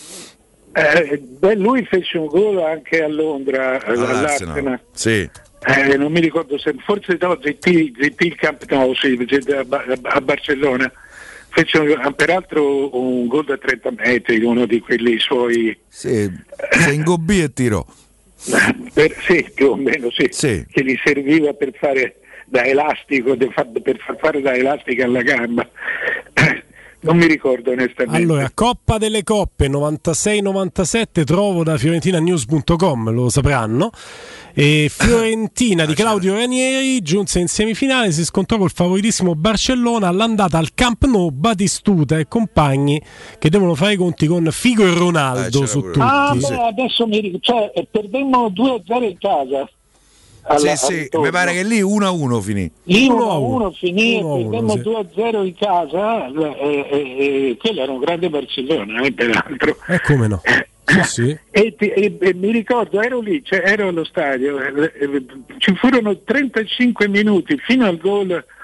Lui fece un gol anche a Londra, all'Arsenal. Sì. Non mi ricordo se forse zittì il Camp Nou, sì, a Barcellona. Fece peraltro un gol da 30 metri, uno di quelli suoi. Sì, se ingobbì e tirò. Sì, più o meno sì, che gli serviva per fare da elastico, per far fare da elastica alla gamba. Non mi ricordo onestamente. Allora, Coppa delle Coppe 96-97 trovo da fiorentinanews.com, lo sapranno. E Fiorentina di Claudio Ranieri giunse in semifinale, si scontrò col favoritissimo Barcellona all'andata al Camp Nou. Batistuta e compagni che devono fare i conti con Figo e Ronaldo su tutti. Adesso perdemmo 2-0 in casa. Mi pare che lì 1-1 finì. Lì 1-1 finì, perdemmo 2-0 in casa, quello era un grande Barcellona, peraltro. Come no? Sì. E mi ricordo, ero lì, ero allo stadio, ci furono 35 minuti fino al gol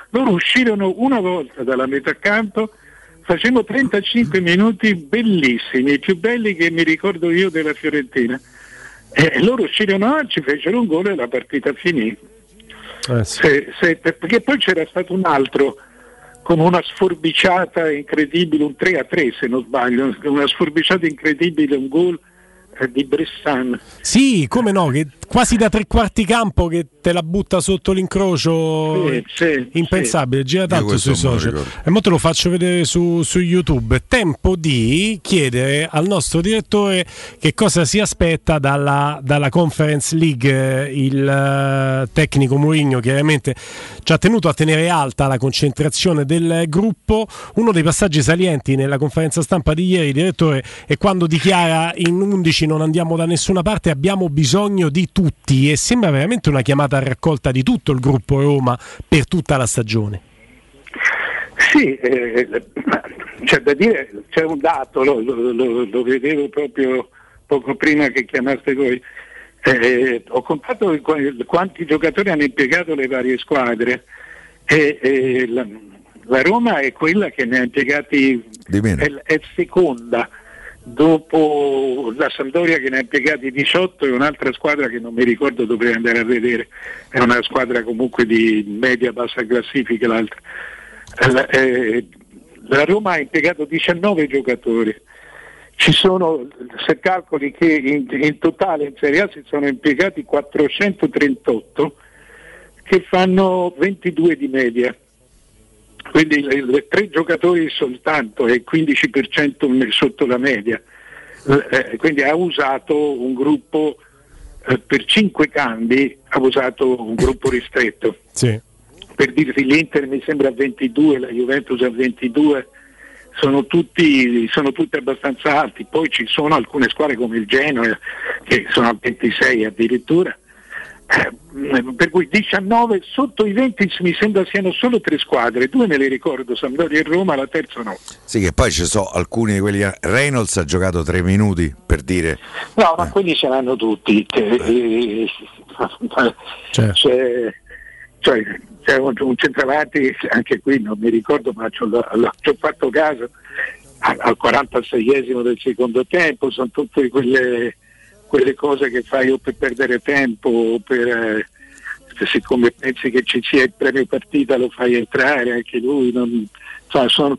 Loro uscirono una volta dalla metà campo, facendo 35 minuti bellissimi, i più belli che mi ricordo io della Fiorentina. Loro uscirono oggi, fecero un gol e la partita finì. Sì. Perché poi c'era stato un altro con una sforbiciata incredibile, un 3-3 se non sbaglio, una sforbiciata incredibile, un gol di Bressan. Sì, come no, che quasi da tre quarti campo che te la butta sotto l'incrocio, impensabile, gira tanto sui social. E mo te lo faccio vedere su YouTube. Tempo di chiedere al nostro direttore che cosa si aspetta dalla Conference League. Il tecnico Mourinho chiaramente ci ha tenuto a tenere alta la concentrazione del gruppo. Uno dei passaggi salienti nella conferenza stampa di ieri, direttore, è quando dichiara: in 11 non andiamo da nessuna parte, abbiamo bisogno di tutti, e sembra veramente una chiamata a raccolta di tutto il gruppo Roma per tutta la stagione. Sì, c'è da dire, c'è un dato, lo vedevo proprio poco prima che chiamaste voi. Ho contato quanti giocatori hanno impiegato le varie squadre e la Roma è quella che ne ha impiegati, è seconda, dopo la Sampdoria che ne ha impiegati 18 e un'altra squadra che non mi ricordo, dovrei andare a vedere, è una squadra comunque di media bassa classifica l'altra. La Roma ha impiegato 19 giocatori, ci sono, se calcoli che in totale in Serie A si sono impiegati 438 che fanno 22 di media, quindi 3 giocatori soltanto e 15% sotto la media, quindi ha usato un gruppo per 5 cambi, ha usato un gruppo ristretto. Sì. Per dirvi, l'Inter mi sembra a 22, la Juventus a 22, sono tutti abbastanza alti. Poi ci sono alcune squadre come il Genoa che sono a 26 addirittura, per cui 19, sotto i 20 mi sembra siano solo 3 squadre, 2 me le ricordo, Sampdoria e Roma, la terza no. Sì, che poi ci sono alcuni di quelli. Reynolds ha giocato 3 minuti, per dire. No, ma quelli ce l'hanno tutti. C'è un centravanti, anche qui non mi ricordo, ma ci ho fatto caso al 46esimo del secondo tempo. Sono tutte quelle cose che fai o per perdere tempo o siccome pensi che ci sia il premio partita lo fai entrare anche lui, sono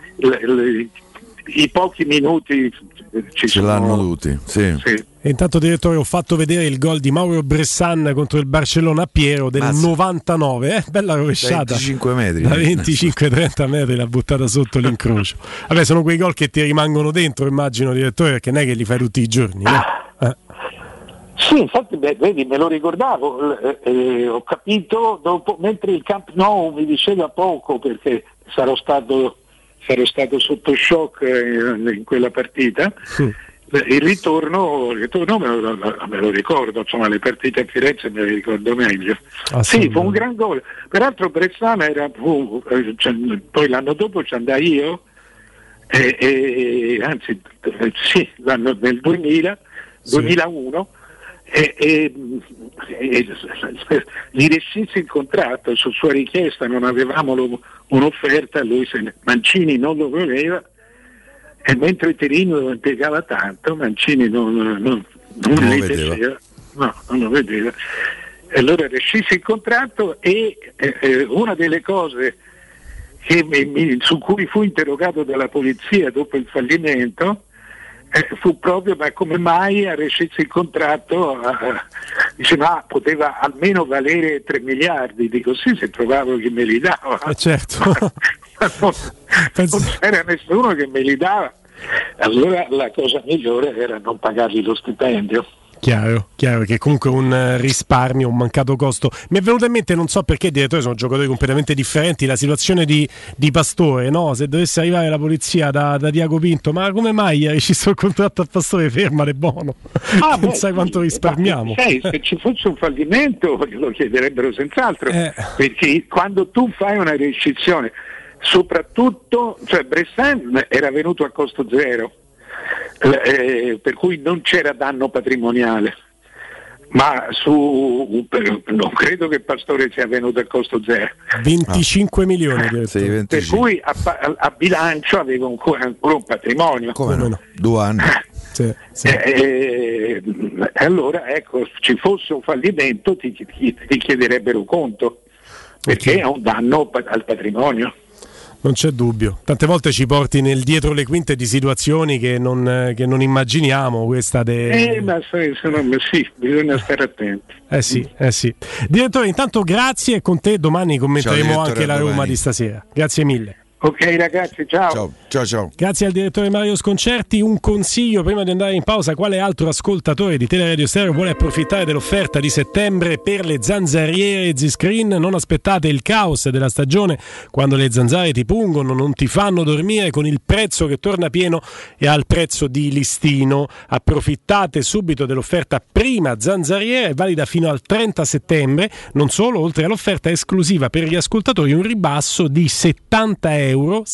i pochi minuti ce l'hanno tutti, sì. E intanto, direttore, ho fatto vedere il gol di Mauro Bressan contro il Barcellona a Piero del 99, bella rovesciata, 25 metri, da 25-30 metri l'ha buttata sotto l'incrocio. Vabbè, sono quei gol che ti rimangono dentro, immagino, direttore, perché non è che li fai tutti i giorni, Sì, infatti, vedi, me lo ricordavo, ho capito dopo, mentre il Camp Nou mi diceva poco, perché sarò stato sotto shock in quella partita. Il ritorno me lo ricordo, insomma, le partite a Firenze me le ricordo meglio. Sì, fu un gran gol. Peraltro Bressan poi l'anno dopo ci andai io, l'anno del 2001, gli rescissi il contratto su sua richiesta, non avevamo un'offerta, Mancini non lo voleva, e mentre Terino lo impiegava tanto, Mancini non lo vedeva. E allora rescissi il contratto e una delle cose su cui fu interrogato dalla polizia dopo il fallimento fu proprio: ma come mai ha rescisso il contratto? Dice, ma poteva almeno valere 3 miliardi. Dico sì, se trovavo chi me li dava. Certo. Non c'era nessuno che me li dava. Allora la cosa migliore era non pagargli lo stipendio. Chiaro, che comunque un risparmio, un mancato costo. Mi è venuto in mente, non so perché, direttore, sono giocatori completamente differenti, la situazione di Pastore, no? Se dovesse arrivare la polizia da Diago Pinto, ma come mai hai rescisso il contratto a Pastore? Fermale, buono. Non sai quanto risparmiamo. Se ci fosse un fallimento lo chiederebbero senz'altro, perché quando tu fai una rescissione, soprattutto, Bressan era venuto a costo zero, per cui non c'era danno patrimoniale. Ma non credo che Pastore sia venuto a costo zero. 25 milioni. Sì, 25. Per cui a bilancio aveva ancora un patrimonio. Come no? 2 anni. Sì. Allora ecco, ci fosse un fallimento ti chiederebbero conto, perché è un danno al patrimonio. Non c'è dubbio, tante volte ci porti nel dietro le quinte di situazioni che non immaginiamo. Questa ma sì, bisogna stare attenti. Sì. Direttore, intanto grazie, e con te domani commenteremo anche la Roma di stasera. Grazie mille. Ok ragazzi, ciao. Grazie al direttore Mario Sconcerti. Un consiglio prima di andare in pausa: quale altro ascoltatore di Teleradio Stereo vuole approfittare dell'offerta di settembre per le zanzariere Z-Screen? Non aspettate il caos della stagione, quando le zanzare ti pungono, non ti fanno dormire, con il prezzo che torna pieno e al prezzo di listino. Approfittate subito dell'offerta prima zanzariera, è valida fino al 30 settembre. Non solo, oltre all'offerta esclusiva per gli ascoltatori, un ribasso di €70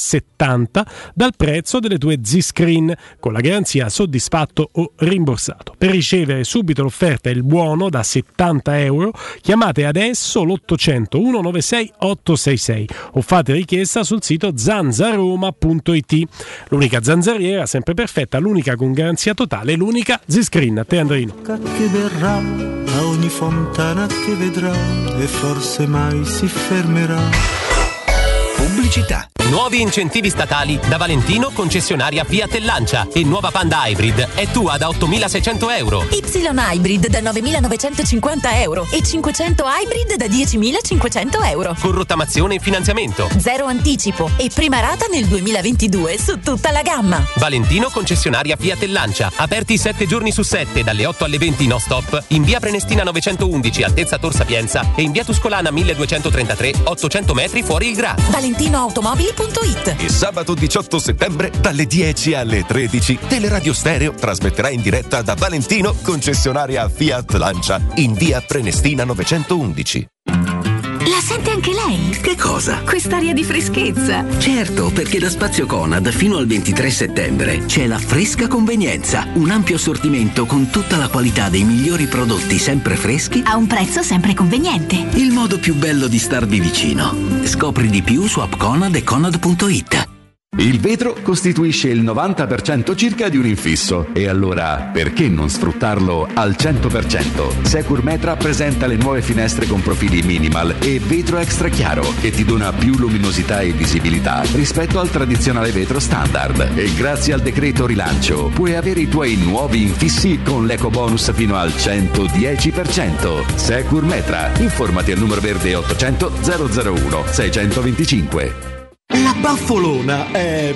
dal prezzo delle tue Z-Screen, con la garanzia soddisfatto o rimborsato. Per ricevere subito l'offerta e il buono da €70, chiamate adesso l'800 196 866 o fate richiesta sul sito zanzaroma.it. L'unica zanzariera sempre perfetta, l'unica con garanzia totale, l'unica Z-Screen. A te Andrino. Che verrà a ogni fontana che vedrà e forse mai si fermerà. Pubblicità. Nuovi incentivi statali da Valentino, concessionaria Fiat Lancia, e nuova Panda Hybrid è tua da €8.600. Y Hybrid da €9.950 e 500 Hybrid da €10.500. Con rottamazione e finanziamento. Zero anticipo e prima rata nel 2022 su tutta la gamma. Valentino, concessionaria Fiat Lancia, aperti 7 giorni su 7 dalle 8 alle 20 no stop, in via Prenestina 911 altezza Tor Sapienza e in via Tuscolana 1233 800 metri fuori il Gra. ValentinoAutomobili.it. E sabato 18 settembre dalle 10 alle 13 Teleradio Stereo trasmetterà in diretta da Valentino, concessionaria Fiat Lancia, in via Prenestina 911. La sente anche lei? Che cosa? Quest'aria di freschezza. Certo, perché da Spazio Conad fino al 23 settembre c'è la fresca convenienza, un ampio assortimento con tutta la qualità dei migliori prodotti sempre freschi a un prezzo sempre conveniente. Il modo più bello di starvi vicino. Scopri di più su app Conad e Conad.it. Il vetro costituisce il 90% circa di un infisso, e allora perché non sfruttarlo al 100%? Securmetra presenta le nuove finestre con profili minimal e vetro extra chiaro, che ti dona più luminosità e visibilità rispetto al tradizionale vetro standard. E grazie al decreto rilancio puoi avere i tuoi nuovi infissi con l'eco bonus fino al 110%. Securmetra, informati al numero verde 800 001 625. La Baffolona è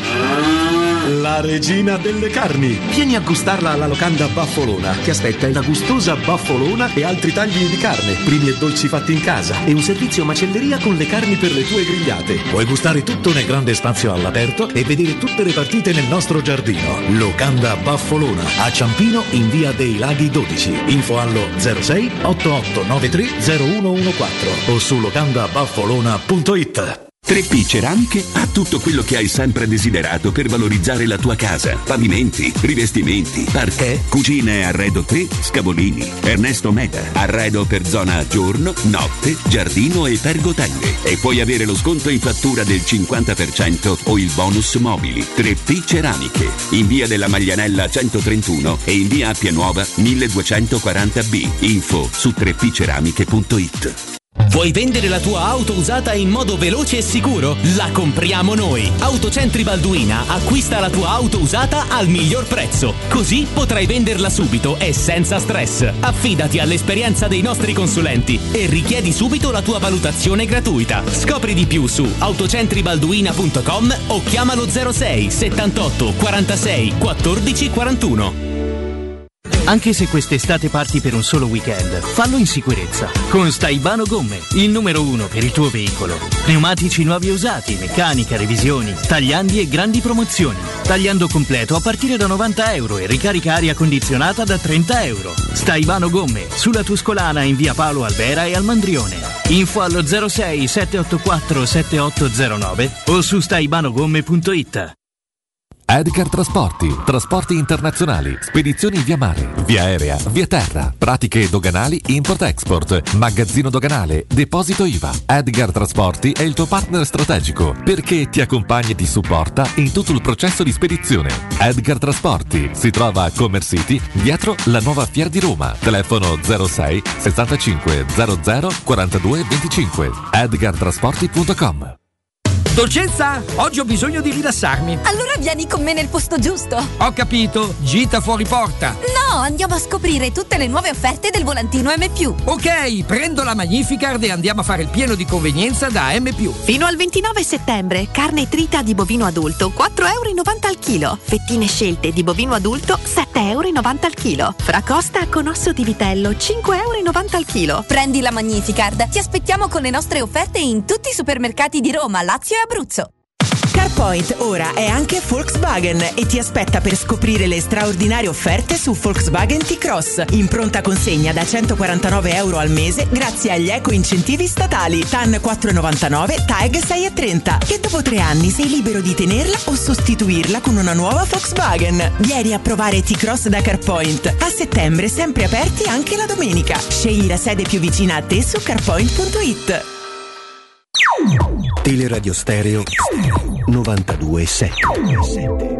la regina delle carni. Vieni a gustarla alla locanda Baffolona. Ti aspetta una gustosa baffolona e altri tagli di carne, primi e dolci fatti in casa, e un servizio macelleria con le carni per le tue grigliate. Puoi gustare tutto nel grande spazio all'aperto e vedere tutte le partite nel nostro giardino. Locanda Baffolona a Ciampino, in via dei Laghi 12. Info allo 06 8893 0114 o su locandabaffolona.it. 3P Ceramiche ha tutto quello che hai sempre desiderato per valorizzare la tua casa: pavimenti, rivestimenti, parquet, cucine e arredo 3, Scavolini, Ernesto Meda, arredo per zona giorno, notte, giardino e pergotende, e puoi avere lo sconto in fattura del 50% o il bonus mobili. 3P Ceramiche, in via della Maglianella 131 e in via Appia Nuova 1240B. Info su 3pceramiche.it. Vuoi vendere la tua auto usata in modo veloce e sicuro? La compriamo noi! Autocentri Balduina acquista la tua auto usata al miglior prezzo. Così potrai venderla subito e senza stress. Affidati all'esperienza dei nostri consulenti e richiedi subito la tua valutazione gratuita. Scopri di più su autocentribalduina.com o chiamalo 06 78 46 14 41. Anche se quest'estate parti per un solo weekend, fallo in sicurezza. Con Staibano Gomme, il numero 1 per il tuo veicolo. Pneumatici nuovi e usati, meccanica, revisioni, tagliandi e grandi promozioni. Tagliando completo a partire da €90 e ricarica aria condizionata da €30. Staibano Gomme, sulla Tuscolana in via Paolo Albera e al Mandrione. Info allo 06 784 7809 o su staibanogomme.it. Edgar Trasporti, trasporti internazionali, spedizioni via mare, via aerea, via terra, pratiche doganali, import-export, magazzino doganale, deposito IVA. Edgar Trasporti è il tuo partner strategico perché ti accompagna e ti supporta in tutto il processo di spedizione. Edgar Trasporti si trova a Commerce City, dietro la nuova Fiera di Roma. Telefono 06 65 00 42 25. edgartrasporti.com. Dolcezza, oggi ho bisogno di rilassarmi. Allora vieni con me nel posto giusto. Ho capito, gita fuori porta. No, andiamo a scoprire tutte le nuove offerte del volantino M+. Ok, prendo la Magnificard e andiamo a fare il pieno di convenienza da M+. Fino al 29 settembre, carne trita di bovino adulto, 4,90 euro al chilo. Fettine scelte di bovino adulto, 7,90 euro al chilo. Fracosta con osso di vitello, 5,90 euro al chilo. Prendi la Magnificard. Ti aspettiamo con le nostre offerte in tutti i supermercati di Roma, Lazio e Abruzzo. CarPoint ora è anche Volkswagen e ti aspetta per scoprire le straordinarie offerte su Volkswagen T-Cross in pronta consegna da 149 euro al mese grazie agli eco-incentivi statali TAN 4,99, TAG 6,30 e dopo 3 anni sei libero di tenerla o sostituirla con una nuova Volkswagen. Vieni a provare T-Cross da CarPoint. A settembre sempre aperti anche la domenica. Scegli la sede più vicina a te su carpoint.it. Teleradio Stereo 92.7.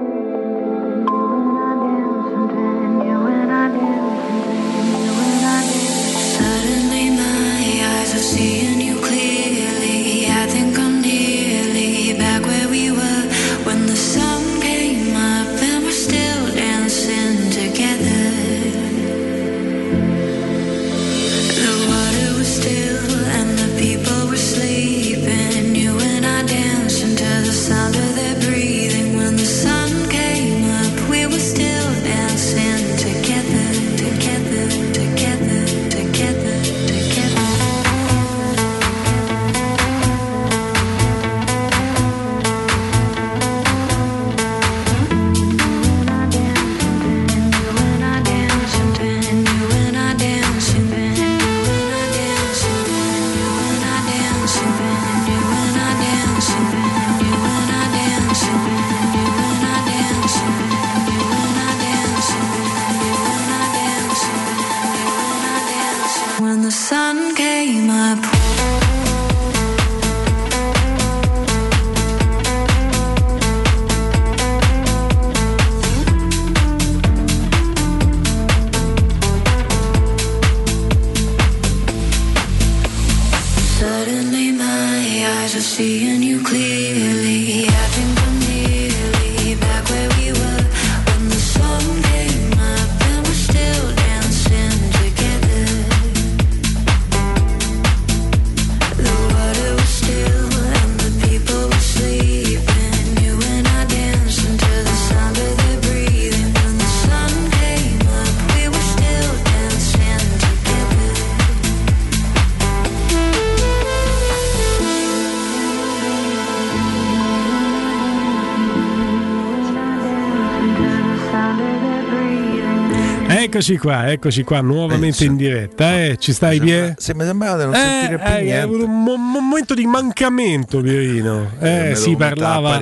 Eccoci qua, nuovamente in diretta. Ci stai, Pie? Se mi sembrava di non sentire più niente. Hai avuto un momento di mancamento, Pierino. Si parlava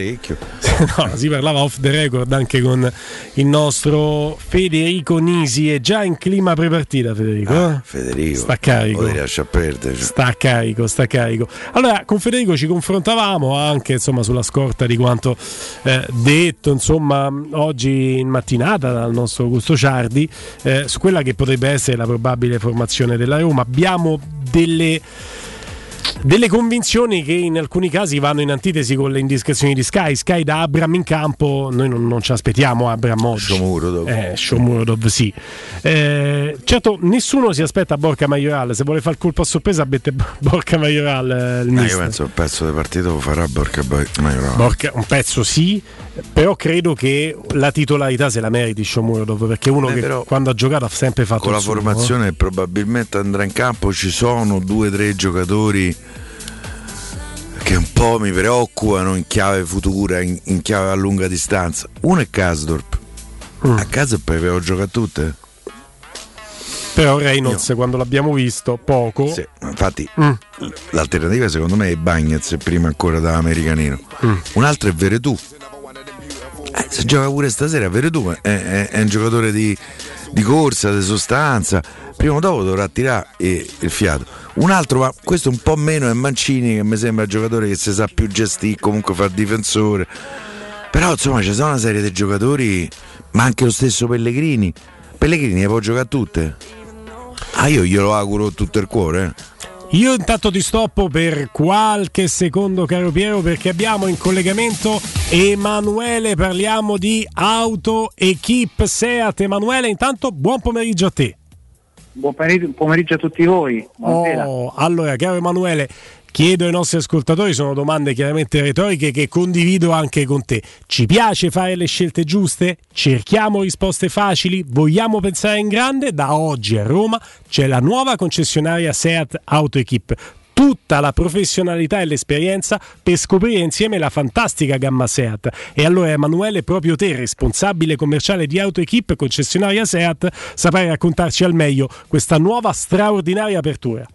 off the record anche con il nostro Federico Nisi. È già in clima prepartita, Federico. Federico, sta carico. Poi lascia perdere. Sta carico. Allora, con Federico ci confrontavamo anche, insomma, sulla scorta di quanto detto, insomma, oggi in mattinata dal nostro Augusto Ciardi. Su quella che potrebbe essere la probabile formazione della Roma. Abbiamo delle convinzioni che in alcuni casi vanno in antitesi con le indiscrezioni di Sky da Abram in campo. Noi non ci aspettiamo Abram oggi. Shomurodov sì. Certo, nessuno si aspetta Borca Majoral. Se vuole fare il colpo a sorpresa mette Borca Majoral il io penso che il pezzo di partito lo farà Borca Majoral. Un pezzo sì, però credo che la titolarità se la meriti Shomurodov, perché uno che però, quando ha giocato ha sempre fatto con la formazione probabilmente andrà in campo. Ci sono 2 o 3 giocatori che un po' mi preoccupano in chiave futura, in chiave a lunga distanza. Uno è Kasdorp. A Kasdorp avevo giocato tutte. Però Reynolds quando l'abbiamo visto poco. Sì, infatti l'alternativa secondo me è Bagnez prima ancora da americanino. Un altro è Veretù. Se gioca pure stasera, Veretù è un giocatore di corsa, di sostanza, prima o dopo dovrà tirare il fiato. Un altro, ma questo un po' meno, è Mancini, che mi sembra un giocatore che si sa più gestire, comunque fa il difensore. Però insomma ci sono una serie di giocatori, ma anche lo stesso Pellegrini ne può giocare tutte. Io glielo auguro tutto il cuore. Io intanto ti stoppo per qualche secondo, caro Piero, perché abbiamo in collegamento Emanuele, parliamo di Auto Equip Seat. Emanuele, intanto buon pomeriggio a te. Buon pomeriggio a tutti voi. Allora, caro Emanuele, chiedo ai nostri ascoltatori, sono domande chiaramente retoriche che condivido anche con te. Ci piace fare le scelte giuste? Cerchiamo risposte facili? Vogliamo pensare in grande? Da oggi a Roma c'è la nuova concessionaria Seat Auto Equip. Tutta la professionalità e l'esperienza per scoprire insieme la fantastica gamma Seat. E allora Emanuele, proprio te, responsabile commerciale di Auto Equip, concessionaria Seat, saprai raccontarci al meglio questa nuova straordinaria apertura.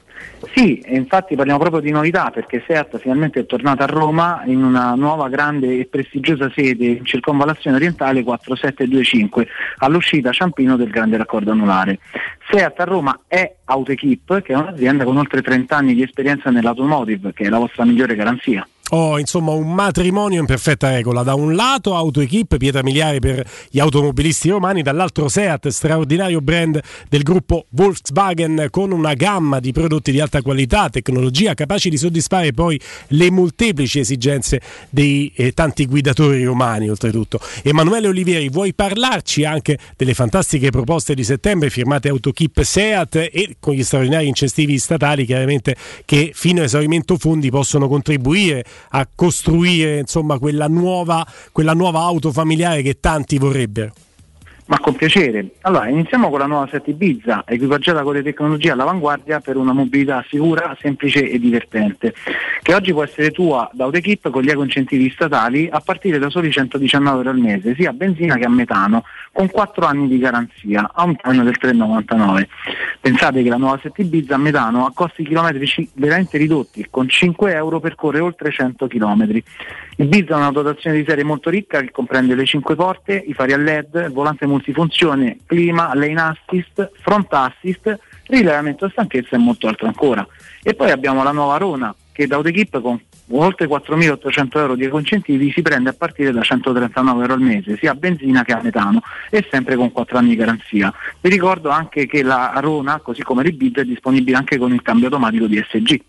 Sì, e infatti parliamo proprio di novità, perché Seat finalmente è tornata a Roma in una nuova grande e prestigiosa sede in circonvallazione orientale 4725, all'uscita Ciampino del grande raccordo anulare. Seat a Roma è Auto Equip, che è un'azienda con oltre 30 anni di esperienza nell'automotive, che è la vostra migliore garanzia. Insomma, un matrimonio in perfetta regola. Da un lato Auto Equip, pietra miliare per gli automobilisti romani, dall'altro Seat, straordinario brand del gruppo Volkswagen, con una gamma di prodotti di alta qualità, tecnologia, capaci di soddisfare poi le molteplici esigenze dei tanti guidatori romani. Oltretutto, Emanuele Olivieri, vuoi parlarci anche delle fantastiche proposte di settembre firmate Auto Equip Seat e con gli straordinari incentivi statali, chiaramente, che fino a esaurimento fondi possono contribuire a costruire, insomma, quella nuova auto familiare che tanti vorrebbero? Ma con piacere. Allora, iniziamo con la nuova Seat Ibiza, equipaggiata con le tecnologie all'avanguardia per una mobilità sicura, semplice e divertente, che oggi può essere tua da Auto Equip con gli eco-incentivi statali a partire da soli 119 euro al mese, sia a benzina che a metano, con 4 anni di garanzia, a un taglio del 3,99. Pensate che la nuova Seat Ibiza a metano ha costi chilometrici veramente ridotti, con 5 euro percorre oltre 100 km. Ibiza ha una dotazione di serie molto ricca che comprende le 5 porte, i fari a LED, volante multifunzione, clima, lane assist, front assist, rilevamento stanchezza e molto altro ancora. E poi abbiamo la nuova Arona, che da Auto Equip con oltre 4.800 euro di ecoincentivi si prende a partire da 139 euro al mese, sia a benzina che a metano, e sempre con 4 anni di garanzia. Vi ricordo anche che la Arona, così come l'Ibiza, è disponibile anche con il cambio automatico DSG.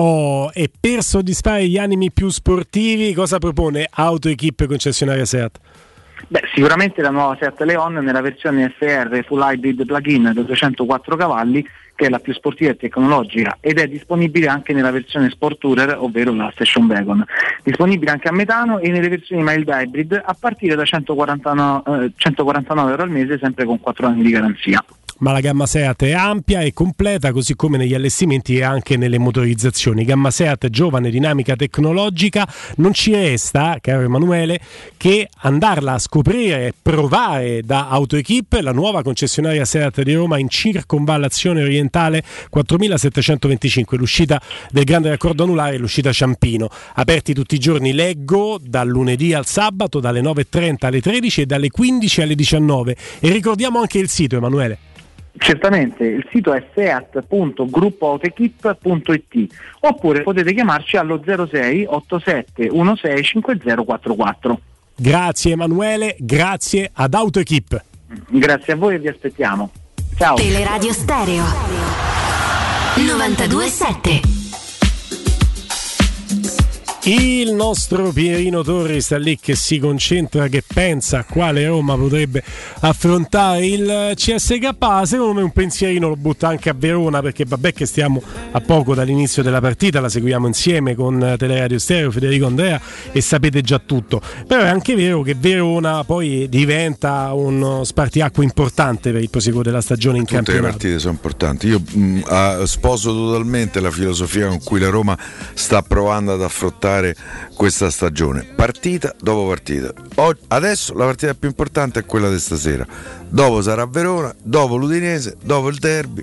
E per soddisfare gli animi più sportivi, cosa propone Auto Equip concessionaria Seat? Sicuramente la nuova Seat Leon nella versione FR Full Hybrid Plug-in da 204 cavalli, che è la più sportiva e tecnologica, ed è disponibile anche nella versione Sport Tourer, ovvero la Station Wagon, disponibile anche a metano, e nelle versioni Mild Hybrid a partire da 149 euro al mese, sempre con 4 anni di garanzia. Ma la gamma Seat è ampia e completa, così come negli allestimenti e anche nelle motorizzazioni. Gamma Seat giovane, dinamica, tecnologica. Non ci resta, caro Emanuele, che andarla a scoprire e provare da Auto Equip, la nuova concessionaria Seat di Roma in circonvallazione orientale 4725, l'uscita del grande raccordo anulare, l'uscita Ciampino. Aperti tutti i giorni, leggo, dal lunedì al sabato, dalle 9.30 alle 13 e dalle 15 alle 19. E ricordiamo anche il sito, Emanuele. Certamente, il sito è seat.gruppoautoequip.it, oppure potete chiamarci allo 06 87 16 5044. Grazie Emanuele, grazie ad Auto Equip. Grazie a voi e vi aspettiamo. Ciao. Teleradio Stereo 92.7. Il nostro Pierino Torri sta lì che si concentra, che pensa a quale Roma potrebbe affrontare il CSK. Secondo me un pensierino lo butta anche a Verona, perché vabbè che stiamo a poco dall'inizio della partita, la seguiamo insieme con Teleradio Stereo, Federico Andrea, e sapete già tutto. Però è anche vero che Verona poi diventa uno spartiacque importante per il proseguo della stagione in campionato. Tutte le partite sono importanti. Io sposo totalmente la filosofia con cui la Roma sta provando ad affrontare questa stagione, partita dopo partita. Adesso la partita più importante è quella di stasera, dopo sarà Verona, dopo l'Udinese, dopo il derby,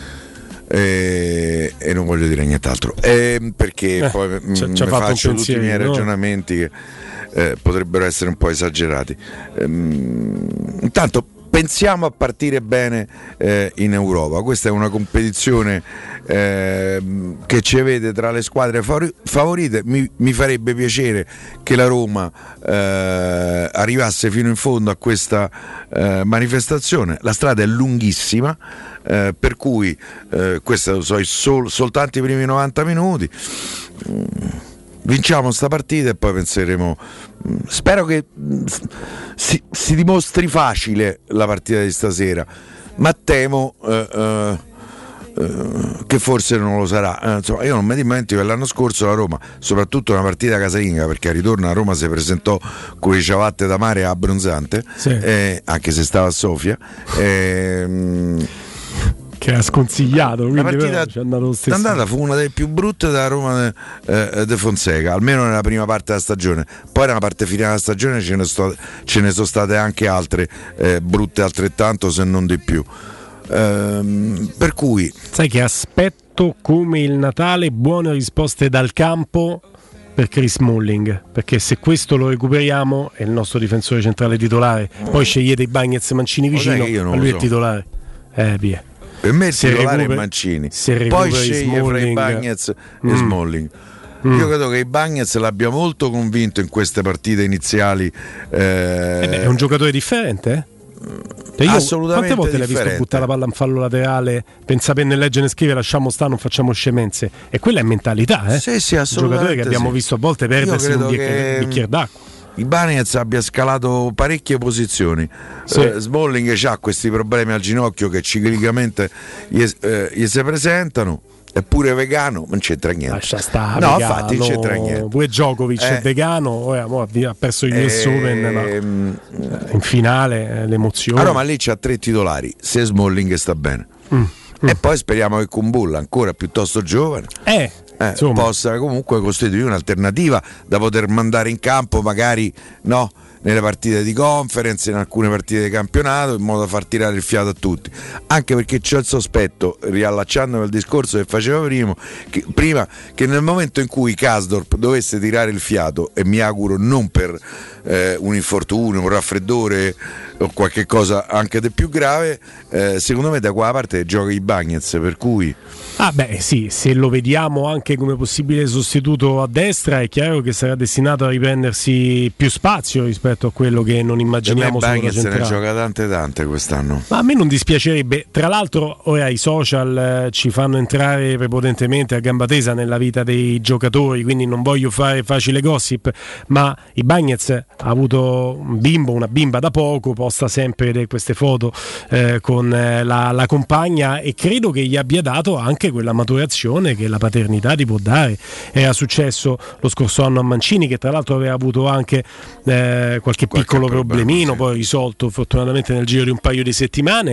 e non voglio dire nient'altro, perché poi mi faccio tutti i miei ragionamenti potrebbero essere un po' esagerati. Intanto pensiamo a partire bene in Europa. Questa è una competizione che ci vede tra le squadre favorite. Mi farebbe piacere che la Roma arrivasse fino in fondo a questa manifestazione. La strada è lunghissima, per cui questi sono soltanto i primi 90 minuti. Vinciamo sta partita e poi penseremo. Spero che si dimostri facile la partita di stasera, ma temo che forse non lo sarà. Insomma, io non mi dimentico che l'anno scorso la Roma, soprattutto una partita casalinga, perché a ritorno a Roma si presentò con le ciabatte da mare abbronzante, sì. Anche se stava a Sofia, che ha sconsigliato, quindi la partita andata fu una delle più brutte della Roma de Fonseca, almeno nella prima parte della stagione. Poi nella parte finale della stagione ce ne sono state anche altre brutte altrettanto, se non di più. Per cui sai che aspetto come il Natale buone risposte dal campo per Chris Smalling, perché se questo lo recuperiamo è il nostro difensore centrale titolare. Poi scegliete Bagnez e Mancini vicino, ma lui è titolare. Via. Per me il titolare è Mancini, poi sceglie fra i Bagnez e Smalling. Io credo che i Bagnez l'abbia molto convinto in queste partite iniziali. È un giocatore differente, assolutamente. Quante volte l'hai visto buttare la palla in fallo laterale, pensa pennellegge ne scrive, lasciamo stare, non facciamo scemenze? E quella è mentalità, Sì, assolutamente. Un giocatore che abbiamo visto a volte perdersi un bicchiere d'acqua. Il Bagnez abbia scalato parecchie posizioni. Smalling ha questi problemi al ginocchio che ciclicamente gli si presentano. È pure vegano, non c'entra niente. Lascia stare, no, vegano, infatti non c'entra niente. Pure Djokovic è vegano, ha perso gli US Open, in finale l'emozione. Allora, ma lì c'ha 3 titolari, se Smalling sta bene. E poi speriamo che Kumbulla, ancora piuttosto giovane, possa comunque costituire un'alternativa da poter mandare in campo, magari nelle partite di conference, in alcune partite di campionato, in modo da far tirare il fiato a tutti. Anche perché c'ho il sospetto, riallacciandomi al discorso che facevo prima, che nel momento in cui Karsdorp dovesse tirare il fiato, e mi auguro non per un infortunio, un raffreddore o qualche cosa anche di più grave, secondo me da quella parte gioca i Bagnez, per cui se lo vediamo anche come possibile sostituto a destra, è chiaro che sarà destinato a riprendersi più spazio rispetto a quello che non immaginiamo sulla centrale. Bagnez ne gioca tante quest'anno. Ma a me non dispiacerebbe. Tra l'altro ora i social ci fanno entrare prepotentemente a gamba tesa nella vita dei giocatori, quindi non voglio fare facile gossip, ma i Bagnez ha avuto una bimba da poco, posta sempre queste foto con la compagna, e credo che gli abbia dato anche quella maturazione che la paternità ti può dare. Era successo lo scorso anno a Mancini, che tra l'altro aveva avuto anche qualche piccolo problemino, poi risolto fortunatamente nel giro di un paio di settimane,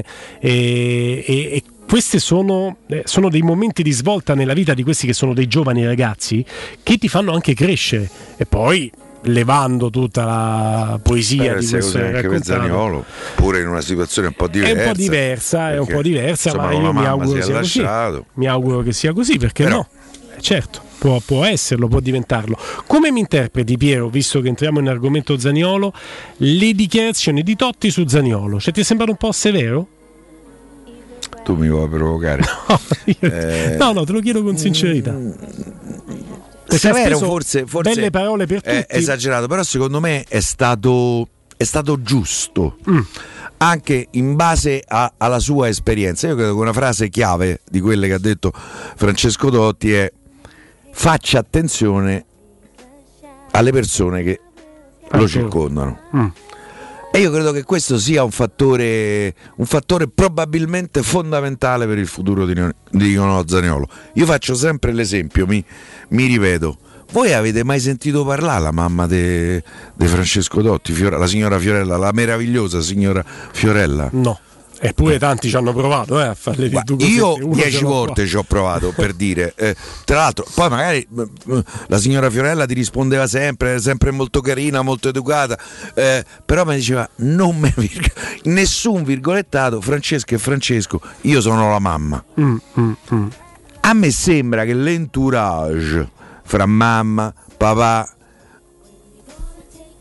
e questi sono dei momenti di svolta nella vita di questi che sono dei giovani ragazzi che ti fanno anche crescere. E poi, levando tutta la poesia di questo anche per Zaniolo, pure in una situazione un po' diversa. È un po' diversa, ma io mi auguro sia così. Mi auguro che sia così, perché no? Certo, può esserlo, può diventarlo. Come mi interpreti, Piero, visto che entriamo in argomento Zaniolo, le dichiarazioni di Totti su Zaniolo? Ti è sembrato un po' severo? Tu mi vuoi provocare? No, te lo chiedo con sincerità. Severo, forse belle parole per tutti. È esagerato, però secondo me è stato giusto, anche in base alla sua esperienza. Io credo che una frase chiave di quelle che ha detto Francesco Totti è: faccia attenzione alle persone che lo circondano. E io credo che questo sia un fattore probabilmente fondamentale per il futuro di Nicolò Zaniolo. Io faccio sempre l'esempio, mi ripeto: voi avete mai sentito parlare la mamma di Francesco Totti, la signora Fiorella, la meravigliosa signora Fiorella? No. Eppure tanti ci hanno provato a farle di due. Io 10 volte ci ho provato, per dire. Tra l'altro, poi magari la signora Fiorella ti rispondeva sempre molto carina, molto educata, però mi diceva nessun virgolettato, Francesco e Francesco, io sono la mamma. A me sembra che l'entourage fra mamma, papà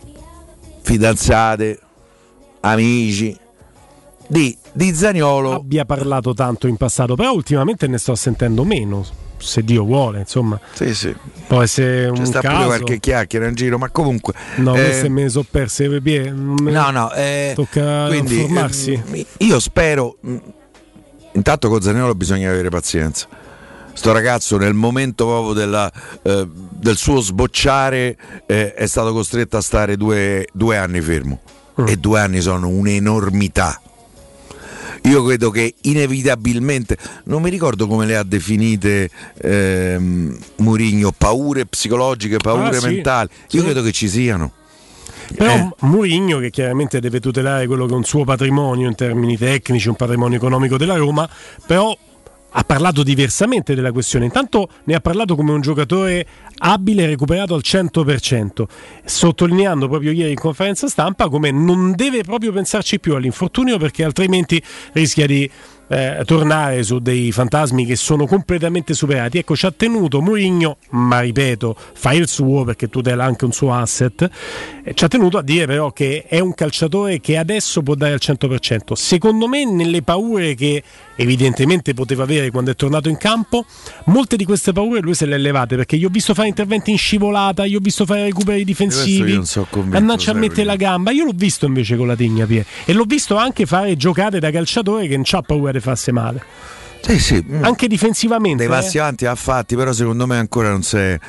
fidanzate, amici di Zaniolo abbia parlato tanto in passato, però ultimamente ne sto sentendo meno, se Dio vuole, insomma. Sì. Può essere un sta caso. Pure qualche chiacchiera in giro, ma comunque no, queste me ne so perse tocca quindi, informarsi. Io spero, intanto con Zaniolo bisogna avere pazienza. Sto ragazzo nel momento proprio del suo sbocciare è stato costretto a stare due anni fermo, e 2 anni sono un'enormità. Io credo che inevitabilmente, non mi ricordo come le ha definite Mourinho, paure psicologiche, paure mentali. Io credo che ci siano. Però Mourinho, che chiaramente deve tutelare quello che è un suo patrimonio in termini tecnici, un patrimonio economico della Roma, però ha parlato diversamente della questione. Intanto ne ha parlato come un giocatore abile e recuperato al 100%, sottolineando proprio ieri in conferenza stampa come non deve proprio pensarci più all'infortunio, perché altrimenti rischia di tornare su dei fantasmi che sono completamente superati. Ecco, ci ha tenuto Mourinho, ma ripeto, fa il suo perché tutela anche un suo asset, ci ha tenuto a dire però che è un calciatore che adesso può dare al 100%. Secondo me, nelle paure che evidentemente poteva avere quando è tornato in campo, molte di queste paure lui se le ha levate, perché gli ho visto fare interventi in scivolata, gli ho visto fare recuperi difensivi, andarci a mettere la gamba. Io l'ho visto invece con la Tigna, Pier, e l'ho visto anche fare giocate da calciatore che non c'ha paura di farsi male. Sì. Anche difensivamente dei passi avanti ha fatti, però secondo me ancora non si è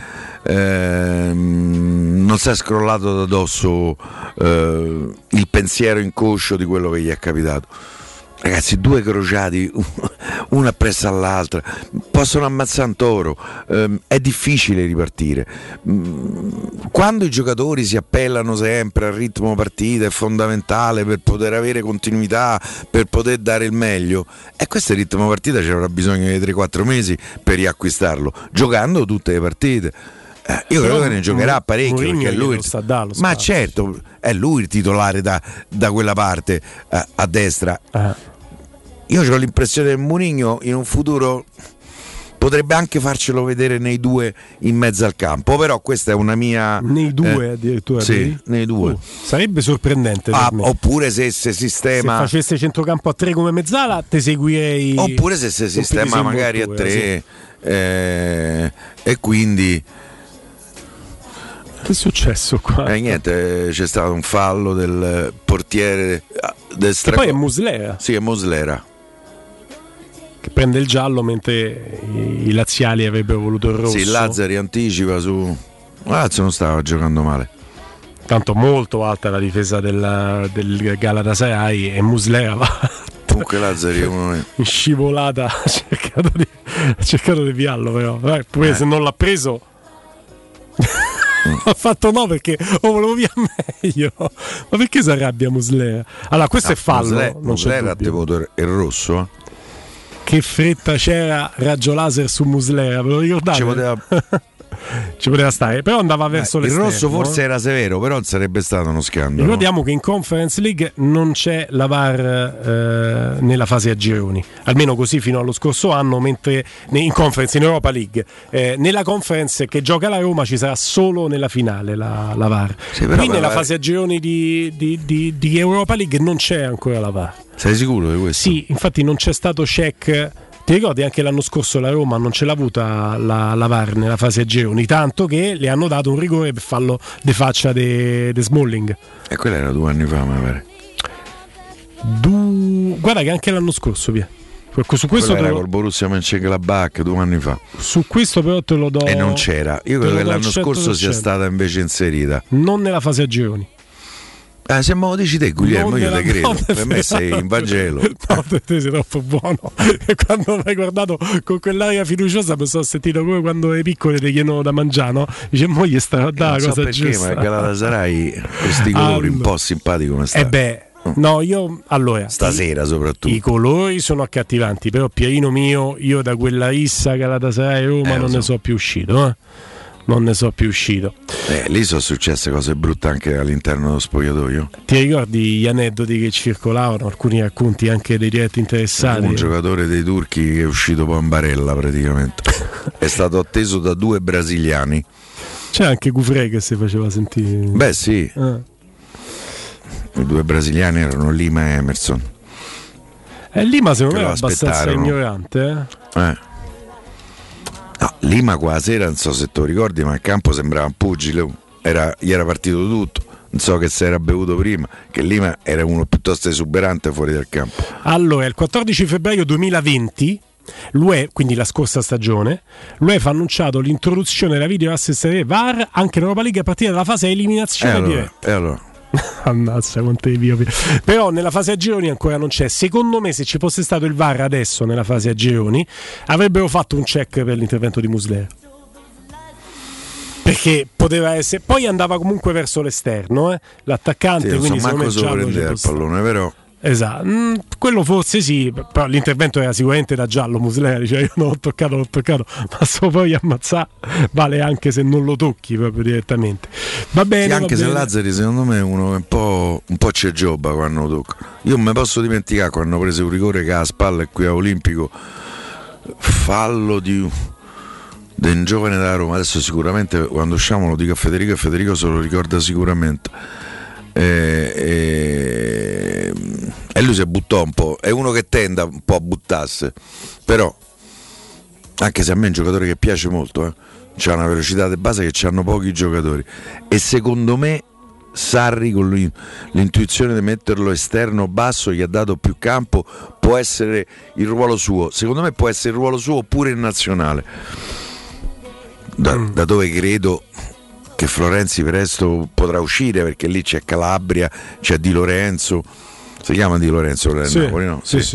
scrollato da dosso il pensiero inconscio di quello che gli è capitato. Ragazzi, 2 crociati, una appresso all'altra, possono ammazzare un toro, è difficile ripartire. Quando i giocatori si appellano sempre al ritmo partita, è fondamentale per poter avere continuità, per poter dare il meglio, e questo ritmo partita ci avrà bisogno di 3-4 mesi per riacquistarlo, giocando tutte le partite. Io credo che ne giocherà parecchio, perché è lui, ma certo è lui il titolare da quella parte a destra. Io ho l'impressione che Mourinho in un futuro potrebbe anche farcelo vedere nei 2 in mezzo al campo, però questa è una mia... Nei 2 addirittura? Sì, nei 2. Sarebbe sorprendente per me. Oppure se sistema... Se facesse centrocampo a 3 come mezzala te seguirei... Oppure se sistema magari a 3 e quindi... Che è successo qua? Niente, c'è stato un fallo del portiere del poi è Muslera. Sì, è Muslera che prende il giallo mentre i laziali avrebbero voluto il rosso. Sì, Lazzari anticipa su... Lazio non stava giocando male. Tanto molto alta la difesa del Galatasaray, e Muslera va... Comunque Lazzari in scivolata ha cercato di piarlo, però pure se non l'ha preso ha fatto no, perché volevo via meglio. Ma perché si arrabbia Muslera? Allora, questo è fallo. Muslera ha tenuto il rosso. Che fretta c'era, raggio laser su Muslera, ve lo ricordate? Ci poteva stare, però andava verso l'esterno. Il rosso forse era severo, però non sarebbe stato uno scandalo. Ricordiamo che in Conference League non c'è la VAR nella fase a gironi, almeno così fino allo scorso anno, mentre in Conference, in Europa League, nella Conference che gioca la Roma ci sarà solo nella finale la VAR. Sì, qui nella fase a gironi di Europa League non c'è ancora la VAR. Sei sicuro di questo? Sì, infatti non c'è stato check. Ti ricordi anche l'anno scorso la Roma non ce l'ha avuta la VAR nella fase a gironi, tanto che le hanno dato un rigore per fallo de faccia de Smalling. E quella era 2 anni fa, mi pare. Guarda che anche l'anno scorso, via. Su questo era col Borussia Mönchengladbach 2 anni fa. Su questo però te lo do. E non c'era. Io credo che l'anno scorso sia stata invece inserita. Non nella fase a gironi. Se me lo dici te, Guglielmo, io te credo. Per me sei in Vangelo. No, te sei troppo buono. E quando mi hai guardato con quell'aria fiduciosa mi sono sentito come quando le piccole ti chiedono da mangiare, no? Dice, mo gli sta da cosa so perché, giusta. Ma Galatasaray questi colori un po' simpatico come sta. No, io allora stasera soprattutto i colori sono accattivanti, però Pierino mio, io da quella rissa Galatasaray Roma non ne so più uscito, Non ne so più uscito. Lì sono successe cose brutte anche all'interno dello spogliatoio. Ti ricordi gli aneddoti che circolavano, alcuni racconti anche dei diretti interessati? Un giocatore dei turchi che è uscito poi in barella praticamente. È stato atteso da 2 brasiliani. C'è anche Gouffré che si faceva sentire. Beh sì. I due brasiliani erano Lima e Emerson. Lima secondo me è abbastanza ignorante. No, Lima quella sera, non so se te lo ricordi, ma il campo sembrava un pugile, gli era partito tutto. Non so che si era bevuto prima, che Lima era uno piuttosto esuberante fuori dal campo. Allora, il 14 febbraio 2020 l'UE, quindi la scorsa stagione, l'UEFA ha annunciato l'introduzione della video assist VAR anche in Europa League a partire dalla fase eliminazione diretta. E allora? Ammazza quanto è via. Però nella fase a gironi ancora non c'è. Secondo me se ci fosse stato il VAR adesso nella fase a gironi avrebbero fatto un check per l'intervento di Muslera, perché poteva essere, poi andava comunque verso l'esterno l'attaccante, sì, quindi manco solo prendere il pallone, però esatto, quello forse sì, però l'intervento era sicuramente da giallo. Muslera diceva io non l'ho toccato, ma so poi ammazzare vale anche se non lo tocchi proprio direttamente. Va bene, sì, anche va se bene. Lazzari secondo me è uno un po' c'è giobba quando lo tocca. Io non mi posso dimenticare quando hanno preso un rigore che ha a spalle qui a Olimpico, fallo di un giovane da Roma. Adesso sicuramente quando usciamo lo dico a Federico e Federico se lo ricorda sicuramente. E lui si buttò un po', è uno che tende un po' a buttarsi, però anche se a me è un giocatore che piace molto, c'ha una velocità di base che hanno pochi giocatori, e secondo me Sarri con l'intuizione di metterlo esterno basso gli ha dato più campo, può essere il ruolo suo, secondo me può essere il ruolo suo pure in nazionale, da dove credo che Florenzi presto potrà uscire, perché lì c'è Calabria, c'è Di Lorenzo, si chiama Di Lorenzo per sì, Napoli, no? Sì.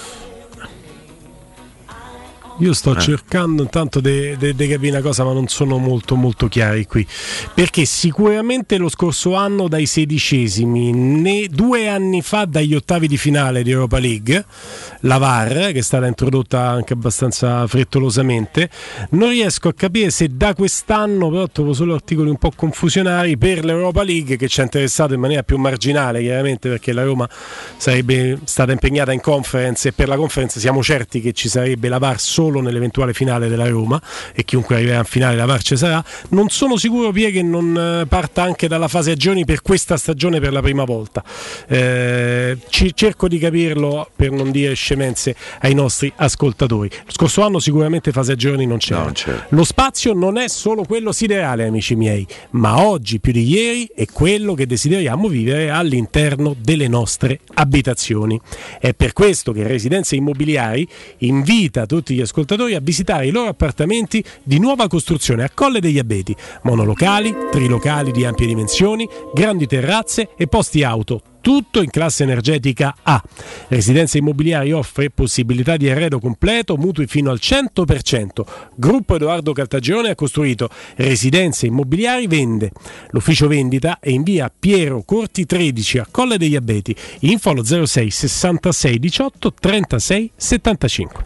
Io sto cercando intanto di capire una cosa, ma non sono molto chiari qui, perché sicuramente lo scorso anno dai 16esimi, 2 anni fa dagli ottavi di finale di Europa League, la VAR, che è stata introdotta anche abbastanza frettolosamente, non riesco a capire se da quest'anno, però trovo solo articoli un po' confusionari per l'Europa League, che ci ha interessato in maniera più marginale chiaramente, perché la Roma sarebbe stata impegnata in conference, e per la conference siamo certi che ci sarebbe la VAR solo nell'eventuale finale della Roma, e chiunque arriverà in finale la VAR ci sarà. Non sono sicuro, Pie, che non parta anche dalla fase a gironi per questa stagione per la prima volta. Cerco di capirlo per non dire scemenze ai nostri ascoltatori. Lo scorso anno sicuramente fase a gironi non c'era. Lo spazio non è solo quello siderale, amici miei, ma oggi più di ieri è quello che desideriamo vivere all'interno delle nostre abitazioni. È per questo che Residenze Immobiliari invita tutti gli ascoltatori a visitare i loro appartamenti di nuova costruzione a Colle degli Abeti, monolocali, trilocali di ampie dimensioni, grandi terrazze e posti auto, tutto in classe energetica A. Residenze Immobiliari offre possibilità di arredo completo, mutui fino al 100%. Gruppo Edoardo Caltagirone ha costruito Residenze Immobiliari Vende. L'ufficio vendita è in via Piero Corti 13 a Colle degli Abeti. Info allo 06 66 18 36 75.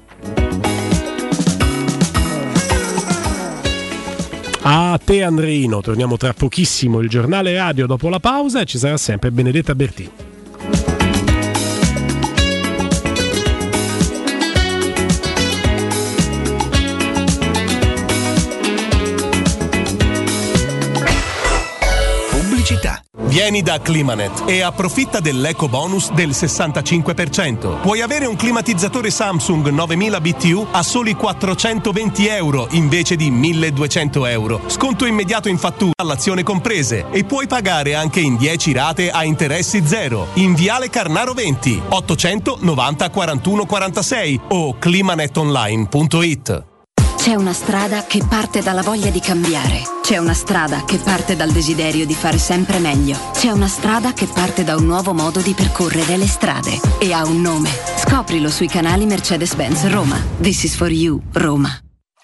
A te Andreino, torniamo tra pochissimo, il giornale radio dopo la pausa, e ci sarà sempre Benedetta Bertini. Pubblicità. Vieni da Climanet e approfitta dell'eco bonus del 65%. Puoi avere un climatizzatore Samsung 9000 BTU a soli €420 invece di €1200. Sconto immediato in fattura, all'azione comprese, e puoi pagare anche in 10 rate a interessi zero. In Viale Carnaro 20, 890 41 46 o climanetonline.it. C'è una strada che parte dalla voglia di cambiare. C'è una strada che parte dal desiderio di fare sempre meglio. C'è una strada che parte da un nuovo modo di percorrere le strade. E ha un nome. Scoprilo sui canali Mercedes-Benz Roma. This is for you, Roma.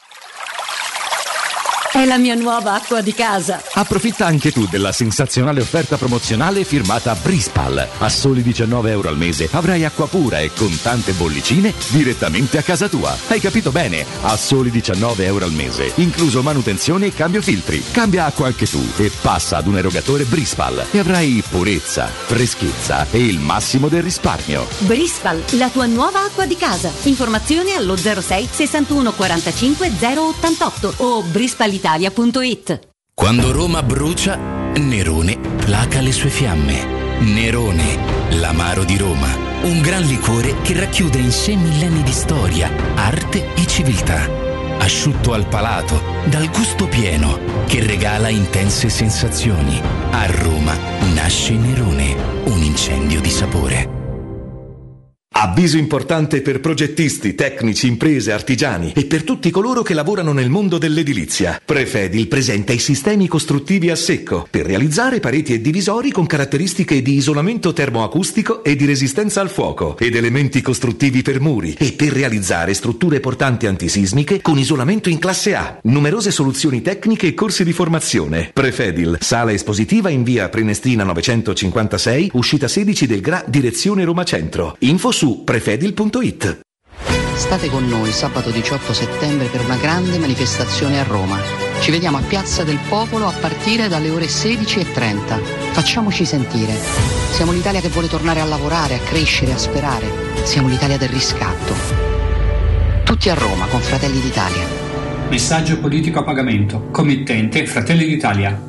È la mia nuova acqua di casa. Approfitta anche tu della sensazionale offerta promozionale firmata Brispal. A soli €19 al mese avrai acqua pura e con tante bollicine direttamente a casa tua. Hai capito bene? A soli €19 al mese, incluso manutenzione e cambio filtri. Cambia acqua anche tu e passa ad un erogatore Brispal e avrai purezza, freschezza e il massimo del risparmio. Brispal, la tua nuova acqua di casa. Informazioni allo 06 61 45 088 o brispalitalia.it. Quando Roma brucia, Nerone placa le sue fiamme. Nerone, l'amaro di Roma. Un gran liquore che racchiude in sé millenni di storia, arte e civiltà. Asciutto al palato, dal gusto pieno, che regala intense sensazioni. A Roma nasce Nerone, un incendio di sapore. Avviso importante per progettisti, tecnici, imprese, artigiani e per tutti coloro che lavorano nel mondo dell'edilizia. Prefedil presenta i sistemi costruttivi a secco per realizzare pareti e divisori con caratteristiche di isolamento termoacustico e di resistenza al fuoco ed elementi costruttivi per muri e per realizzare strutture portanti antisismiche con isolamento in classe A. Numerose soluzioni tecniche e corsi di formazione. Prefedil, sala espositiva in via Prenestina 956, uscita 16 del GRA, direzione Roma Centro. Info su prefedil.it. State con noi sabato 18 settembre per una grande manifestazione a Roma. Ci vediamo a Piazza del Popolo a partire dalle ore 16:30. Facciamoci sentire. Siamo l'Italia che vuole tornare a lavorare, a crescere, a sperare. Siamo l'Italia del riscatto. Tutti a Roma con Fratelli d'Italia. Messaggio politico a pagamento. Committente Fratelli d'Italia.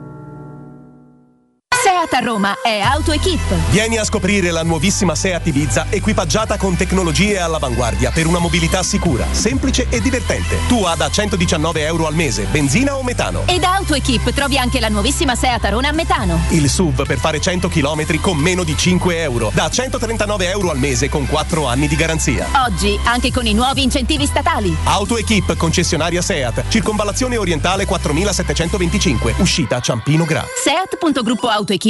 A Roma è AutoEquip. Vieni a scoprire la nuovissima Seat Ibiza equipaggiata con tecnologie all'avanguardia per una mobilità sicura, semplice e divertente. Tu ha da €119 al mese, benzina o metano. E da AutoEquip trovi anche la nuovissima Seat Arona a metano. Il SUV per fare 100 km con meno di €5, da €139 al mese con 4 anni di garanzia. Oggi anche con i nuovi incentivi statali. AutoEquip, concessionaria Seat, circonvallazione orientale 4725, uscita Ciampino Gra. Seat.gruppoautoequip.it.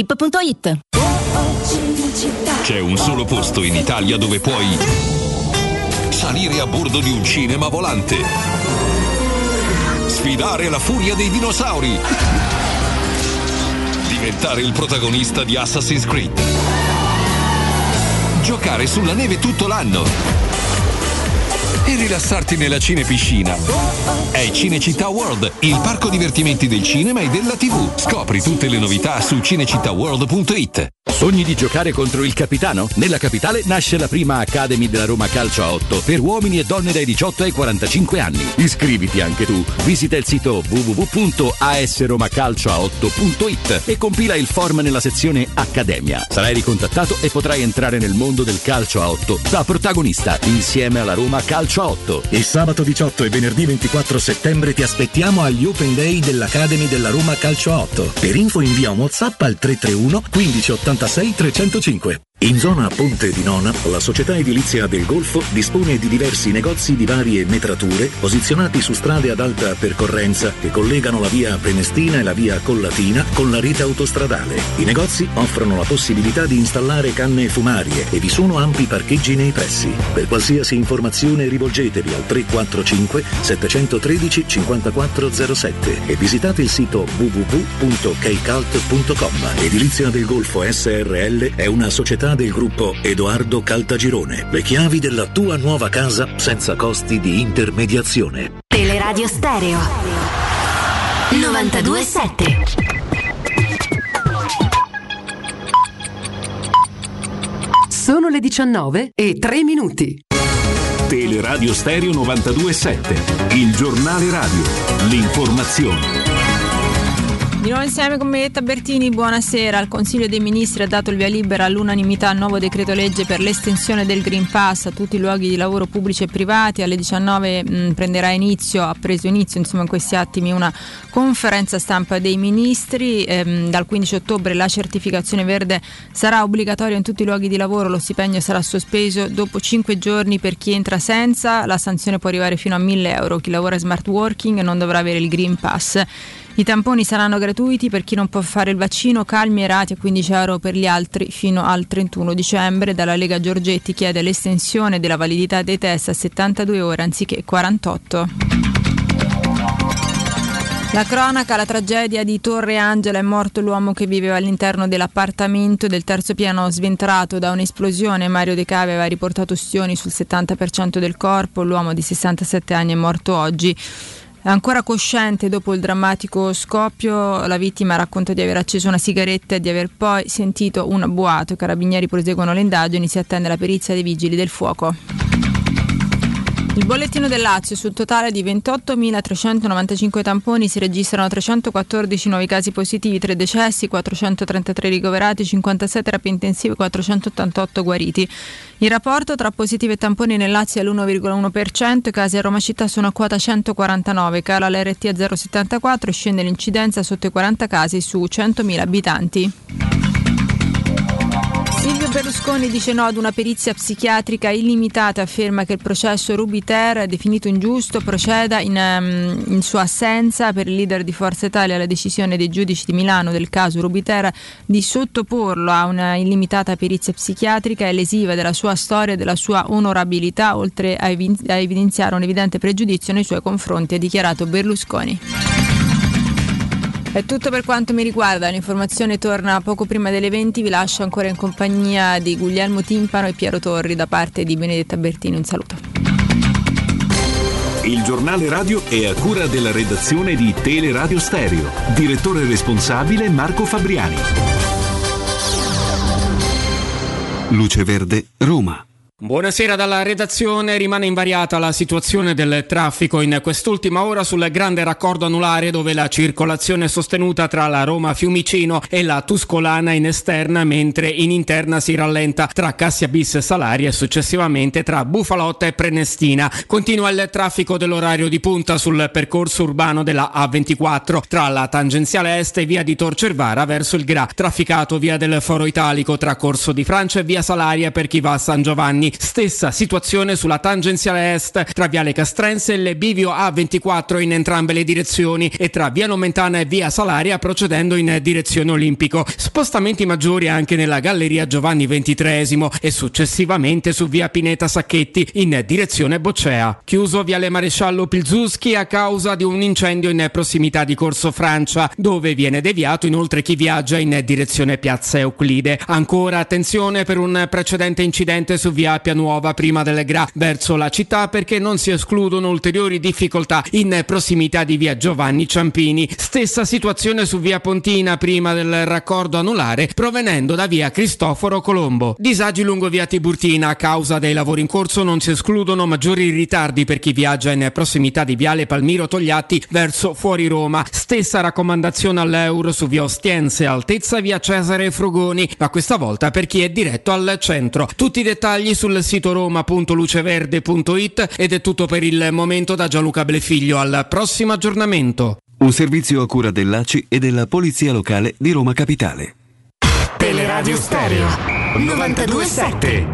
C'è un solo posto in Italia dove puoi salire a bordo di un cinema volante, sfidare la furia dei dinosauri, diventare il protagonista di Assassin's Creed, giocare sulla neve tutto l'anno e rilassarti nella cinepiscina. È Cinecittà World, il parco divertimenti del cinema e della TV. Scopri tutte le novità su cinecittàworld.it. Sogni di giocare contro il capitano? Nella capitale nasce la prima Academy della Roma Calcio a 8 per uomini e donne dai 18 ai 45 anni. Iscriviti anche tu. Visita il sito www.asromacalcioa8.it e compila il form nella sezione Accademia. Sarai ricontattato e potrai entrare nel mondo del calcio a 8 da protagonista insieme alla Roma Calcio a 8. E sabato 18 e venerdì 24 settembre ti aspettiamo agli Open Day dell'Academy della Roma Calcio a 8. Per info invia un WhatsApp al 331 1586 305. In zona Ponte di Nona, la società edilizia del Golfo dispone di diversi negozi di varie metrature posizionati su strade ad alta percorrenza che collegano la via Prenestina e la via Collatina con la rete autostradale. I negozi offrono la possibilità di installare canne fumarie e vi sono ampi parcheggi nei pressi. Per qualsiasi informazione rivolgetevi al 345 713 5407 e visitate il sito www.keicalt.com. Edilizia del Golfo SRL è una società del gruppo Edoardo Caltagirone. Le chiavi della tua nuova casa senza costi di intermediazione. Teleradio Stereo 92.7. Sono le 19:03. Teleradio Stereo 92.7, il giornale radio, l'informazione. Di nuovo insieme con Metta Bertini, buonasera. Il Consiglio dei Ministri ha dato il via libera all'unanimità al nuovo decreto legge per l'estensione del Green Pass a tutti i luoghi di lavoro pubblici e privati. Alle 19 ha preso inizio in questi attimi una conferenza stampa dei ministri. Dal 15 ottobre la certificazione verde sarà obbligatoria in tutti i luoghi di lavoro, lo stipendio sarà sospeso dopo 5 giorni per chi entra senza, la sanzione può arrivare fino a €1.000. Chi lavora smart working non dovrà avere il Green Pass. I tamponi saranno gratuiti per chi non può fare il vaccino, calmi e rati a €15 per gli altri fino al 31 dicembre. Dalla Lega Giorgetti chiede l'estensione della validità dei test a 72 ore anziché 48. La cronaca, la tragedia di Torre Angela, è morto l'uomo che viveva all'interno dell'appartamento del terzo piano sventurato da un'esplosione. Mario De Cave aveva riportato ustioni sul 70% del corpo, l'uomo di 67 anni è morto oggi. Ancora cosciente dopo il drammatico scoppio, la vittima racconta di aver acceso una sigaretta e di aver poi sentito un boato. I carabinieri proseguono le indagini, si attende la perizia dei vigili del fuoco. Il bollettino del Lazio: sul totale di 28.395 tamponi si registrano 314 nuovi casi positivi, 3 decessi, 433 ricoverati, 56 terapie intensive, 488 guariti. Il rapporto tra positivi e tamponi nel Lazio è all'1,1%, i casi a Roma città sono a quota 149, cala l'RT a 0,74 e scende l'incidenza sotto i 40 casi su 100.000 abitanti. Silvio Berlusconi dice no ad una perizia psichiatrica illimitata, afferma che il processo Ruby-Ter, definito ingiusto, proceda in sua assenza. Per il leader di Forza Italia la decisione dei giudici di Milano del caso Ruby-Ter di sottoporlo a una illimitata perizia psichiatrica è lesiva della sua storia e della sua onorabilità, oltre a evidenziare un evidente pregiudizio nei suoi confronti, ha dichiarato Berlusconi. È tutto per quanto mi riguarda, l'informazione torna poco prima delle 20, vi lascio ancora in compagnia di Guglielmo Timpano e Piero Torri da parte di Benedetta Bertini, un saluto. Il giornale radio è a cura della redazione di Teleradio Stereo, direttore responsabile Marco Fabriani. Luce Verde, Roma. Buonasera dalla redazione. Rimane invariata la situazione del traffico in quest'ultima ora sul grande raccordo anulare, dove la circolazione è sostenuta tra la Roma Fiumicino e la Tuscolana in esterna, mentre in interna si rallenta tra Cassia Bis Salaria e successivamente tra Bufalotta e Prenestina. Continua il traffico dell'orario di punta sul percorso urbano della A24 tra la tangenziale est e via di Tor Cervara verso il Gra, trafficato via del Foro Italico tra Corso di Francia e via Salaria per chi va a San Giovanni. Stessa situazione sulla tangenziale est tra Viale Castrense e il bivio A24 in entrambe le direzioni e tra via Nomentana e via Salaria procedendo in direzione Olimpico. Spostamenti maggiori anche nella galleria Giovanni XXIII e successivamente su via Pineta Sacchetti in direzione Boccea. Chiuso viale Maresciallo Pilzuschi a causa di un incendio in prossimità di Corso Francia, dove viene deviato inoltre chi viaggia in direzione Piazza Euclide. Ancora attenzione per un precedente incidente su via Appia Nuova prima del Gra verso la città, perché non si escludono ulteriori difficoltà in prossimità di via Giovanni Ciampini. Stessa situazione su via Pontina prima del raccordo anulare provenendo da via Cristoforo Colombo. Disagi lungo via Tiburtina a causa dei lavori in corso, non si escludono maggiori ritardi per chi viaggia in prossimità di viale Palmiro Togliatti verso fuori Roma. Stessa raccomandazione all'euro su via Ostiense altezza via Cesare Frugoni, ma questa volta per chi è diretto al centro. Tutti i dettagli sul sito roma.luceverde.it ed è tutto per il momento da Gianluca Blefiglio. Al prossimo aggiornamento. Un servizio a cura dell'ACI e della Polizia Locale di Roma Capitale. Teleradio Stereo 92.7.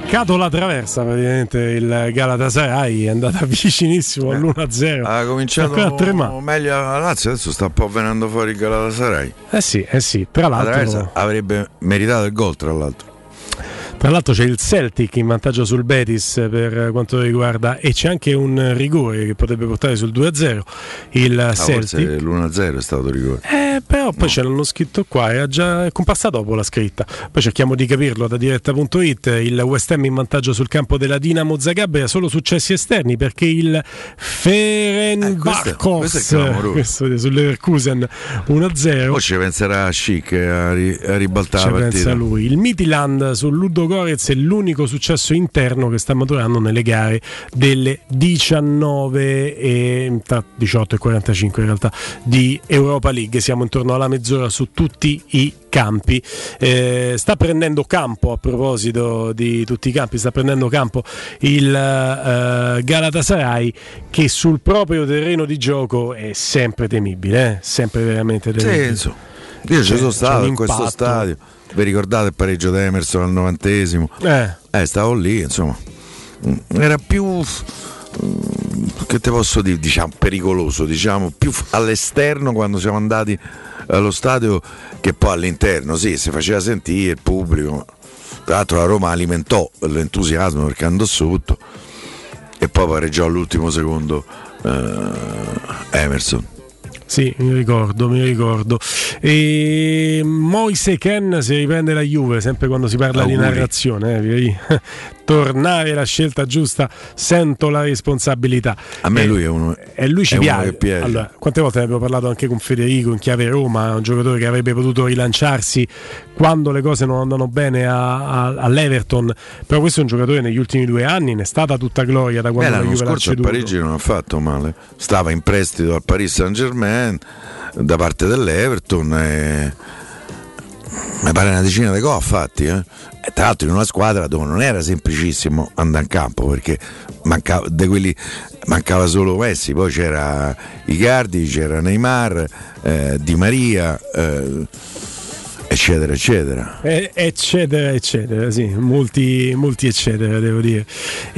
staccato la traversa praticamente il Galatasaray, è andata vicinissimo all'1-0. Ha cominciato meglio la Lazio, adesso sta un po' venendo fuori il Galatasaray. Eh sì, tra l'altro avrebbe meritato il gol, tra l'altro. Tra l'altro c'è il Celtic in vantaggio sul Betis per quanto riguarda, e c'è anche un rigore che potrebbe portare sul 2-0 il Celtic. L'1-0 è stato rigore. Però poi ce l'hanno scritto qua, è già comparsa dopo la scritta. Poi cerchiamo di capirlo da diretta.it. Il West Ham in vantaggio sul campo della Dinamo Zagabria, solo successi esterni perché il Fenerbahçe questo sull'Leverkusen 1-0. Poi ci penserà Schick a ribaltare la partita. Pensa lui. Il Midtjylland sul Ludogorets è l'unico successo interno che sta maturando nelle gare delle 19 e 18 e 45 in realtà di Europa League. Siamo intorno alla mezz'ora su tutti i campi. Sta prendendo campo, a proposito di tutti i campi, sta prendendo campo il Galatasaray, che sul proprio terreno di gioco è sempre temibile, sempre veramente temibile. Sì, io ci sono stato in questo stadio. Vi ricordate il pareggio di Emerson al 90esimo? Stavo lì, insomma. Era più, che te posso dire, diciamo pericoloso, diciamo più all'esterno quando siamo andati allo stadio che poi all'interno. Sì, si faceva sentire il pubblico. Tra l'altro la Roma alimentò l'entusiasmo perché andò sotto e poi pareggiò all'ultimo secondo Emerson. Sì, mi ricordo. E Moise Kean si riprende la Juve, sempre quando si parla di narrazione, tornare la scelta giusta, sento la responsabilità. A me lui è uno. E lui ci piace. Allora, quante volte ne abbiamo parlato anche con Federico in chiave Roma, un giocatore che avrebbe potuto rilanciarsi quando le cose non andano bene all'Everton, però questo è un giocatore negli ultimi 2 anni, ne è stata tutta gloria da quando la Juve l'ha ceduto. A Parigi non ha fatto male, stava in prestito al Paris Saint-Germain da parte dell'Everton e mi pare una decina di gol fatti, e tra l'altro in una squadra dove non era semplicissimo andare in campo perché mancava solo Messi, poi c'era Icardi, c'era Neymar, Di Maria, eccetera eccetera, sì, molti eccetera, devo dire.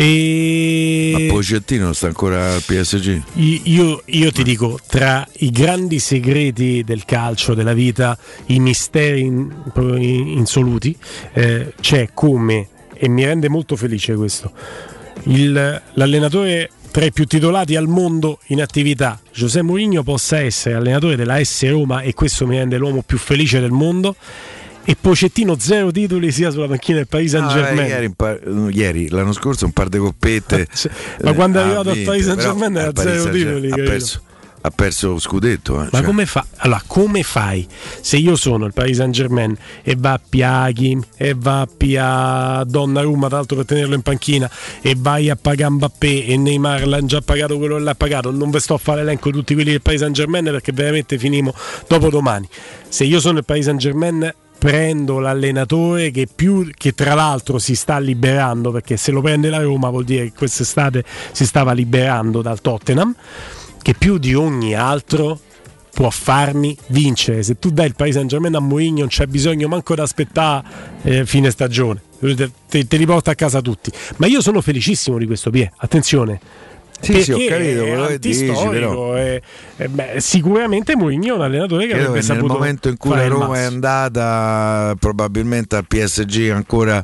Ma Pochettino sta ancora al PSG? Io ti dico, tra i grandi segreti del calcio, della vita, i misteri insoluti, c'è come, e mi rende molto felice questo, l'allenatore tra i più titolati al mondo in attività, José Mourinho, possa essere allenatore della AS Roma, e questo mi rende l'uomo più felice del mondo, e Pochettino 0 titoli sia sulla panchina del Paris Saint-Germain. Ieri, l'anno scorso un par di coppette, ma quando è arrivato al Paris Saint-Germain era 0 titoli, ha perso lo scudetto. Ma come fa? Allora, come fai se io sono il Paris Saint-Germain e va a Piaghi e va a Pia Donnarumma, tra l'altro, per tenerlo in panchina, e vai a pagare Mbappé e Neymar l'hanno già pagato quello che l'ha pagato, non vi sto a fare elenco tutti quelli del Paris Saint-Germain perché veramente finimo dopo domani. Se io sono il Paris Saint-Germain prendo l'allenatore che tra l'altro si sta liberando, perché se lo prende la Roma vuol dire che quest'estate si stava liberando dal Tottenham, che più di ogni altro può farmi vincere. Se tu dai il Paris Saint-Germain a Mourinho non c'è bisogno manco da aspettare fine stagione, te li porta a casa tutti. Ma io sono felicissimo di questo, attenzione. Sì, ho capito quello che dici, però sicuramente Mourinho è un allenatore che avrebbe saputo. Nel momento in cui la Roma è andata probabilmente al PSG ancora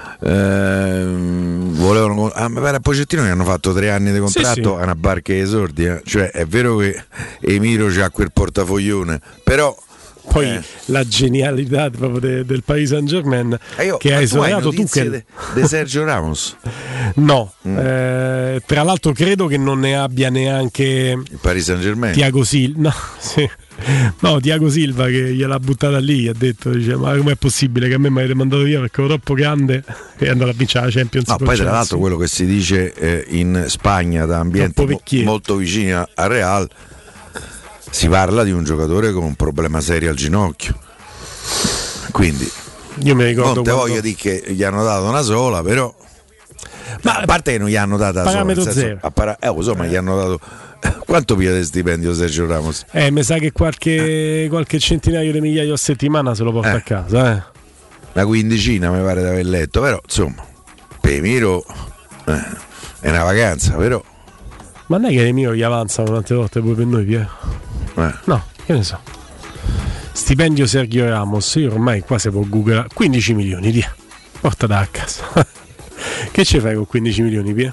volevano, mi pare a Pochettino che hanno fatto 3 anni di contratto a una barca di esordi, cioè è vero che Emiro c'ha quel portafoglione, però poi la genialità proprio del Paris Saint-Germain che ha esonerato Tuchel de Sergio Ramos. No, tra l'altro credo che non ne abbia neanche il Paris Saint-Germain. Thiago Silva, Thiago Silva, che gliel'ha buttata lì, ha detto, dice, ma com'è possibile che a me mi avete mandato via perché ero troppo grande e andare a vincere la Champions. No, poi tra l'altro quello che si dice in Spagna, da ambienti molto vicini al Real, si parla di un giocatore con un problema serio al ginocchio, quindi io mi ricordo non te voglio dire che gli hanno dato una sola, però a parte che non gli hanno data parametro zero. Ma gli hanno dato quanto piglia di stipendio Sergio Ramos? Mi sa che qualche centinaio di migliaia a settimana se lo porta a casa, una quindicina mi pare di aver letto, però insomma per Miro è una vacanza, però. Ma non è che le Miro gli avanzano tante volte pure per noi, Piero? No, che ne so. Stipendio Sergio Ramos, io ormai qua si può googlare 15 milioni, via. Porta da a casa. Che ci fai con 15 milioni, Piero?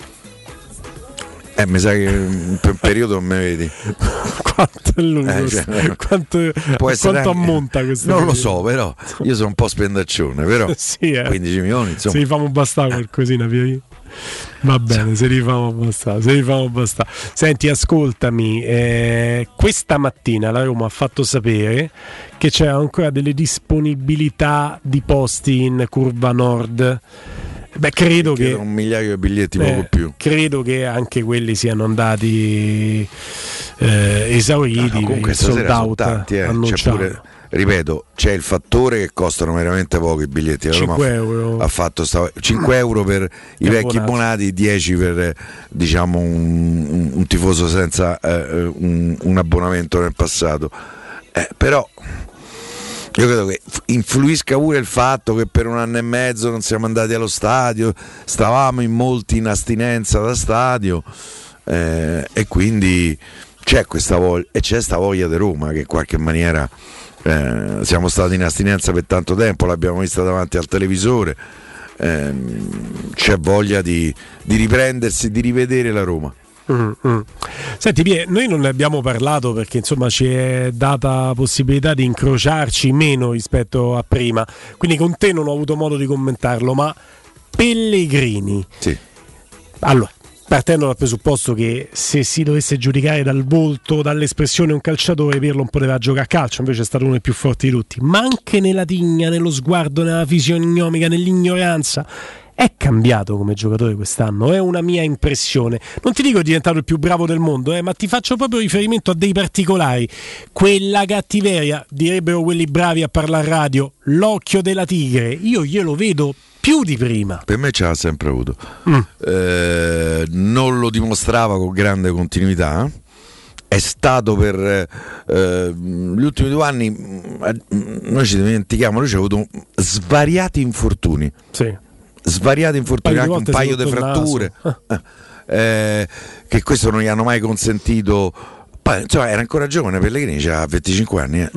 Mi sa che per un periodo non me vedi. Quanto è lungo? Quanto ammonta questo? Non lo so, però io sono un po' spendaccione, però sì, 15 milioni, insomma. Se li famo bastare qualcosina, Piero. Va bene, se li famo bastare. Senti, ascoltami, questa mattina la Roma ha fatto sapere che c'era ancora delle disponibilità di posti in curva nord. Beh, credo che 1 migliaio di biglietti, poco più. Credo che anche quelli siano andati esauriti. Comunque sold out tanti, c'è pure, ripeto, c'è il fattore che costano veramente poco i biglietti. 5 euro. Ha fatto 5 euro per i vecchi abbonati, 10 per, diciamo, un tifoso senza un abbonamento nel passato. Però io credo che influisca pure il fatto che per 1 anno e mezzo non siamo andati allo stadio, stavamo in molti in astinenza da stadio, e quindi c'è questa voglia, e c'è sta voglia di Roma che in qualche maniera siamo stati in astinenza per tanto tempo, l'abbiamo vista davanti al televisore, c'è voglia di riprendersi, di rivedere la Roma. Senti Pie, noi non ne abbiamo parlato perché insomma ci è data possibilità di incrociarci meno rispetto a prima, quindi con te non ho avuto modo di commentarlo, ma Pellegrini, sì. Allora, partendo dal presupposto che se si dovesse giudicare dal volto, dall'espressione un calciatore, Pirlo non poteva giocare a calcio, invece è stato uno dei più forti di tutti, ma anche nella tigna, nello sguardo, nella fisionomica, nell'ignoranza. È cambiato come giocatore quest'anno, è una mia impressione. Non ti dico è diventato il più bravo del mondo, ma ti faccio proprio riferimento a dei particolari. Quella cattiveria, direbbero quelli bravi a parlare radio, l'occhio della tigre, io glielo vedo più di prima. Per me ce l'ha sempre avuto. Non lo dimostrava con grande continuità. È stato per gli ultimi 2 anni, noi ci dimentichiamo, lui ci ha avuto svariati infortuni. Sì. Svariati infortuni, anche un paio di fratture, che questo non gli hanno mai consentito. Poi, insomma, era ancora giovane, Pellegrini c'ha 25 anni,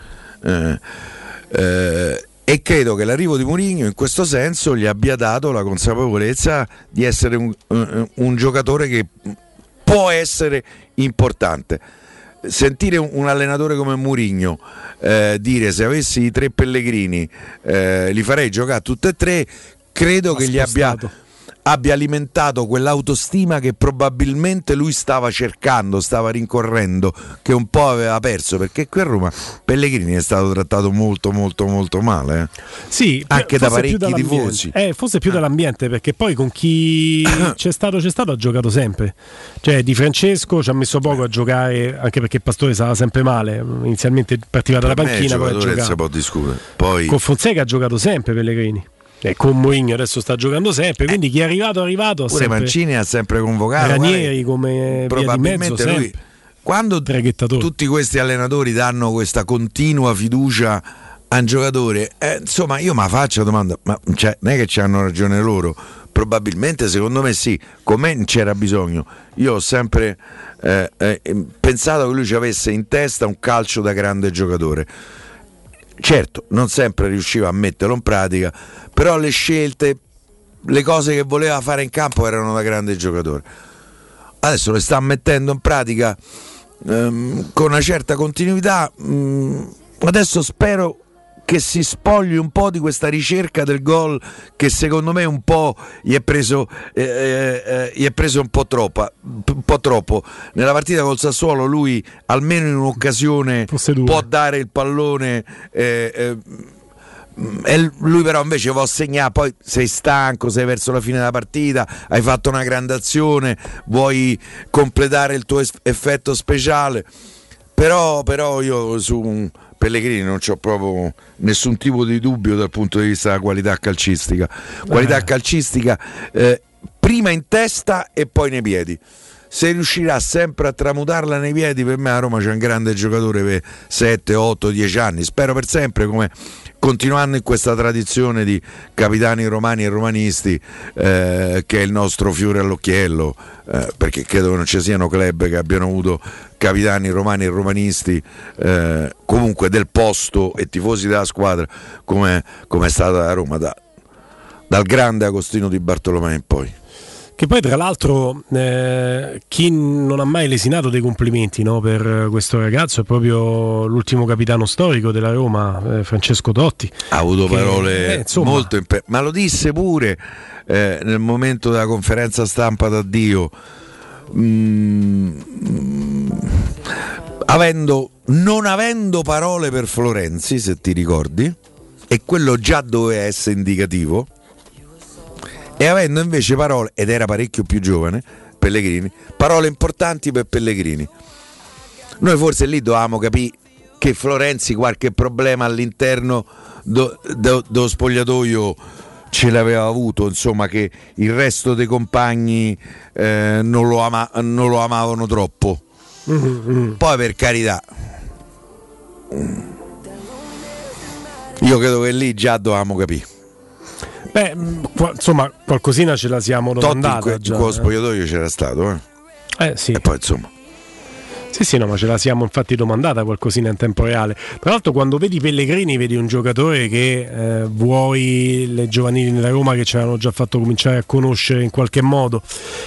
e credo che l'arrivo di Mourinho in questo senso gli abbia dato la consapevolezza di essere un giocatore che può essere importante. Sentire un allenatore come Mourinho dire: se avessi i 3 Pellegrini li farei giocare tutti e 3, credo che gli abbia alimentato quell'autostima che probabilmente lui stava cercando, stava rincorrendo, che un po' aveva perso, perché qui a Roma Pellegrini è stato trattato molto molto molto male, sì, anche da parecchi tifosi, forse più dall'ambiente, perché poi con chi c'è stato ha giocato sempre, cioè Di Francesco ci ha messo poco a giocare, anche perché Pastore stava sempre male, inizialmente partiva dalla panchina, poi ha giocato. Può discutere. Poi con Fonseca ha giocato sempre Pellegrini. E con Mourinho adesso sta giocando sempre, quindi chi è arrivato pure sempre. Mancini ha sempre convocato Ranieri come probabilmente via di mezzo, lui, quando tutti questi allenatori danno questa continua fiducia a un giocatore, insomma io mi faccio la domanda, ma non è che ci hanno ragione loro? Probabilmente, secondo me sì, con me non c'era bisogno. Io ho sempre pensato che lui ci avesse in testa un calcio da grande giocatore. Certo, non sempre riusciva a metterlo in pratica, però le scelte, le cose che voleva fare in campo erano da grande giocatore. Adesso le sta mettendo in pratica con una certa continuità. Adesso spero che si spogli un po' di questa ricerca del gol, che secondo me un po' gli è preso un po' troppo. Nella partita col Sassuolo lui almeno in un'occasione può dare il pallone, e lui però invece può segnare. Poi sei stanco, sei verso la fine della partita, hai fatto una grande azione, vuoi completare il tuo effetto speciale, però io su Pellegrini non c'ho proprio nessun tipo di dubbio dal punto di vista della qualità calcistica. Qualità calcistica prima in testa e poi nei piedi. Se riuscirà sempre a tramutarla nei piedi, per me a Roma c'è un grande giocatore per 7, 8, 10 anni. Spero per sempre, come continuando in questa tradizione di capitani romani e romanisti, che è il nostro fiore all'occhiello, perché credo che non ci siano club che abbiano avuto capitani romani e romanisti comunque del posto e tifosi della squadra come è stata la Roma dal grande Agostino Di Bartolomeo in poi. Che poi tra l'altro chi non ha mai lesinato dei complimenti, no, per questo ragazzo è proprio l'ultimo capitano storico della Roma, Francesco Totti. Ha avuto parole molto ma lo disse pure nel momento della conferenza stampa d'addio, non avendo parole per Florenzi, se ti ricordi, e quello già doveva essere indicativo, e avendo invece parole, ed era parecchio più giovane, Pellegrini, parole importanti per Pellegrini. Noi forse lì dovevamo capire che Florenzi qualche problema all'interno dello spogliatoio ce l'aveva avuto, insomma, che il resto dei compagni non lo amavano troppo. Poi, per carità, io credo che lì già dovevamo capire. Beh, insomma, qualcosina ce la siamo domandata. In quello spogliatoio c'era stato, sì. E poi insomma. Sì, no, ma ce la siamo infatti domandata qualcosina in tempo reale. Tra l'altro, quando vedi Pellegrini, vedi un giocatore che vuoi le giovanili della Roma che ci avevano già fatto cominciare a conoscere in qualche modo,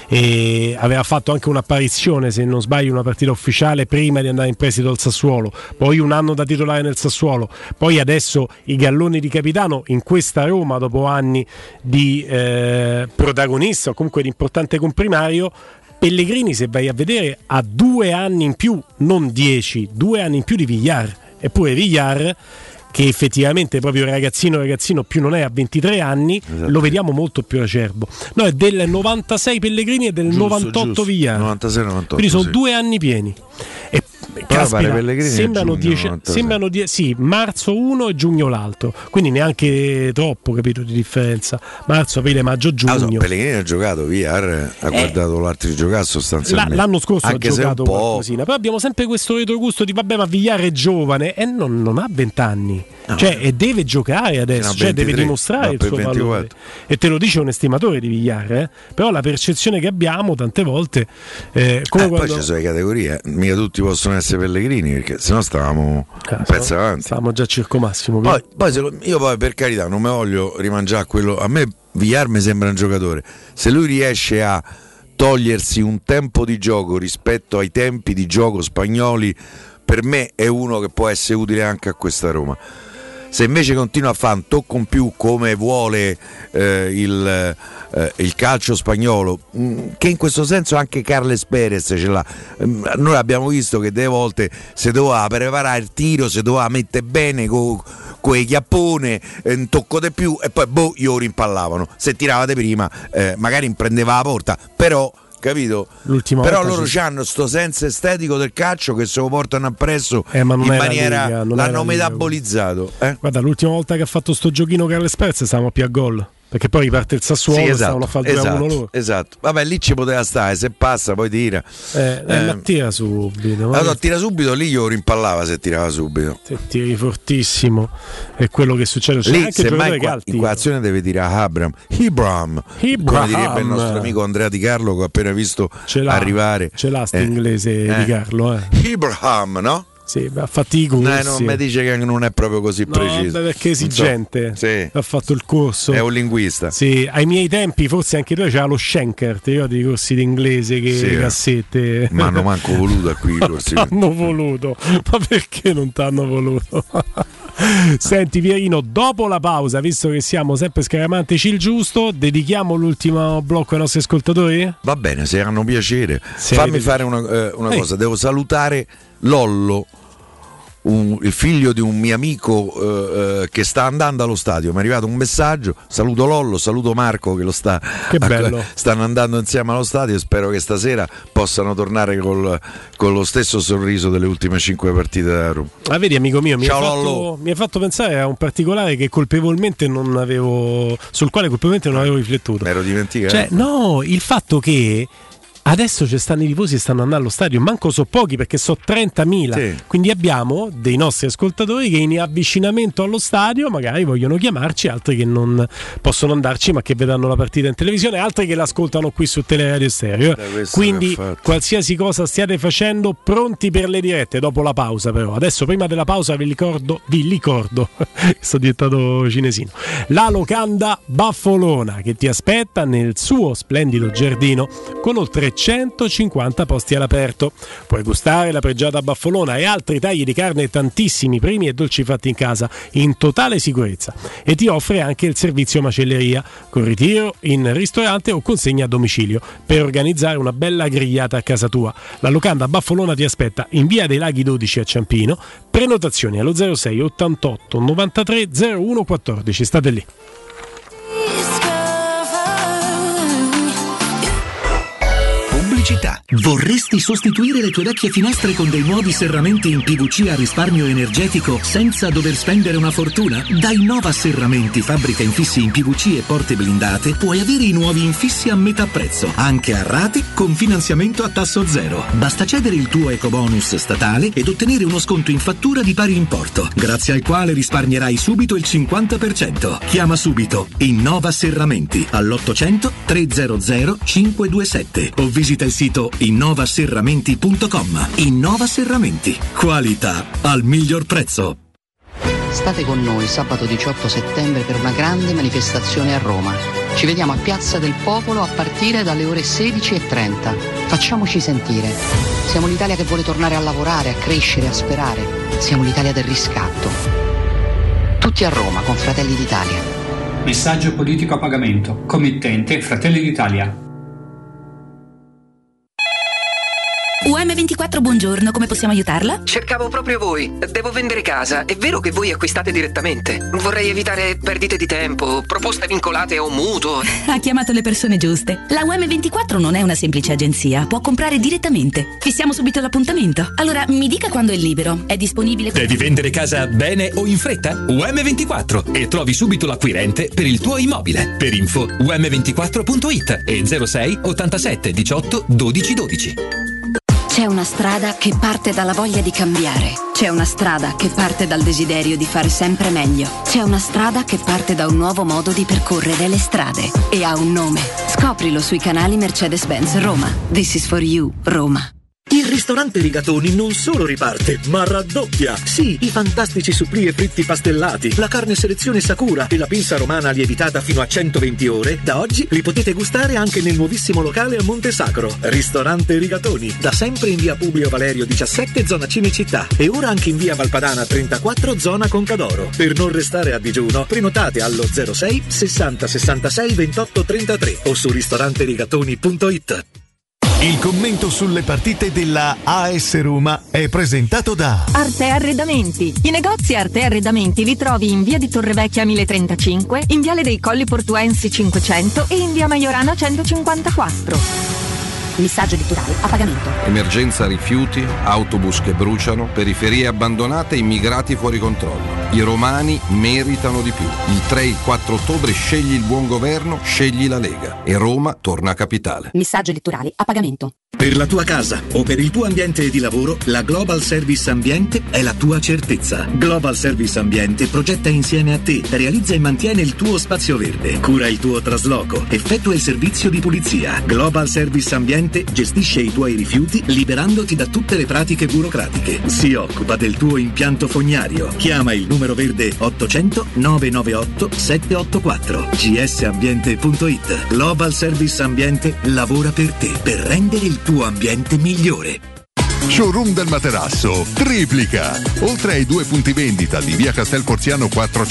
e aveva fatto anche un'apparizione, se non sbaglio, una partita ufficiale prima di andare in prestito al Sassuolo, poi un anno da titolare nel Sassuolo, poi adesso i galloni di capitano in questa Roma dopo anni di protagonista o comunque di importante comprimario. Pellegrini, se vai a vedere, ha 2 anni in più, non 10, 2 anni in più di Villar. Eppure Villar, che effettivamente proprio ragazzino più non è, a 23 anni, esatto, lo vediamo molto più acerbo. No, è del 96 Pellegrini e del 98 Villar. 96-98, quindi sono 2 anni pieni. E caspita, sembrano 10, sì, marzo uno e giugno l'altro, quindi neanche troppo, capito, di differenza. Marzo, aprile, maggio, giugno. Pellegrini ha giocato, Villar ha guardato l'altro giocare sostanzialmente. L'anno scorso anche ha giocato qualcosina, però abbiamo sempre questo retrogusto di vabbè, ma Villar è giovane e non ha 20 anni. Cioè, e deve giocare adesso, cioè 23, deve dimostrare il suo 24 valore. E te lo dice un estimatore di Villar, però la percezione che abbiamo tante volte come poi ci sono le categorie, mica tutti possono essere Pellegrini, perché sennò stavamo un pezzo avanti. Stavamo già a Circo Massimo. Io poi, per carità, non mi voglio rimangiare a quello. A me Villar mi sembra un giocatore, se lui riesce a togliersi un tempo di gioco rispetto ai tempi di gioco spagnoli, per me è uno che può essere utile anche a questa Roma. Se invece continua a fare un tocco in più come vuole il calcio spagnolo, che in questo senso anche Carles Perez ce l'ha. Noi abbiamo visto che delle volte si doveva preparare il tiro, si doveva mettere bene con i chiappone, un tocco di più e poi glielo rimpallavano. Se tiravate prima magari imprendeva la porta, però... capito? Però loro hanno sto senso estetico del calcio che se lo portano appresso in maniera l'hanno metabolizzato. Guarda, l'ultima volta che ha fatto sto giochino Carles Perez stavamo più a gol, perché poi riparte il Sassuolo, stavano a fare 2-1 loro. Esatto, vabbè, lì ci poteva stare, se passa poi tira. Ma tira subito. Allora, tira subito, lì io rimpallava se tirava subito. Se tiri fortissimo è quello che succede. C'è lì anche semmai in quazione deve tirare Abram, come direbbe il nostro amico Andrea Di Carlo, che ho appena visto arrivare. Ce l'ha sto inglese Di Carlo, Ibrahim, no? Sì, ha fatto i corsi. Non mi dice che non è proprio così preciso. Perché è esigente. Sì. Ha fatto il corso. È un linguista. Sì, ai miei tempi forse anche lui c'era lo Schenker, ti ricordi i corsi d'inglese che cassette. Ma hanno manco voluto a qui i corsi. Hanno voluto. Ma perché non t'hanno voluto? Senti Pierino, dopo la pausa, visto che siamo sempre scaramantici il giusto, dedichiamo l'ultimo blocco ai nostri ascoltatori? Va bene, se hanno piacere. Fammi fare una cosa, devo salutare Lollo, il figlio di un mio amico che sta andando allo stadio. Mi è arrivato un messaggio, saluto Lollo, saluto Marco che lo sta, che bello. Stanno andando insieme allo stadio e spero che stasera possano tornare con lo stesso sorriso delle ultime 5 partite da Roma. Vedi amico mio, mi ha fatto pensare a un particolare che colpevolmente sul quale colpevolmente non avevo riflettuto. Mi ero dimenticato. Cioè, no, il fatto che Adesso ci stanno i tifosi e stanno andando allo stadio, manco so pochi perché so 30.000, sì. Quindi abbiamo dei nostri ascoltatori che in avvicinamento allo stadio magari vogliono chiamarci, altri che non possono andarci ma che vedranno la partita in televisione, altri che l'ascoltano qui su Teleradio Stereo. Quindi qualsiasi cosa stiate facendo, pronti per le dirette dopo la pausa. Però adesso prima della pausa vi ricordo sto diventato cinesino, la locanda Baffolona che ti aspetta nel suo splendido giardino con oltre 150 posti all'aperto. Puoi gustare la pregiata Baffolona e altri tagli di carne, tantissimi primi e dolci fatti in casa in totale sicurezza, e ti offre anche il servizio macelleria con ritiro in ristorante o consegna a domicilio per organizzare una bella grigliata a casa tua. La locanda Baffolona ti aspetta in via dei Laghi 12 a Ciampino. Prenotazioni allo 06 88 93 01 14. State lì. Pubblicità. Vorresti sostituire le tue vecchie finestre con dei nuovi serramenti in PVC a risparmio energetico senza dover spendere una fortuna? Da Innova Serramenti, fabbrica infissi in PVC e porte blindate, puoi avere i nuovi infissi a metà prezzo, anche a rate con finanziamento a tasso zero. Basta cedere il tuo ecobonus statale ed ottenere uno sconto in fattura di pari importo, grazie al quale risparmierai subito il 50%. Chiama subito Innova Serramenti all'800 300 527 o visita il sito innovaserramenti.com. Innova Serramenti, qualità al miglior prezzo. State con noi sabato 18 settembre per una grande manifestazione a Roma. Ci vediamo a Piazza del Popolo a partire dalle ore 16:30. Facciamoci sentire. Siamo l'Italia che vuole tornare a lavorare, a crescere, a sperare. Siamo l'Italia del riscatto. Tutti a Roma con Fratelli d'Italia. Messaggio politico a pagamento. Committente Fratelli d'Italia. UM24, buongiorno, come possiamo aiutarla? Cercavo proprio voi. Devo vendere casa. È vero che voi acquistate direttamente? Vorrei evitare perdite di tempo, proposte vincolate a un mutuo. Ha chiamato le persone giuste. La UM24 non è una semplice agenzia, può comprare direttamente. Fissiamo subito l'appuntamento. Allora, mi dica quando è libero. È disponibile? Devi vendere casa bene o in fretta? UM24 e trovi subito l'acquirente per il tuo immobile. Per info um24.it e 06 87 18 12 12. C'è una strada che parte dalla voglia di cambiare. C'è una strada che parte dal desiderio di fare sempre meglio. C'è una strada che parte da un nuovo modo di percorrere le strade. E ha un nome. Scoprilo sui canali Mercedes-Benz Roma. This is for you, Roma. Il ristorante Rigatoni non solo riparte, ma raddoppia! Sì, i fantastici supplì e fritti pastellati, la carne selezione Sakura e la pinza romana lievitata fino a 120 ore, da oggi li potete gustare anche nel nuovissimo locale a Monte Sacro. Ristorante Rigatoni, da sempre in via Publio Valerio 17, zona Cinecittà, e ora anche in via Valpadana 34, zona Concadoro. Per non restare a digiuno, prenotate allo 06 60 66 28 33 o su ristoranterigatoni.it. Il commento sulle partite della AS Roma è presentato da Arte Arredamenti. I negozi Arte Arredamenti li trovi in via di Torrevecchia 1035, in viale dei Colli Portuensi 500 e in via Maiorana 154. Messaggio elettorale a pagamento. Emergenza rifiuti, autobus che bruciano, periferie abbandonate, immigrati fuori controllo. I romani meritano di più. Il 3 e il 4 ottobre scegli il buon governo, scegli la Lega e Roma torna capitale. Messaggio elettorale a pagamento. Per la tua casa o per il tuo ambiente di lavoro, la Global Service Ambiente è la tua certezza. Global Service Ambiente progetta insieme a te, realizza e mantiene il tuo spazio verde, cura il tuo trasloco, effettua il servizio di pulizia. Global Service Ambiente gestisce i tuoi rifiuti liberandoti da tutte le pratiche burocratiche. Si occupa del tuo impianto fognario. Chiama il numero verde 800 998 784. gsambiente.it. Global Service Ambiente lavora per te, per rendere il tuo ambiente migliore. Showroom del Materasso triplica. Oltre ai 2 punti vendita di via Castel Porziano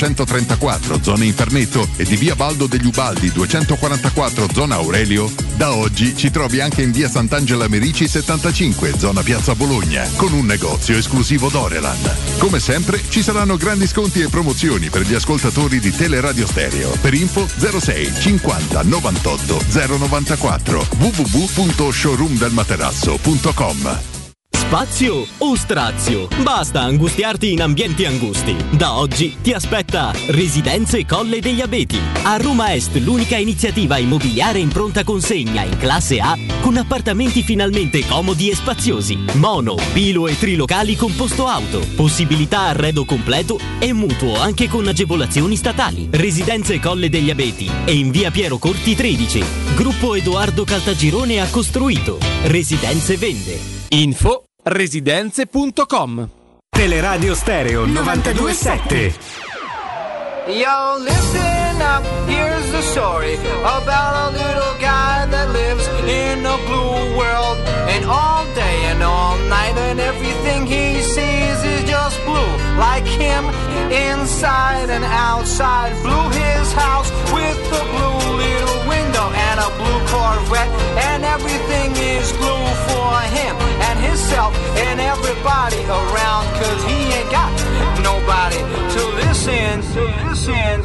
434 zona Infernetto e di via Baldo degli Ubaldi 244 zona Aurelio, da oggi ci trovi anche in via Sant'Angela Merici 75 zona Piazza Bologna con un negozio esclusivo Dorelan. Come sempre ci saranno grandi sconti e promozioni per gli ascoltatori di Teleradio Stereo. Per info 06 50 98 094 www.showroomdelmaterasso.com. Spazio o strazio? Basta angustiarti in ambienti angusti. Da oggi ti aspetta Residenze Colle degli Abeti. A Roma Est l'unica iniziativa immobiliare in pronta consegna in classe A con appartamenti finalmente comodi e spaziosi. Mono, bilo e trilocali con posto auto. Possibilità arredo completo e mutuo anche con agevolazioni statali. Residenze Colle degli Abeti e in via Piero Corti 13. Gruppo Edoardo Caltagirone ha costruito. Residenze vende. Info residenze.com. Teleradio Stereo 92.7. Yo, listen up, here's the story about a little guy that lives in a blue world. And all day and all night and everything he sees is just blue. Like him, inside and outside. Blue his house with a blue little window and a blue Corvette. And everything is blue for him and himself and everybody around. Cause he ain't got nobody to listen to.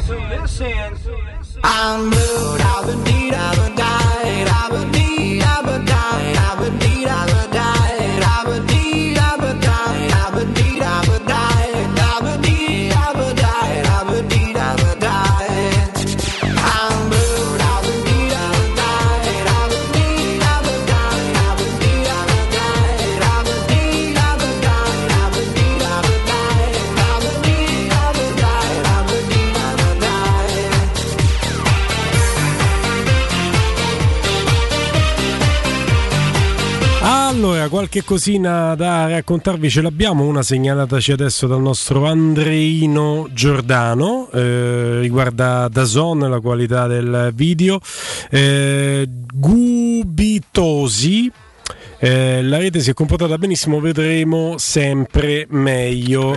I'm blue, I've been deed, I've been died, I've been deed, I've been died, I've been deed, I've been died, I've been deed, I've been died, I've been deed, I've been died, I've been deed, I've been died, I've been deed, I've been died. I'm blue, I've been deed, I've been died, I've been deed, I've been died, I've been deed, I've been died, I've been deed, I've been died, I've been deed, I've been died, I've been deed, I've been died, I've been deed. Allora, qualche cosina da raccontarvi ce l'abbiamo, una segnalataci adesso dal nostro Andreino Giordano, riguarda DAZN, la qualità del video. Gubitosi. La rete si è comportata benissimo, vedremo sempre meglio.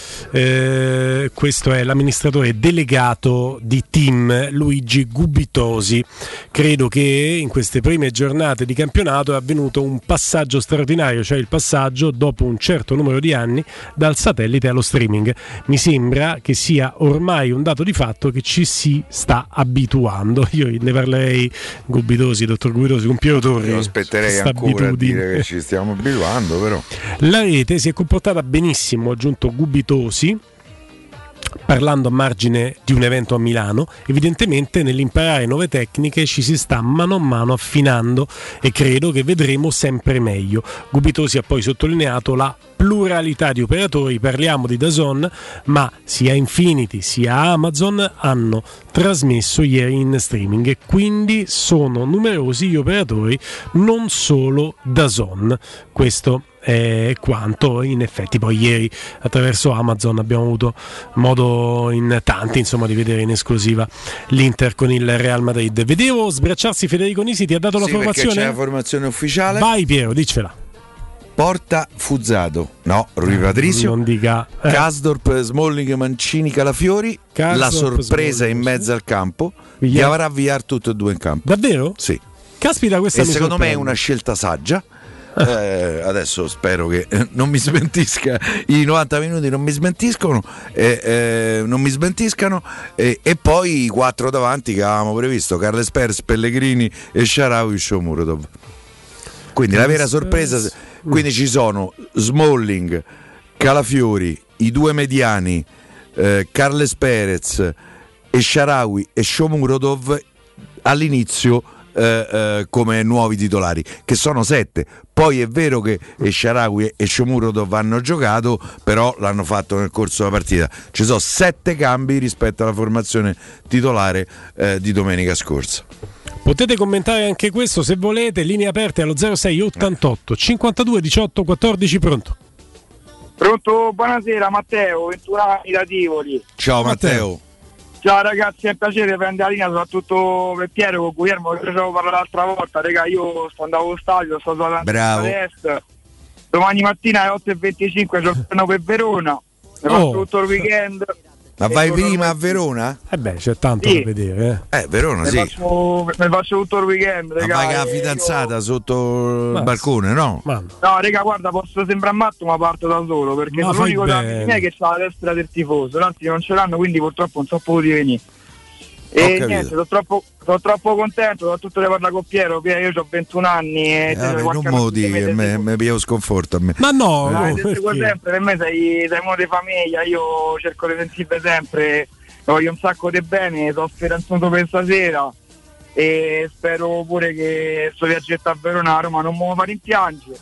Questo è l'amministratore delegato di TIM, Luigi Gubitosi. Credo che in queste prime giornate di campionato è avvenuto un passaggio straordinario, cioè il passaggio dopo un certo numero di anni dal satellite allo streaming. Mi sembra che sia ormai un dato di fatto che ci si sta abituando. Io ne parlerei, Gubitosi, dottor Gubitosi, con Piero Torri. Io aspetterei ancora a dire che ci stiamo abituando, però. La rete si è comportata benissimo, ha aggiunto Gubitosi, parlando a margine di un evento a Milano. Evidentemente nell'imparare nuove tecniche ci si sta mano a mano affinando e credo che vedremo sempre meglio. Gubitosi ha poi sottolineato la pluralità di operatori, parliamo di DAZN, ma sia Infinity sia Amazon hanno trasmesso ieri in streaming e quindi sono numerosi gli operatori, non solo DAZN. Questo è quanto. In effetti poi ieri attraverso Amazon abbiamo avuto modo in tanti, insomma, di vedere in esclusiva l'Inter con il Real Madrid. Vedevo sbracciarsi Federico Nisi, ti ha dato la formazione? C'è la formazione ufficiale. Vai Piero, diccela. Porta Fuzzato, no, Rui Patrizio, non dica. Kasdorp, Smalling, Mancini, Calafiori. Kasdorp, la sorpresa Smalling, in mezzo al campo, gli avrà Villar tutti e due in campo. Davvero? Sì. Caspita, questa e mi secondo sorprende. me è una scelta saggia. Adesso spero che non mi smentisca, i 90 minuti non mi smentiscono, non mi smentiscano, e poi i quattro davanti che avevamo previsto: Carles Perez, Pellegrini e Shaarawy, Shomurodov. Quindi la vera sorpresa, quindi ci sono Smalling, Calafiori, i due mediani, Carles Perez e Shaarawy e Shomurodov all'inizio come nuovi titolari, che sono 7. Poi è vero che Shaarawy e Shomurodov hanno giocato, però l'hanno fatto nel corso della partita. Ci sono 7 cambi rispetto alla formazione titolare di domenica scorsa. Potete commentare anche questo se volete, linee aperte allo 06 88 52 18 14. Pronto, buonasera Matteo, 21 anni da Tivoli. Ciao Matteo. Ciao ragazzi, è un piacere prendere la linea, soprattutto per Piero, con Guglielmo, che facevo parlare l'altra volta. Raga, io andavo allo stadio, sto sulla est. Domani mattina alle 8:25 giocano per Verona. Ne faccio tutto il weekend. Ma vai prima a Verona? Beh, c'è tanto da vedere. Verona sì. Ne faccio tutto il weekend, raga. Ma vai con la fidanzata sotto il balcone, no? No, raga, guarda, posso sembrare matto, ma parto da solo, perché sono l'unico da me che c'ha la destra del tifoso. Tanti non ce l'hanno, quindi purtroppo non so potuti venire. E niente, sono troppo contento, soprattutto di parlare con Piero. Io ho 21 anni e non me lo dico, mi piace sconforto a me. Ma no, sempre, per me sei uno di famiglia, io cerco di sentirvi sempre, voglio un sacco di bene, sono speranzoso per stasera e spero pure che sto viaggetto a Verona a Roma non me lo fa rimpiangere.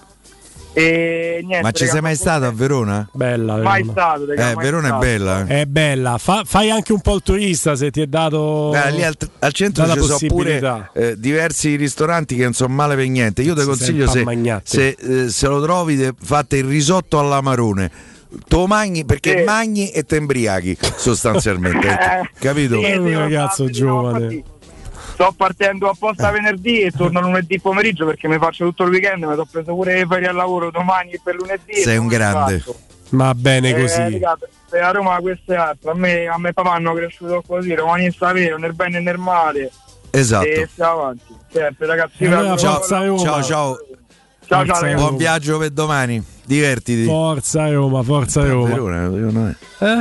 E niente, ma ci sei mai stato a Verona? Bella Verona. Mai stato, Verona è bella. È bella. Fai anche un po' il turista se ti è dato. Lì al centro ci sono pure diversi ristoranti che non sono male per niente. Io ti consiglio, se lo trovi, fate il risotto all'amarone. Tu magni perché magni e te imbriachi sostanzialmente. Capito? È un ragazzo giovane. Sto partendo apposta venerdì e torno lunedì pomeriggio perché mi faccio tutto il weekend, mi sono preso pure le ferie al lavoro domani per lunedì. Sei un grande. Ma bene così. Ragazzi, a Roma questo è altro. A me papà hanno cresciuto così, romanista vero, nel bene e nel male. Esatto. E stiamo avanti. Sempre ragazzi. Ciao. Buon viaggio per domani. Divertiti. Forza Roma. Verona.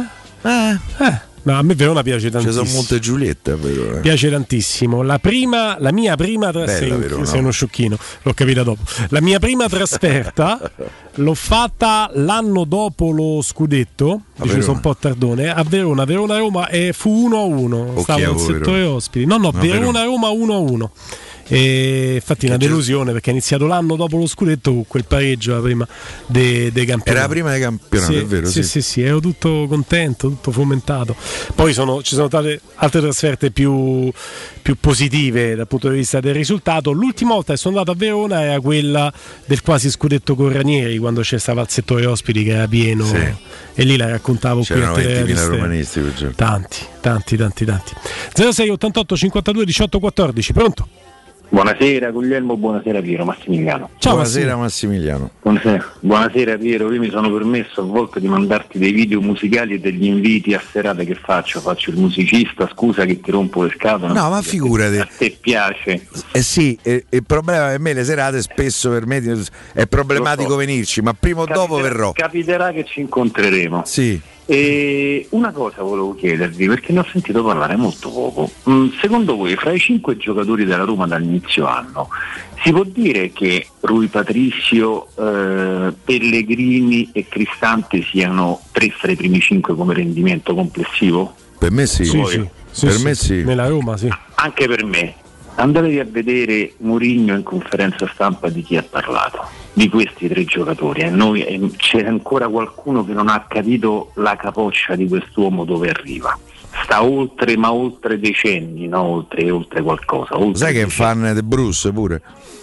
No, a me Verona piace tantissimo. Ci sono molte Giuliette a Verona. Piace tantissimo. La mia prima trasferta, sei uno sciocchino, l'ho capita dopo. La mia prima trasferta l'ho fatta l'anno dopo lo scudetto, sono un po' tardone, a Verona-Roma e fu 1-1. Stavo al settore ospiti. No, Verona-Roma 1-1. E infatti una delusione perché è iniziato l'anno dopo lo scudetto con quel pareggio la prima dei campionati. Era la prima dei campionati, sì, è vero? Sì, ero tutto contento, tutto fomentato. Poi ci sono state altre trasferte più positive dal punto di vista del risultato. L'ultima volta che sono andato a Verona era quella del quasi scudetto con Ranieri, quando c'è stava il settore ospiti che era pieno, e lì la raccontavo. C'erano qui a 20.000 romanisti. Tanti 06 88 52 18 14. Pronto? Buonasera Guglielmo, buonasera Piero, Massimiliano. Ciao, buonasera Massimiliano. Buonasera Piero, io mi sono permesso a volte di mandarti dei video musicali e degli inviti a serate che faccio il musicista, scusa che ti rompo le scatole. No, ma figurati. A te piace? Sì, il problema per me le serate spesso per me è problematico venirci, ma prima o dopo verrò. Capiterà che ci incontreremo. Sì. E una cosa volevo chiedervi, perché ne ho sentito parlare molto poco. Secondo voi, fra i 5 giocatori della Roma dall'inizio anno, si può dire che Rui Patricio, Pellegrini e Cristante siano 3 fra i primi 5 come rendimento complessivo? Per me sì. Per me sì. Nella Roma sì. Anche per me. Andatevi a vedere Mourinho in conferenza stampa di chi ha parlato, di questi 3 giocatori. C'è ancora qualcuno che non ha capito la capoccia di quest'uomo dove arriva. Sta oltre decenni, no? oltre qualcosa. Sai che è un fan di Bruce pure?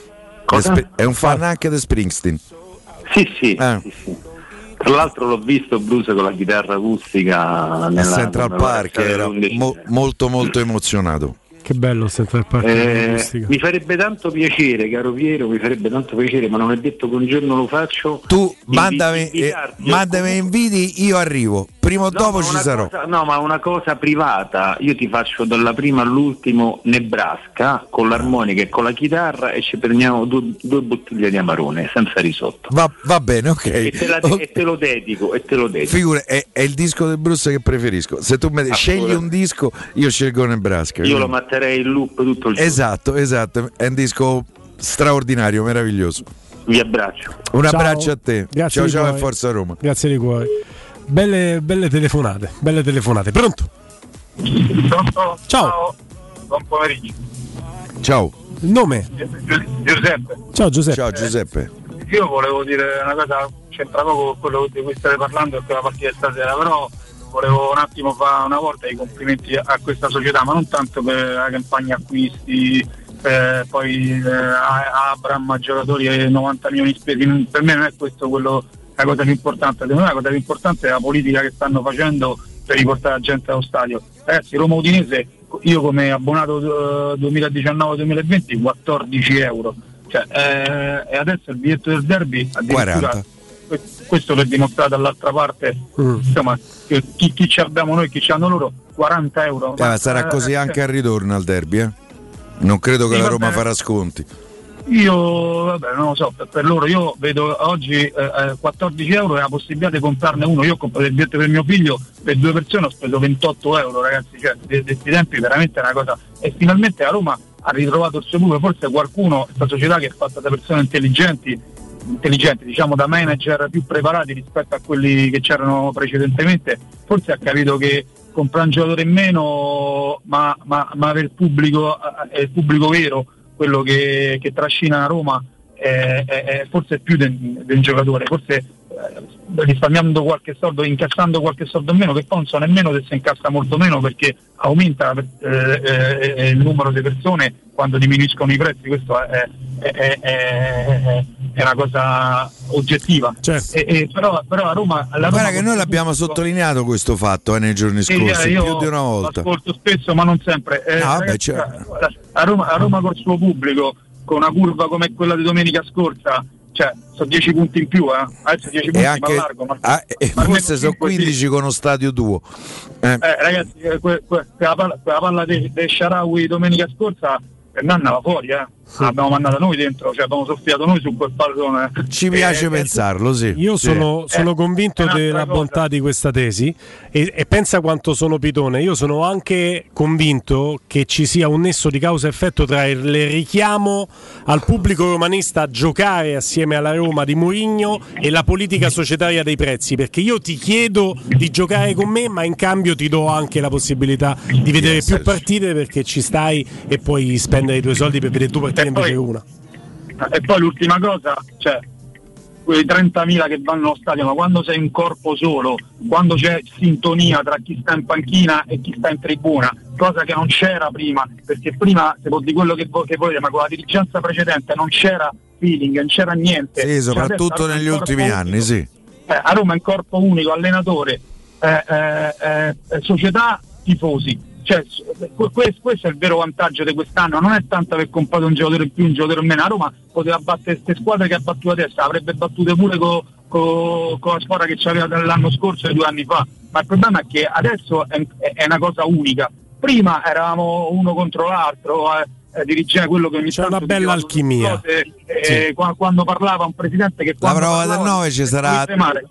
È un fan anche di Springsteen. Sì. Tra l'altro l'ho visto Bruce con la chitarra acustica nella Central Park, era molto emozionato. Che bello Central Park. Mi farebbe tanto piacere, caro Piero, ma non è detto che un giorno lo faccio. Tu mandami inviti, io arrivo. Prima o dopo ci sarò. Ma una cosa privata. Io ti faccio dalla prima all'ultimo Nebraska con l'armonica e con la chitarra e ci prendiamo due bottiglie di amarone senza risotto. Va bene, ok. E te lo dedico. Figura, è il disco del Bruce che preferisco. Se tu scegli un disco, io scelgo Nebraska. Io lo metterei in loop tutto il giorno. Esatto. È un disco straordinario, meraviglioso. Vi abbraccio. Un abbraccio a te. Grazie ciao e forza Roma. Grazie di cuore. Belle telefonate. Pronto? Ciao. Buon pomeriggio. Ciao. Il nome? Giuseppe. Ciao Giuseppe. Io volevo dire una cosa, c'entra poco con quello di cui state parlando, per la partita di stasera, però volevo un attimo fare una volta i complimenti a questa società, ma non tanto per la campagna acquisti, poi Abraham, giocatori e 90 milioni spesi. Per me non è questo la cosa più importante. Secondo me la cosa più importante è la politica che stanno facendo per riportare la gente allo stadio. Ragazzi, Roma Udinese, io come abbonato 2019-2020 €14, e adesso il biglietto del derby addirittura 40. Questo per dimostrare dall'altra parte insomma chi ci abbiamo noi, chi ci hanno loro, €40. Sarà così anche al ritorno al derby, Non credo che la Roma farà sconti. Io non lo so, per loro io vedo oggi 14 euro e la possibilità di comprarne uno. Io ho comprato il biglietto per mio figlio, per 2 persone ho speso 28 euro, ragazzi, cioè questi tempi veramente è una cosa. E finalmente la Roma ha ritrovato il suo pubblico. Forse qualcuno, questa società che è fatta da persone intelligenti, diciamo da manager più preparati rispetto a quelli che c'erano precedentemente, forse ha capito che comprare un giocatore in meno, ma avere il pubblico vero, quello che trascina la Roma, è forse più del giocatore, forse risparmiando qualche soldo, incassando qualche soldo in meno, che poi non so nemmeno se si incassa molto meno, perché aumenta il numero di persone quando diminuiscono i prezzi. Questo è una cosa oggettiva, certo. Però la Roma guarda che noi l'abbiamo sottolineato questo fatto nei giorni scorsi, più di una volta. Ascolto spesso, ma non sempre. Ragazzi, certo. a Roma col suo pubblico, con una curva come quella di domenica scorsa, cioè sono 10 punti in più, adesso 10 punti anche, ma largo, ma forse sono 15 con uno stadio tuo. Ragazzi, quella palla di Shaarawy domenica scorsa andava fuori, l'abbiamo mandata noi dentro, cioè abbiamo soffiato noi su quel pallone. Ci piace pensarlo, sì. Io sono convinto della bontà di questa tesi e pensa quanto sono pitone. Io sono anche convinto che ci sia un nesso di causa-effetto tra il richiamo al pubblico romanista a giocare assieme alla Roma di Mourinho e la politica societaria dei prezzi, perché io ti chiedo di giocare con me, ma in cambio ti do anche la possibilità di vedere più partite, perché ci stai e puoi spendere i tuoi soldi per vedere 2 partite invece che una. E poi l'ultima cosa, cioè quei 30.000 che vanno allo stadio, ma quando sei un corpo solo, quando c'è sintonia tra chi sta in panchina e chi sta in tribuna, cosa che non c'era prima, perché prima si può dire quello che volete, ma con la dirigenza precedente non c'era feeling, non c'era niente. Sì, soprattutto negli ultimi anni, sì. A Roma è un corpo unico, allenatore, società, tifosi. Cioè, questo è il vero vantaggio di quest'anno. Non è tanto aver comprato un giocatore in più, un giocatore in meno. A Roma poteva battere queste squadre che ha battuto adesso, avrebbe battuto pure con la squadra che c'aveva l'anno scorso e 2 anni fa. Ma il problema è che adesso è una cosa unica. Prima eravamo uno contro l'altro, dirigeva quello che ogni c'è una bella alchimia cose, sì. Quando parlava un presidente che la prova del 9 ci sarà.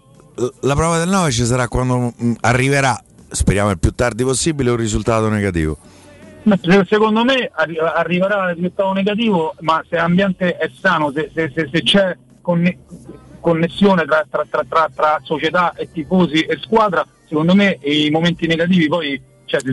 La prova del 9 ci sarà quando arriverà, speriamo il più tardi possibile, un risultato negativo. Secondo me arriverà il risultato negativo, ma se l'ambiente è sano, se c'è connessione tra società e tifosi e squadra, secondo me i momenti negativi poi si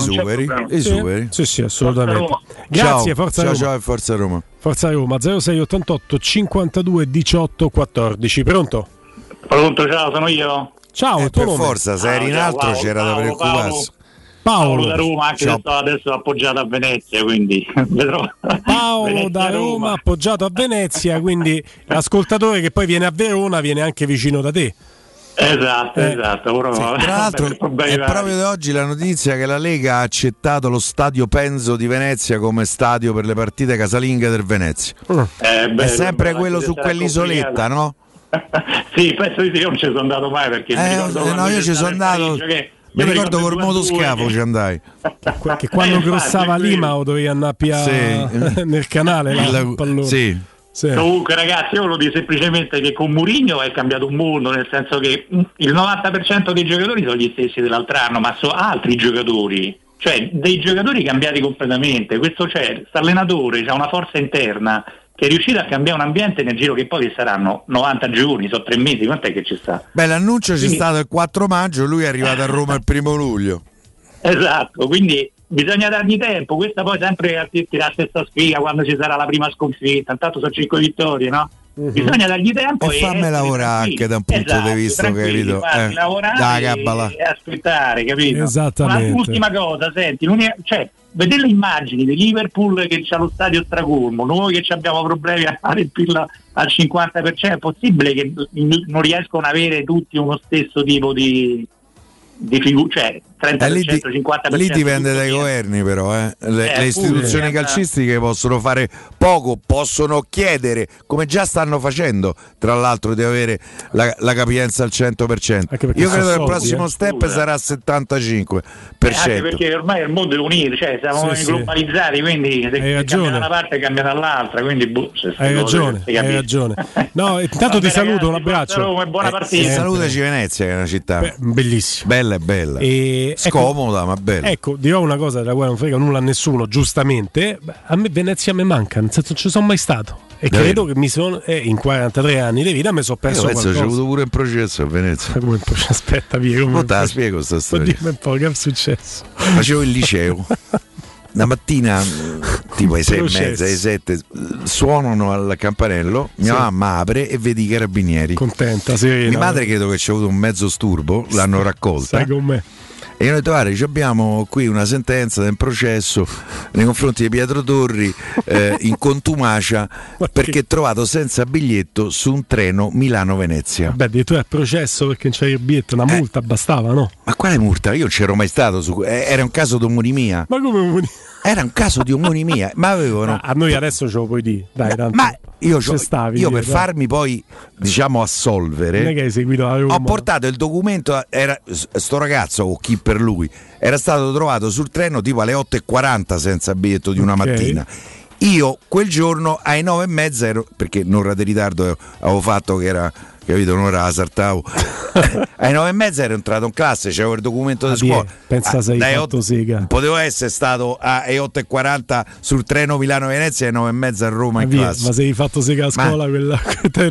superano. Sì, assolutamente. Grazie, Forza Roma. Ciao, Forza Roma. Forza Roma 0688 52 18 14. Pronto, ciao, sono io. Ciao, per forza, se eri in altro c'era da preoccuparsi. Paolo da Roma, anche se sto adesso appoggiato a Venezia, quindi vedrò. Paolo da Roma appoggiato a Venezia, quindi l'ascoltatore che poi viene a Verona viene anche vicino da te. Esatto. Sì, tra l'altro è proprio da oggi la notizia che la Lega ha accettato lo stadio Penzo di Venezia come stadio per le partite casalinghe del Venezia. È sempre quello su quell'isoletta, no? Sì, penso di sì, io non ci sono andato mai perché mi ricordo io ci sono andato. Mi ricordo col motoscafo ci andai. Che quando grossava Lima o dovevi andare nel canale il pallone. Sì. Comunque ragazzi, io volevo dire semplicemente che con Mourinho è cambiato un mondo, nel senso che il 90% dei giocatori sono gli stessi dell'altro anno, ma sono altri giocatori, cioè dei giocatori cambiati completamente. Questo allenatore c'ha una forza interna che è riuscito a cambiare un ambiente nel giro che poi saranno 90 giorni, sono 3 mesi, quant'è che ci sta? Beh, l'annuncio c'è stato il 4 maggio, lui è arrivato a Roma il 1 luglio. Esatto, quindi bisogna dargli tempo, questa poi sempre a tirare la stessa sfiga quando ci sarà la prima sconfitta, intanto sono 5 vittorie, no? Bisogna dargli tempo e fammi lavorare anche da un punto di vista, capito? Lavorare e aspettare, capito? Esattamente. L'ultima cosa, senti, vedere le immagini di Liverpool che c'ha lo stadio stracolmo, noi che abbiamo problemi a riempirlo al 50%, è possibile che non riescono ad avere tutti uno stesso tipo di cioè 30%, 50%. Lì dipende dai governi, però le istituzioni calcistiche possono fare poco, possono chiedere, come già stanno facendo, tra l'altro, di avere la capienza al 100%. Io credo che il prossimo step sarà 75%. Anche perché ormai il mondo è unito, cioè siamo globalizzati, quindi se cambia da una parte cambia dall'altra, quindi hai ragione. No, intanto ti saluto, un abbraccio. Buona partita. Salutaci Venezia, che è una città bellissima. Bella. Scomoda, ma bella. Ecco, dirò una cosa della quale non frega nulla a nessuno, giustamente. A me Venezia mi manca, nel senso non ci sono mai stato. E credo che mi sono in 43 anni di vita mi sono perso qualcosa. C'è avuto pure un processo a Venezia. Come aspetta, Piero. Te la spiego questa storia. Dimmi un po' che è successo. Facevo il liceo. Una mattina, tipo alle 6:30, alle 7, suonano al campanello, mia mamma apre e vedi i carabinieri. Contenta, serena. Mia madre credo che c'è avuto un mezzo sturbo, l'hanno raccolta. Sai con me. E io ho detto, guarda, abbiamo qui una sentenza del processo nei confronti di Pietro Torri in contumacia perché trovato senza biglietto su un treno Milano-Venezia. Beh, addirittura è processo perché non c'era il biglietto, una multa bastava, no? Ma quale multa? Io non c'ero mai stato, era un caso di omonimia. Ma come omonimia? Era un caso di omonimia, ma avevano... A noi adesso ce lo puoi dire, dai, tanto. Ma io per farmi poi, diciamo, assolvere, non è che hai seguito la Roma. Ho portato il documento, sto ragazzo o chi per lui era stato trovato sul treno tipo alle 8:40 senza biglietto di una mattina. Io quel giorno alle 9:30 ero, perché un'ora di ritardo avevo fatto, che era, capito, un'ora la saltavo. Alle 9:30 ero entrato in classe, c'avevo il documento di scuola. Pensa sei fatto sega. Potevo essere stato alle 8:40 sul treno Milano-Venezia e alle 9:30 a Roma in classe. Ma sei fatto sega a scuola quella?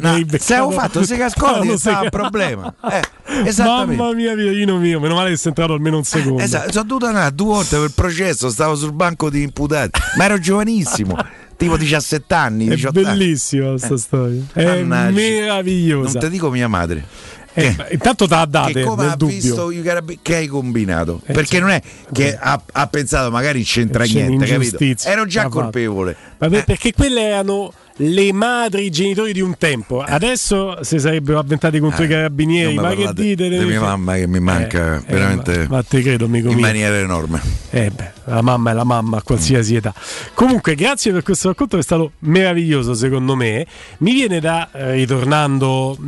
Se avevo fatto sega a scuola diventava un problema. Esattamente. Mamma mia, Virino mio, meno male che sei entrato almeno un secondo. Esatto, sono dovuto andare 2 volte per il processo, stavo sul banco di imputati, ma ero giovanissimo. Tipo 17 anni, 18 anni. È bellissima questa storia. È meravigliosa. Non ti dico mia madre. Intanto te la date come nel ha dubbio. Visto che hai combinato, perché non è che ha pensato magari c'entra niente, capito? Ero già colpevole. Perché quelle erano le madri, i genitori di un tempo. Adesso si sarebbero avventati contro i carabinieri. Ma che dite di mia mamma, che mi manca veramente, ma te credo, amico in mio, maniera enorme. La mamma è la mamma a qualsiasi età. Comunque, grazie per questo racconto, è stato meraviglioso secondo me. Mi viene ritornando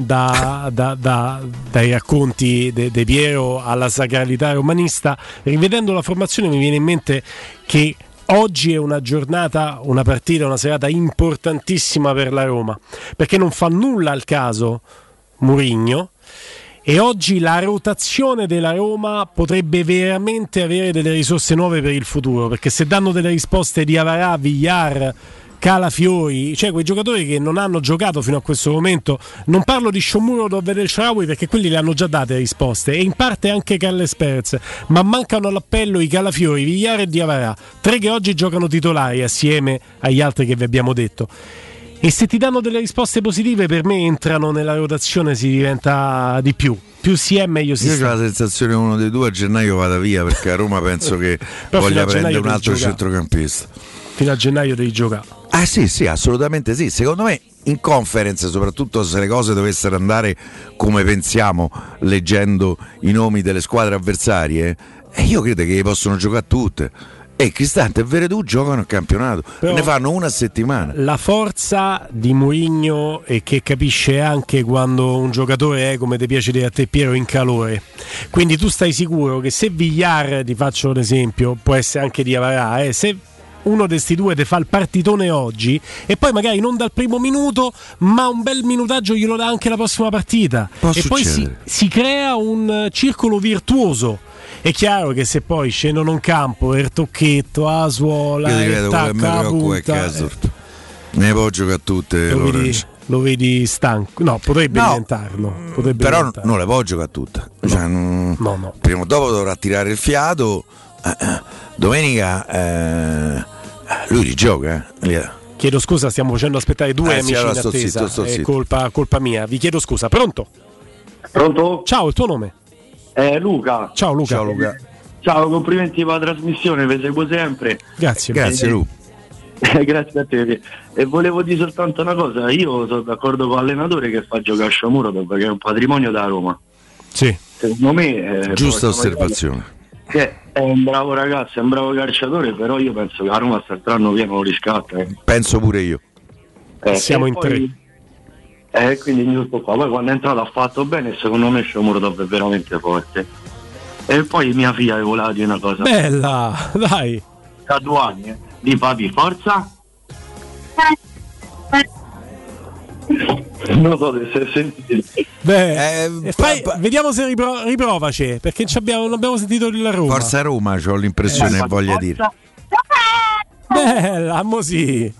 dai racconti di Piero alla sacralità romanista, rivedendo la formazione mi viene in mente che oggi è una giornata, una partita, una serata importantissima per la Roma, perché non fa nulla al caso Mourinho e oggi la rotazione della Roma potrebbe veramente avere delle risorse nuove per il futuro, perché se danno delle risposte di Avarà, Villar, Calafiori, cioè quei giocatori che non hanno giocato fino a questo momento, non parlo di Shomurodov e del Shaarawy perché quelli le hanno già date le risposte, e in parte anche Carles Perez, ma mancano all'appello i Calafiori, Villar e Diawara, 3 che oggi giocano titolari assieme agli altri che vi abbiamo detto. E se ti danno delle risposte positive, per me entrano nella rotazione, si diventa di più si è meglio si sta. Io ho la sensazione che uno dei due a gennaio vada via, perché a Roma penso che voglia prendere un altro centrocampista. Fino a gennaio devi giocare. Ah sì, assolutamente sì. Secondo me in conference, soprattutto se le cose dovessero andare come pensiamo, leggendo i nomi delle squadre avversarie, io credo che possono giocare tutte. E Cristante e Veredù giocano il campionato. Però ne fanno una a settimana. La forza di Mourinho è che capisce anche quando un giocatore è, come ti piace dire a te Piero, in calore. Quindi tu stai sicuro che se Villar, ti faccio un esempio, può essere anche di Avarà, se uno di questi due ti fa il partitone oggi e poi magari non dal primo minuto, ma un bel minutaggio glielo dà anche la prossima partita, e poi si crea un circolo virtuoso. È chiaro che se poi scendono in campo il tocchetto, Asuola, ne può giocare tutte, lo vedi stanco? No, potrebbe diventarlo. Però non le può giocare tutte. No. Prima o dopo dovrà tirare il fiato. Domenica lui rigioca. Chiedo scusa, stiamo facendo aspettare due amici in attesa. Sto zitto. È colpa mia. Vi chiedo scusa. Pronto? Ciao, il tuo nome? Luca. Ciao Luca. Ciao, complimenti per la trasmissione, vi seguo sempre. Grazie Lu. Grazie a te. E volevo dire soltanto una cosa, io sono d'accordo con l'allenatore che fa giocare Shomurodov, che è un patrimonio da Roma. Sì. secondo me giusta osservazione. Che è un bravo ragazzo, è un bravo calciatore, però io penso che a Roma quest'anno pieno lo riscatta. Penso pure io. Siamo in poi, tre. Quindi tutto qua. Poi quando è entrato ha fatto bene, secondo me Shomurodov è veramente forte. E poi mia figlia avevo la di una cosa. Bella, dai. Da 2 anni, di papi, forza. Non so se sentite. Vediamo se riprovaci, perché non abbiamo sentito il Roma. Forza Roma, c'ho l'impressione, voglia dire. Bella, mo sì.